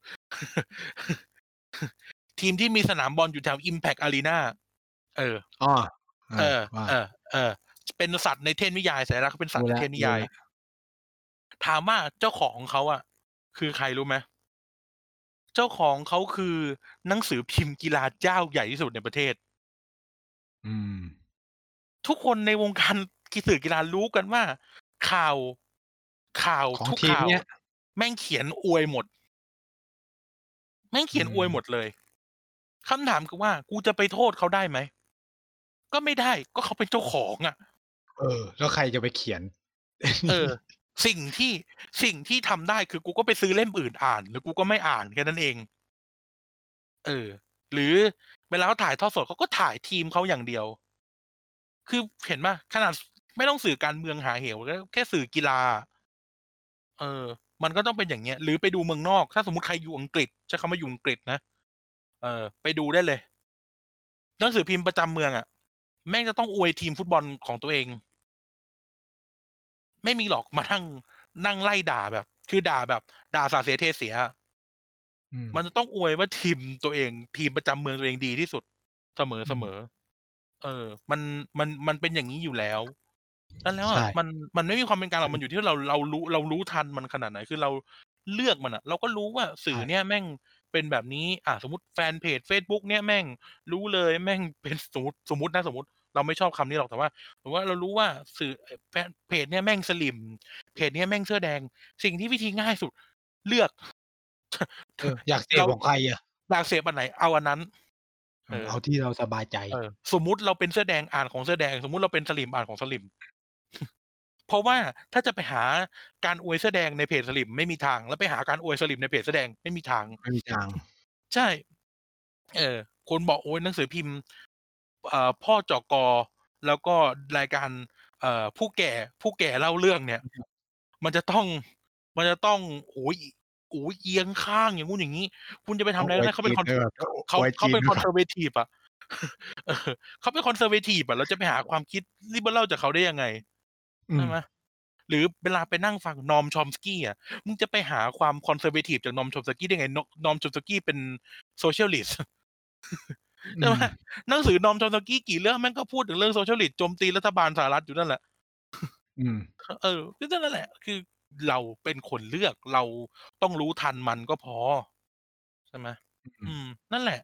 ทีมที่มีสนามบอลอยู่แถว Impact Arena เอออ้อ เอเออ ว่าอ ๆ ๆ จ เป็นสัตว์ในเทพนิยาย สัญลักษณ์เขาเป็นสัรตวู์้ในแลเ้วทพนิยรู้ายแล้วถามว่าเจ้าของเขาอะคือใครรู้ไหม? เจ้าของเขาคือหนังสือพิมพ์กีฬาเจ้าใหญ่ที่สุดในประเทศอืมทุกคนในวงการ กี สื่อกีฬารู้กันว่า ข่าว ข่าวของททุกขีม่าเวนี้ยแม่งเขียนอวยหมด แม่งเขอืียนอวยหมมดเลย คำถามคือว่า กูจะไปโทษเขาได้ไหม? ก็ไม่ได้ ก็เขาเป็นเจ้าของอะเออ แล้วใครจะไปเขียน? เออ สิ่งที่ สิ่งที่ทำได้คือกูก็ไปซื้อเล่มอื่นอ่าน หรือกูก็ไม่อ่านแค่นั้นเอง เออ หรือเวลาเขาถ่ายทอดสด เขาก็ถ่ายทีมเขาอย่างเดียว คือเห็นเปล่า ขนาด ส ไม่ต้องสื่อการเมืองหาเหว แล้วแค่สื่อกีฬาอะ เออ มันก็ต้องเป็นอย่างเงี้ย หรือไปดูเมืองนอก ถ้าสมมุติใครอยู่อังกฤษ ใช้คำว่าอยู่อังกฤษนะ เออ ไปดูได้เลย หนังสือพิมพ์ประจำเมืองอะ แม่งจะต้องอวยทีมฟุตบอลของตัวเอง ไม่มีหรอก มานั่ง นั่งไล่ด่าแบบ คือด่าแบบด่าสาดเสียเทเสียอะอืมมันจะต้องอวยว่า ทีม ตัวเอง ทีมประจำเมืองตัวเองดีที่สุด เสอืมมอ ๆ เออ มัน มัน มันเป็นอย่างงี้อยู่แล้ว แล้ว แล้วใชอะ่มัน มันไม่มีความเป็นกลางหรอก มันอยู่ที่ว่าเรา เรารู้ เรารู้ทันมันขนาดไหน คือเราเลือกมันอะ เราก็รู้ว่าสใืช่อ่เนี่ยแม่งเป็นแบบนี้ อ่า สมมุติแฟนเพจเฟซบุ๊กเนี่ยแม่งรู้เลย แม่ง เป็น สมมุติ สมมุตินะ สมมุติ เราไม่ชอบคำนี้หรอก แต่ว่า สมมุติว่าเรารู้ว่าสื่อ ไอ้แฟนเพจเนี่ยแม่งสลิ่ม เพจเนี้ยแม่งเสื้อแดง สิ่งที่วิธีง่ายสุด เลือกเออ อยากเสเรพาของใครอะ? อยากเสพอันไหนเอาอันนั้นเออเออเอาที่เราสบายใจเออ สมมุติเราเป็นเสื้อแดง อ่านของเสื้อแดง สมมุติเราเป็นสลิ่ม อ่านของสลิ่ม เพราะว่าถ้าจะไปหาการอวยเสื้อแดงในเพจสลิ่มไม่มีทาง แล้วไปหาการอวยสลิ่มในเพจเสื้อแดงไม่มีทางไม่มีทางใช่ เออ คนบอก โอ๊ย หนังสือพิมพ์เอ่อพ่อจกแล้วก็รายการเอ่อผู้แก่ผู้แก่เล่าเรื่องเนี่ยมันจะต้องมันจะต้องโอ้โฮโอ้โฮเอียงข้างอย่างงู้นอย่างงี้ คุณจะไปทำต้องอวยอะไรก็ได้เขาเป็นคอนจีนด้วยแบบขอเขาอวยเขาเป็นจีนด้วยก่อน conservative อะเออเขาเป็น conservative อะเราจะไปหาความคิด liberal จากเขาได้ยังไงอืมใช่ไหมหรือเวลาไปนั่งฟัง Noam Chomsky อะมึงจะไปหาความ conservative จาก Noam Chomsky ได้ไงน Noam Chomsky เป็น socialist อืใช่ไหมมหนังสือ Noam Chomsky กี่เรื่องแม่งก็พูดถึงเรื่อง socialist โจมตีรัฐบาลสหรัฐอยู่นั่นแหละอืมเออก็นั่นแหละคือเราเป็นคนเลือกเราต้องรู้ทันมันก็พอใช่ไหมอืมอืมนั่นแหละ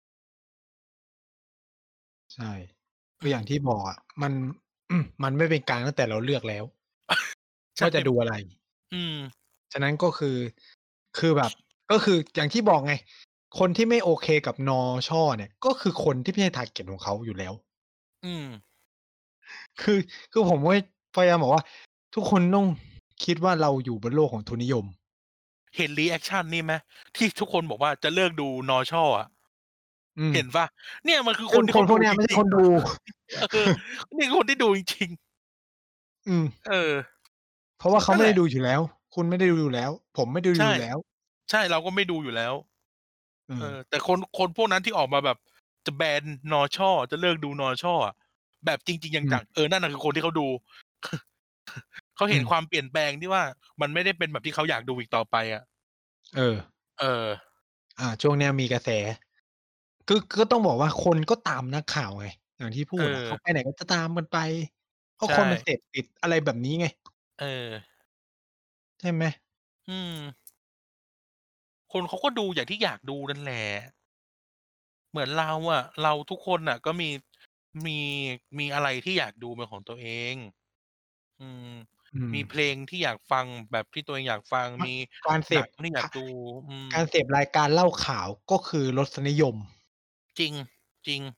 ใช่ก็อืมอย่างที่บอกอะมันอืมมันไม่เป็นกลางตั้งแต่เราเลือกแล้วใช่ว่าจะดูอะไรอืมฉะนั้นก็คือคือแบบก็คืออย่างที่บอกไงคนที่ไม่โอเคกับนอ ชอ เนี่ยก็คือคนที่ไม่ใช่ target ของเขาอยู่แล้วอืมคือคือผมก็พยายามบอกว่าทุกคนต้องคิดว่าเราอยู่บนโลกของทุนนิยมเห็นรีแอกชันนี่ไหมที่ทุกคนบอกว่าจะเลิกดู นอ ชอ อะอืมเห็นเปล่าเนี่ยมันคือคซึ่งนที่เขาดูคนพวกเนี้ยจริงไม่ใช่คนดูๆเออนี่คือคนที่ดูจริงอืมๆเออเพราะว่าเขาไม่ได้นั่นแหละดูอยู่แล้วคุณไม่ได้ดูอยู่แล้วผมไม่ได้ดูใช่อยู่แล้วใช่เราก็ไม่ดูอยู่แล้วเออเออแต่คนคนพวกนั้นที่ออกมาแบบจะแบน นอ ชอ จะเลิกดู นอ ชอ อะแบบจริงๆอืมจังๆเออนั่นน่ะคือคนที่เขาดูเขาอืมเห็นความเปลี่ยนแปลงที่ว่ามันไม่ได้เป็นแบบที่เขาอยากดูอีกต่อไปอะเออเอออาช่วงเนี้ยมีกระแสคือก็ต้องบอกว่าคนก็ตามนักข่าวไงอย่างที่พูเอดอะอเขาไปไหนก็จะตามกันไปเพราะคใช่นมันเสพติดอะไรแบบนี้ไงเออใช่ไหมอืมคนเขาก็ดูอย่างที่อยากดูนั่นแหละเหมือนเราอะเราทุกคนน่ะก็มีมีมีอะไรที่อยากดูเป็นของตัวเองอืมอืมมีเพลงที่อยากฟังแบบที่ตัวเองอยากฟังมมีการเสพหนังที่อยากกดูอืมการเสพรายการเล่าข่าวก็คือรสนิยมจริงจริง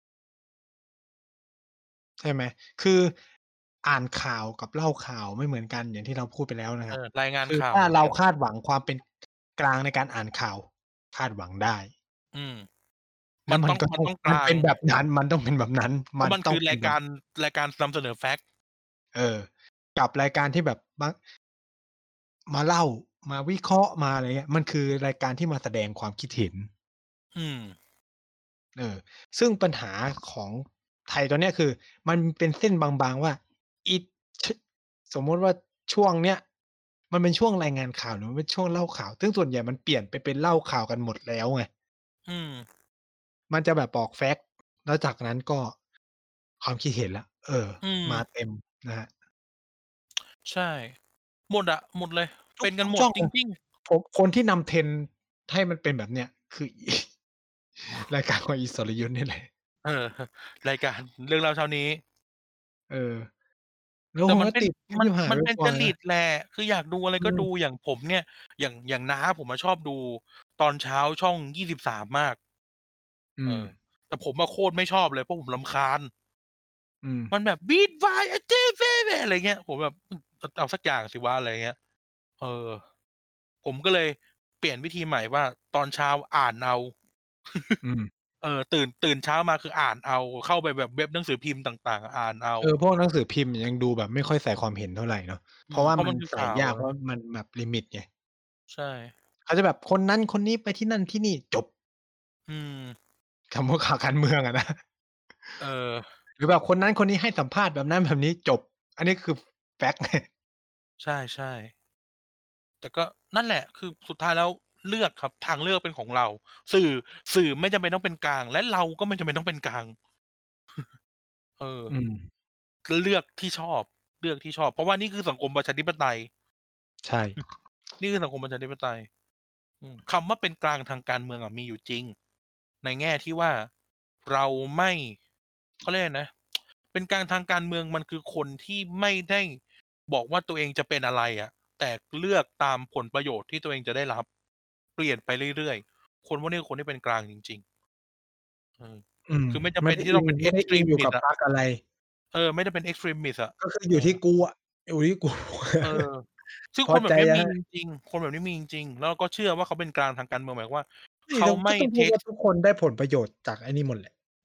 ใช่ไหม คืออ่านข่าวกับเล่าข่าวไม่เหมือนกันอย่างที่เราพูดไปแล้วนะครับเออรายงานคือข่าวถ้าเรากับคาดหวังความเป็นกลางในการอ่านข่าวคาดหวังได้อืมแล้มันต้องมันวมันก็ต้องต้องกลางมันเป็นแบบนั้นมันต้องเป็นแบบนั้นมันเพราะมันต้องเป็นแบบคือรายการรายการนำเสนอแฟกต์เออกับรายการที่แบบมามาเล่ามาวิเคราะห์มาอะไรเงี้ยมันคือรายการที่มาแสดงความคิดเห็นอืมเออซึ่งปัญหาของไทยตอนเนี้ยคือมันเป็นเส้นบางๆว่าอีชสมมุติว่าช่วงเนี้ยมันเป็นช่วงรายงานข่าวหรือมันเป็นช่วงเล่าข่าวซึ่งส่วนใหญ่มันเปลี่ยนไปเป็นเล่าข่าวกันหมดแล้วไงอืมมันจะแบบบอกแฟกต์แล้วจากนั้นก็ความคิดเห็นแล้วเอออืมมาเต็มนะครับใช่หมดอะหมดเลยทุกเป็นกันหมดทุกช่องจริงผมคนที่นำ trend ให้มันเป็นแบบเนี้ยคือรายการของอีสรยุทธนี่แหละๆเออรายการเรื่องเล่าเช้านี้เออแล้วแต่มันเป็นผมก็ติดมันชิบหายมันเป็นจบ่อยๆนะริตแหละคืออยากดูอะไรก็ดูอืมอย่างผมเนี่ยอย่างอย่างน้าผมอะชอบดูตอนเช้าช่องยี่สิบสามมากอืมเออแต่ผมอะโคตรไม่ชอบเลยเพราะผมรำคาญอืมมันแบบ Beat by อาเจเฟ่เว่อะไรเงี้ยผมแบบอืมเอาเอาสักอย่างสิวะอะไรเงี้ยเออผมก็เลยเปลี่ยนวิธีใหม่ว่าตอนเช้าอ่านเอาอืมเออตื่นตื่นเช้ามาคืออ่านเอาเข้าไปแบบเว็บหนังสือพิมพ์ต่างๆอ่านเอาเออพวกหนังสือพิมพ์ยังดูแบบไม่ค่อยใส่ความเห็นเท่าไรเนาะเพราะว่ามันอืมเพราะมันคือใส่ข่าวอะยากเพราะมันแบบลิมิตไงใช่เขาจะแบบคนนั้นคนนี้ไปที่นั่นที่นี่จบอืมสมมุติข่าวการเมืองอะนะเออหรือแบบคนนั้นคนนี้ให้สัมภาษณ์แบบนั้นแบบนี้จบอันนี้คือแฟกต์ไงใช่ๆแต่ก็นั่นแหละคือสุดท้ายแล้วเลือกครับทางเลือกเป็นของเราสื่อสื่อไม่จำเป็นต้องเป็นกลางและเราก็ไม่จำเป็นต้องเป็นกลางเอออืมก็เลือกที่ชอบเลือกที่ชอบเพราะว่านี่คือสังคมประชาธิปไตยใช่นี่คือสังคมประชาธิปไตยอืมคำว่าเป็นกลางทางการเมืองอะมีอยู่จริงในแง่ที่ว่าเราไม่เขาเรียกอะไรนะเป็นกลางทางการเมืองมันคือคนที่ไม่ได้บอกว่าตัวเองจะเป็นอะไรอะแต่เลือกตามผลประโยชน์ที่ตัวเองจะได้รับเปลี่ยนไปเรื่อยๆคนพวกนี้คือคนที่เป็นกลางจริงๆเอออืมคือไม่จำไม่เป็นได้อิงที่ต้องเป็นไม่ได้อิงอยู่กับ extremist อะพรรคอะไรเออไม่ได้เป็น extremist อะก็คืออเออยู่ที่กูอะอยู่ที่กูเออซึ่พองคนแบบเนี้ยใจยังมีจริงๆคนแบบนี้มีจริงๆแล้วเราก็เชื่อว่าเขาเป็นกลางทางการเมืองหมายความว่าไม่เขาไม่ต้องก็ต้องเทกพูดว่าทุกคนได้ผลประโยชน์จากไอ้นี่หมดแหละ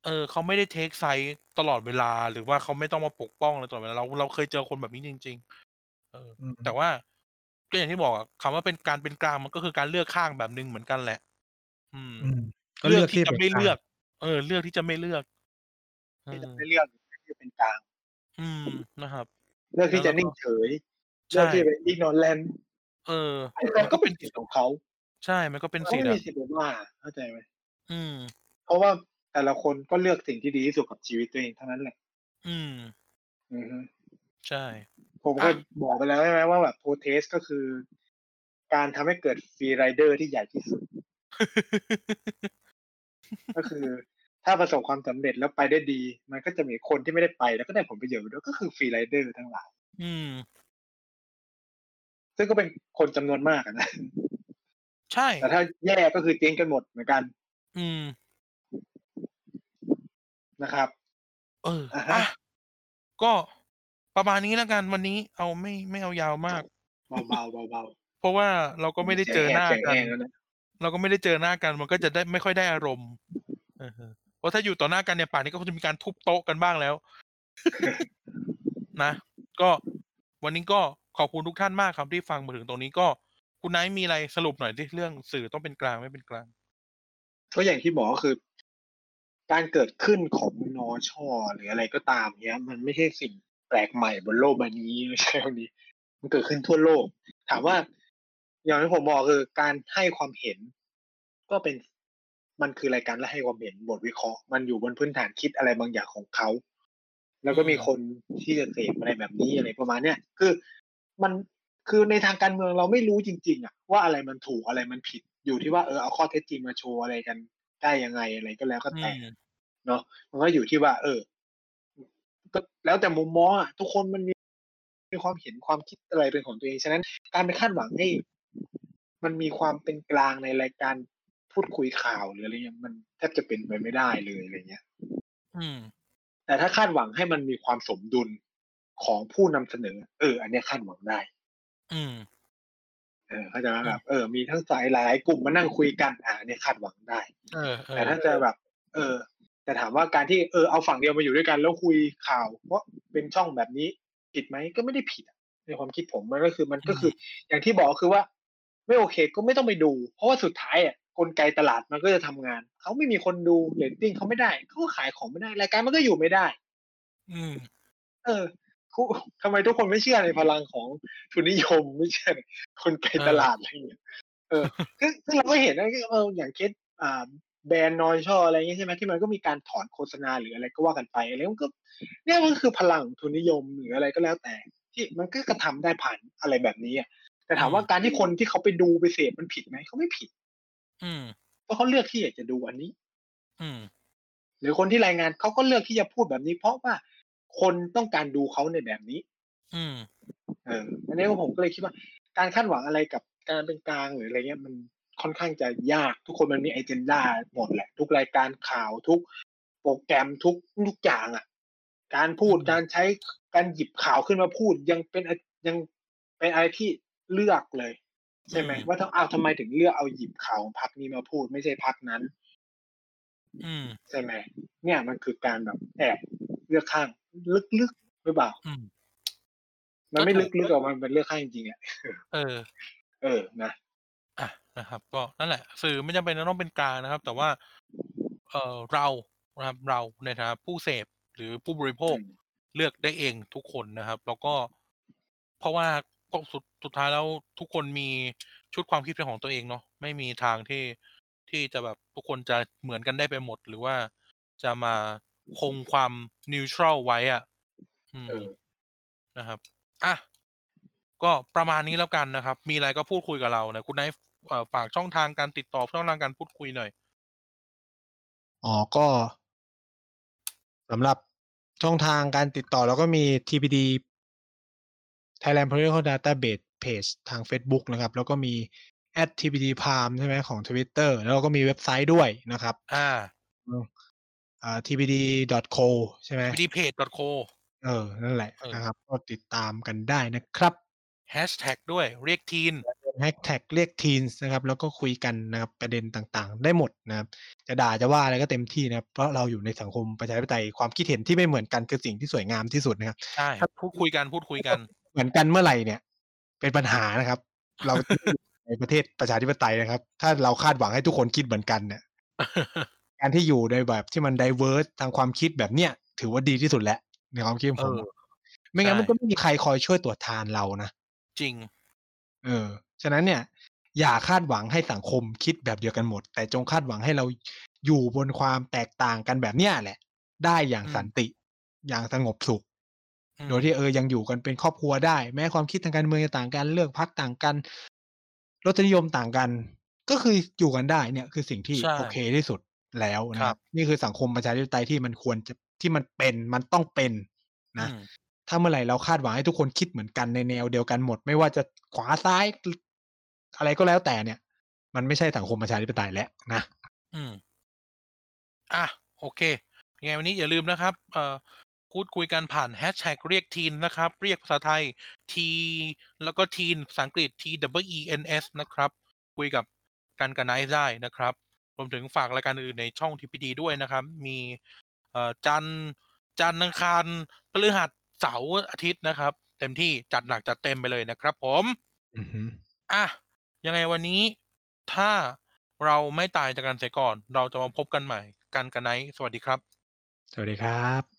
เออเขาไม่ได้เทกไซด์ตลอดเวลาหรือว่าเขาไม่ต้องมาปกป้องอะไรตลอดเวลาเราเราเคยเจอคนแบบนี้จริงๆเอออืมแต่ว่าก็อย่างที่บอกอะคำว่าเป็นการเป็นกลางมันก็คือการเลือกข้างแบบหนึ่งเหมือนกันแหละอืมอืมก็เลือกที่จะเลือกที่เป็นกลางไม่เลือกเออเลือกที่จะไม่เลือกเอที่จะอไม่เลือกที่จะเป็นกลางอืมนะครับเลือกที่จะแล้วเราก็นิ่งเฉยเลือกใช่ที่จะเป็น ignorant เออไอ้มัมันก็เป็นนก็เป็นสิทธิ์ของเขาใช่มันก็เป็นเขาสิทธิ์อะไม่มีสิทธิ์ไปว่าเข้าใจไหมอืมเพราะว่าแต่ละคนก็เลือกสิ่งที่ดีที่สุดกับชีวิตตัวเองเท่านั้นแหละอืมอือฮึใช่ผมอะก็บอกไปแล้วใช่ไหมว่าแบบ protest ก็คือการทำให้เกิด free rider ที่ใหญ่ที่สุดก็คือถ้าประสบความสำเร็จแล้วไปได้ดีมันก็จะมีคนที่ไม่ได้ไปแล้วก็ได้ผลประโยชน์ด้วยก็คือ free rider ทั้งหลายอืมซึ่งก็เป็นคนจำนวนมากอะนะใช่แต่ถ้าแย่ก็คือเจ๊งกันหมดเหมือนกันอืมนะครับเอออ่ะฮะอะก็ประมาณนี้แล้วกันวันนี้เอาไม่ไม่เอายาวมากเบาๆเบาเพราะว่าเราก็ไม่ได้ๆเสียเจองแหบเสียงหน้ากันแห้งแล้วนะเราก็ไม่ได้เจอหน้ากันมันก็จะได้ไม่ค่อยได้อารมณ์อะฮะเพราะถ้าอยู่ต่อหน้ากันเนี่ยป่านนี้ก็คงจะมีการทุบโต๊ะกันบ้างแล้วนะก็วันนี้ก็ขอบคุณทุกท่านมากครับที่ฟังมาถึงตรงนี้ก็คุณไนท์มีอะไรสรุปหน่อยสิเรื่องสื่อต้องเป็นกลางไม่เป็นกลางก็อย่างที่บอกก็คือการเกิดขึ้นของนอชอหรืออะไรก็ตามเนี้ยมันไม่ใช่สิ่งแปลกใหม่บนโลกใบนี้ไม่ใช่วันนี้มันเกิดขึ้นทั่วโลกถามว่าอย่างที่ผมบอกคือการให้ความเห็นก็เป็นมันคือรายการและให้ความเห็นบทวิเคราะห์มันอยู่บนพื้นฐานคิดอะไรบางอย่างของเขาแล้วก็มีคนที่จะเสพอะไรแบบนี้อะไรประมาณเนี้ยคือมันคือในทางการเมืองเราไม่รู้จริงๆอะว่าอะไรมันถูกอะไรมันผิดอยู่ที่ว่าเออเอาข้อเท็จจริงมาโชว์อะไรกัน ได้ยังไงอะไรก็แล้วก็อืแต่มเนาะมันก็อยู่ที่ว่า เออก็แล้วแต่มุมมองอ่ะทุกคนมันมีมีความเห็นความคิดอะไรเป็นของตัวเองฉะนั้นการไปคาดหวังให้มันมีความเป็นกลางในรายการพูดคุยข่าวหรืออะไรเงี้ยมันแทบจะเป็นไปไม่ได้เลยอะไรเงี้ยอืมแต่ถ้าคาดหวังให้มันมีความสมดุลของผู้นำเสนอเอออันเนี้ยคาดหวังได้อืมเออเขาใจะอืมแบบเออมีทั้งสายหลายๆกลุ่มมานั่งคุยกันอ่าอันเนี้ยคาดหวังได้เออเอแต่อถ้าจะแบบ เออ แต่ถามว่าการที่เออเอาฝั่งเดียวมาอยู่ด้วยกันแล้วคุยข่าวเพราะเป็นช่องแบบนี้ผิดไหมก็ไม่ได้ผิดอะในความคิดผมมันก็คือมันอืก็คือมอย่างที่บอกคือว่าไม่โอเคก็ไม่ต้องไปดู เพราะว่าสุดท้ายอ่ะกลไกตลาดมันก็จะทำงานเขาไม่มีคนดูเรตติ้งเขาไม่ได้เขาก็ขายของไม่ได้รายการมันก็อยู่ไม่ได้อืมเออคุทำไมทุกคนไม่เชื่อในพลังของทุนนิยมไม่เชื่อในกลไกเออตลาดอะไรอย่างเงี้ย เออซึ่งซึ่งเราก็เห็นนะเอออย่างเคสอ่าแบรนด์นอยช่ออะไรเงี้ยใช่ไหมที่มันก็มีการถอนโฆษณาหรืออะไรก็ว่ากันไปอะไรมันก็เนี่ยมันคือพลังของทุนนิยมหรืออะไรก็แล้วแต่ที่มันก็กระทำได้ผ่านอะไรแบบนี้อ่ะแต่ถามว่าการที่คนที่เขาไปดูไปเสพมันผิดไหมเขาไม่ผิดอืมเพราะเขาเลือกที่อยากจะดูอันนี้อืมหรือคนที่รายงานเขาก็เลือกที่จะพูดแบบนี้เพราะว่าคนต้องการดูเขาในแบบนี้อืมเอออันนี้ก็ผมก็เลยคิดว่าการคาดหวังอะไรกับการเป็นกลางหรืออะไรเงี้ยมันค่อนข้างจะยากทุกคนมันมี agenda หมดแหละทุกรายการข่าวทุกโปรแกรมทุกทุกอย่างอ่ะการพูอืดมการใช้การหยิบข่าวขึ้นมาพูดยังเป็นยังเป็นอะไรที่เลือกเลยอืใช่ไหมมว่าถ้าอ้าวทำไมถึงเลือกเอาหยิบข่าวของพรรคนี้มาพูดไม่ใช่พรรคนั้นอืมใช่ไหมเนี่ยมันคือการแบบแอบเลือกข้างลึกๆหรือเปล่าอืมมันไม่ก็ถูกลึกๆหรอกมันเป็นเลือกข้างจริงๆอ่ะเออเออนะอะนะครับก็นั่นแหละสื่อไม่จำเป็นจะต้องเป็นกลางนะครับแต่ว่าเอ่อเรานะครับเราในฐานะผู้เสพหรือผู้บริโภคอืมเลือกได้เองทุกคนนะครับแล้วก็เพราะว่าก็สุดสุดท้ายแล้วทุกคนมีชุดความคิดเป็นของตัวเองเนาะไม่มีทางที่ที่จะแบบทุกคนจะเหมือนกันได้ไปหมดหรือว่าจะมาคงความนิวทรัลไว้อะอืมเออนะครับอะ ก็ประมาณนี้แล้วกันนะครับ มีอะไรก็พูดคุยกับเรานะคุณไนท์เอ่อฝากช่องทางการติดต่อช่องทางการพูดคุยหน่อยอ๋อก็สำหรับช่องทางการติดต่อเราก็มี ที พี ดี Thailand Political Database Page ทางเฟซบุ๊กนะครับแล้วก็มี แอท ที พี ดี Palm ใช่ไหมของ Twitter แล้วเราก็มีเว็บไซต์ด้วยนะครับอาอืมอ่า ที พี ดี ดอท ซี โอ ใช่ไหมที พี ดี เพจ ดอท ซี โอเออนั่นแหละเออนะครับก็ติดตามกันได้นะครับแฮชแท็กด้วยเรียกทีนแฮชแท็กเรียก Teens นะครับแล้วก็คุยกันนะครับประเด็นต่างๆได้หมดนะครับจะด่าจะว่าอะไรก็เต็มที่นะครับเพราะเราอยู่ในสังคมประชาธิปไตยความคิดเห็นที่ไม่เหมือนกันคือสิ่งที่สวยงามที่สุดนะครับใช่พูดคุยกันพูดคุยกันเหมือนกันเมื่อไหร่เนี่ย เป็นปัญหานะครับ เราจะไม่อยู่ในประเทศประชาธิปไตยนะครับ ถ้าเราคาดหวังให้ทุกคนคิดเหมือนกันเนี่ย การที่อยู่ในแบบที่มัน diverse ทางความคิดแบบเนี้ยถือว่าดีที่สุดแล้วในความคิดของเอผมอไม่งั้นใช่มันก็ไม่มีใครคอยช่วยตรวจทานเรานะจริงเออ ฉะนั้นเนี่ย อย่าคาดหวังให้สังคมคิดแบบเดียวกันหมด แต่จงคาดหวังให้เราอยู่บนความแตกต่างกันแบบเนี้ยแหละ ได้อย่างอืมสันติ อย่างสงบสุขอืมโดยที่ เออ ยังอยู่กันเป็นครอบครัวได้ แม้ความคิดทางการเมืองจะต่างกัน เลือกพรรคต่างกัน รสนิยมต่างกัน ก็คืออยู่กันได้ เนี่ยคือสิ่งที่ใช่โอเคที่สุดแล้วนะคครัรับ บ นี่คือสังคมประชาธิปไตยที่มันควรจะ ที่มันเป็น มันต้องเป็นอืนะมถ้าเมื่อไหร่เราคาดหวังให้ทุกคนคิดเหมือนกันในแนวเดียวกันหมด ไม่ว่าจะขวาซ้าย ล อะไรก็แล้วแต่เนี่ย มันไม่ใช่สังคมประชาธิปไตยแล้วนะอืม อะ โอเค ยังไงวันนี้อย่าลืมนะครับ เอ่อ พูดคุยกันผ่าน hashtag เรียกทีนนะครับ เรียกภาษาไทย T แล้วก็ทีนภาษาอังกฤษ ที ดับเบิล อี เอ็น เอส นะครับ คุยกับกันกับไนซ์ได้นะครับ รวมถึงฝากรายการอื่นๆในช่อง ที พี ดี ด้วยนะครับ มี เอ่อ จันทร์ จันทร์ อังคาร พฤหัส เสาร์ อาทิตย์นะครับ เต็มที่จัดหนักจัดเต็มไปเลยนะครับผมอือฮึอะ ยังไงวันนี้ ถ้าเราไม่ตายจากกันเสียก่อน เราจะมาพบกันใหม่ กันกับไนซ์ สวัสดีครับสวัสดีครับ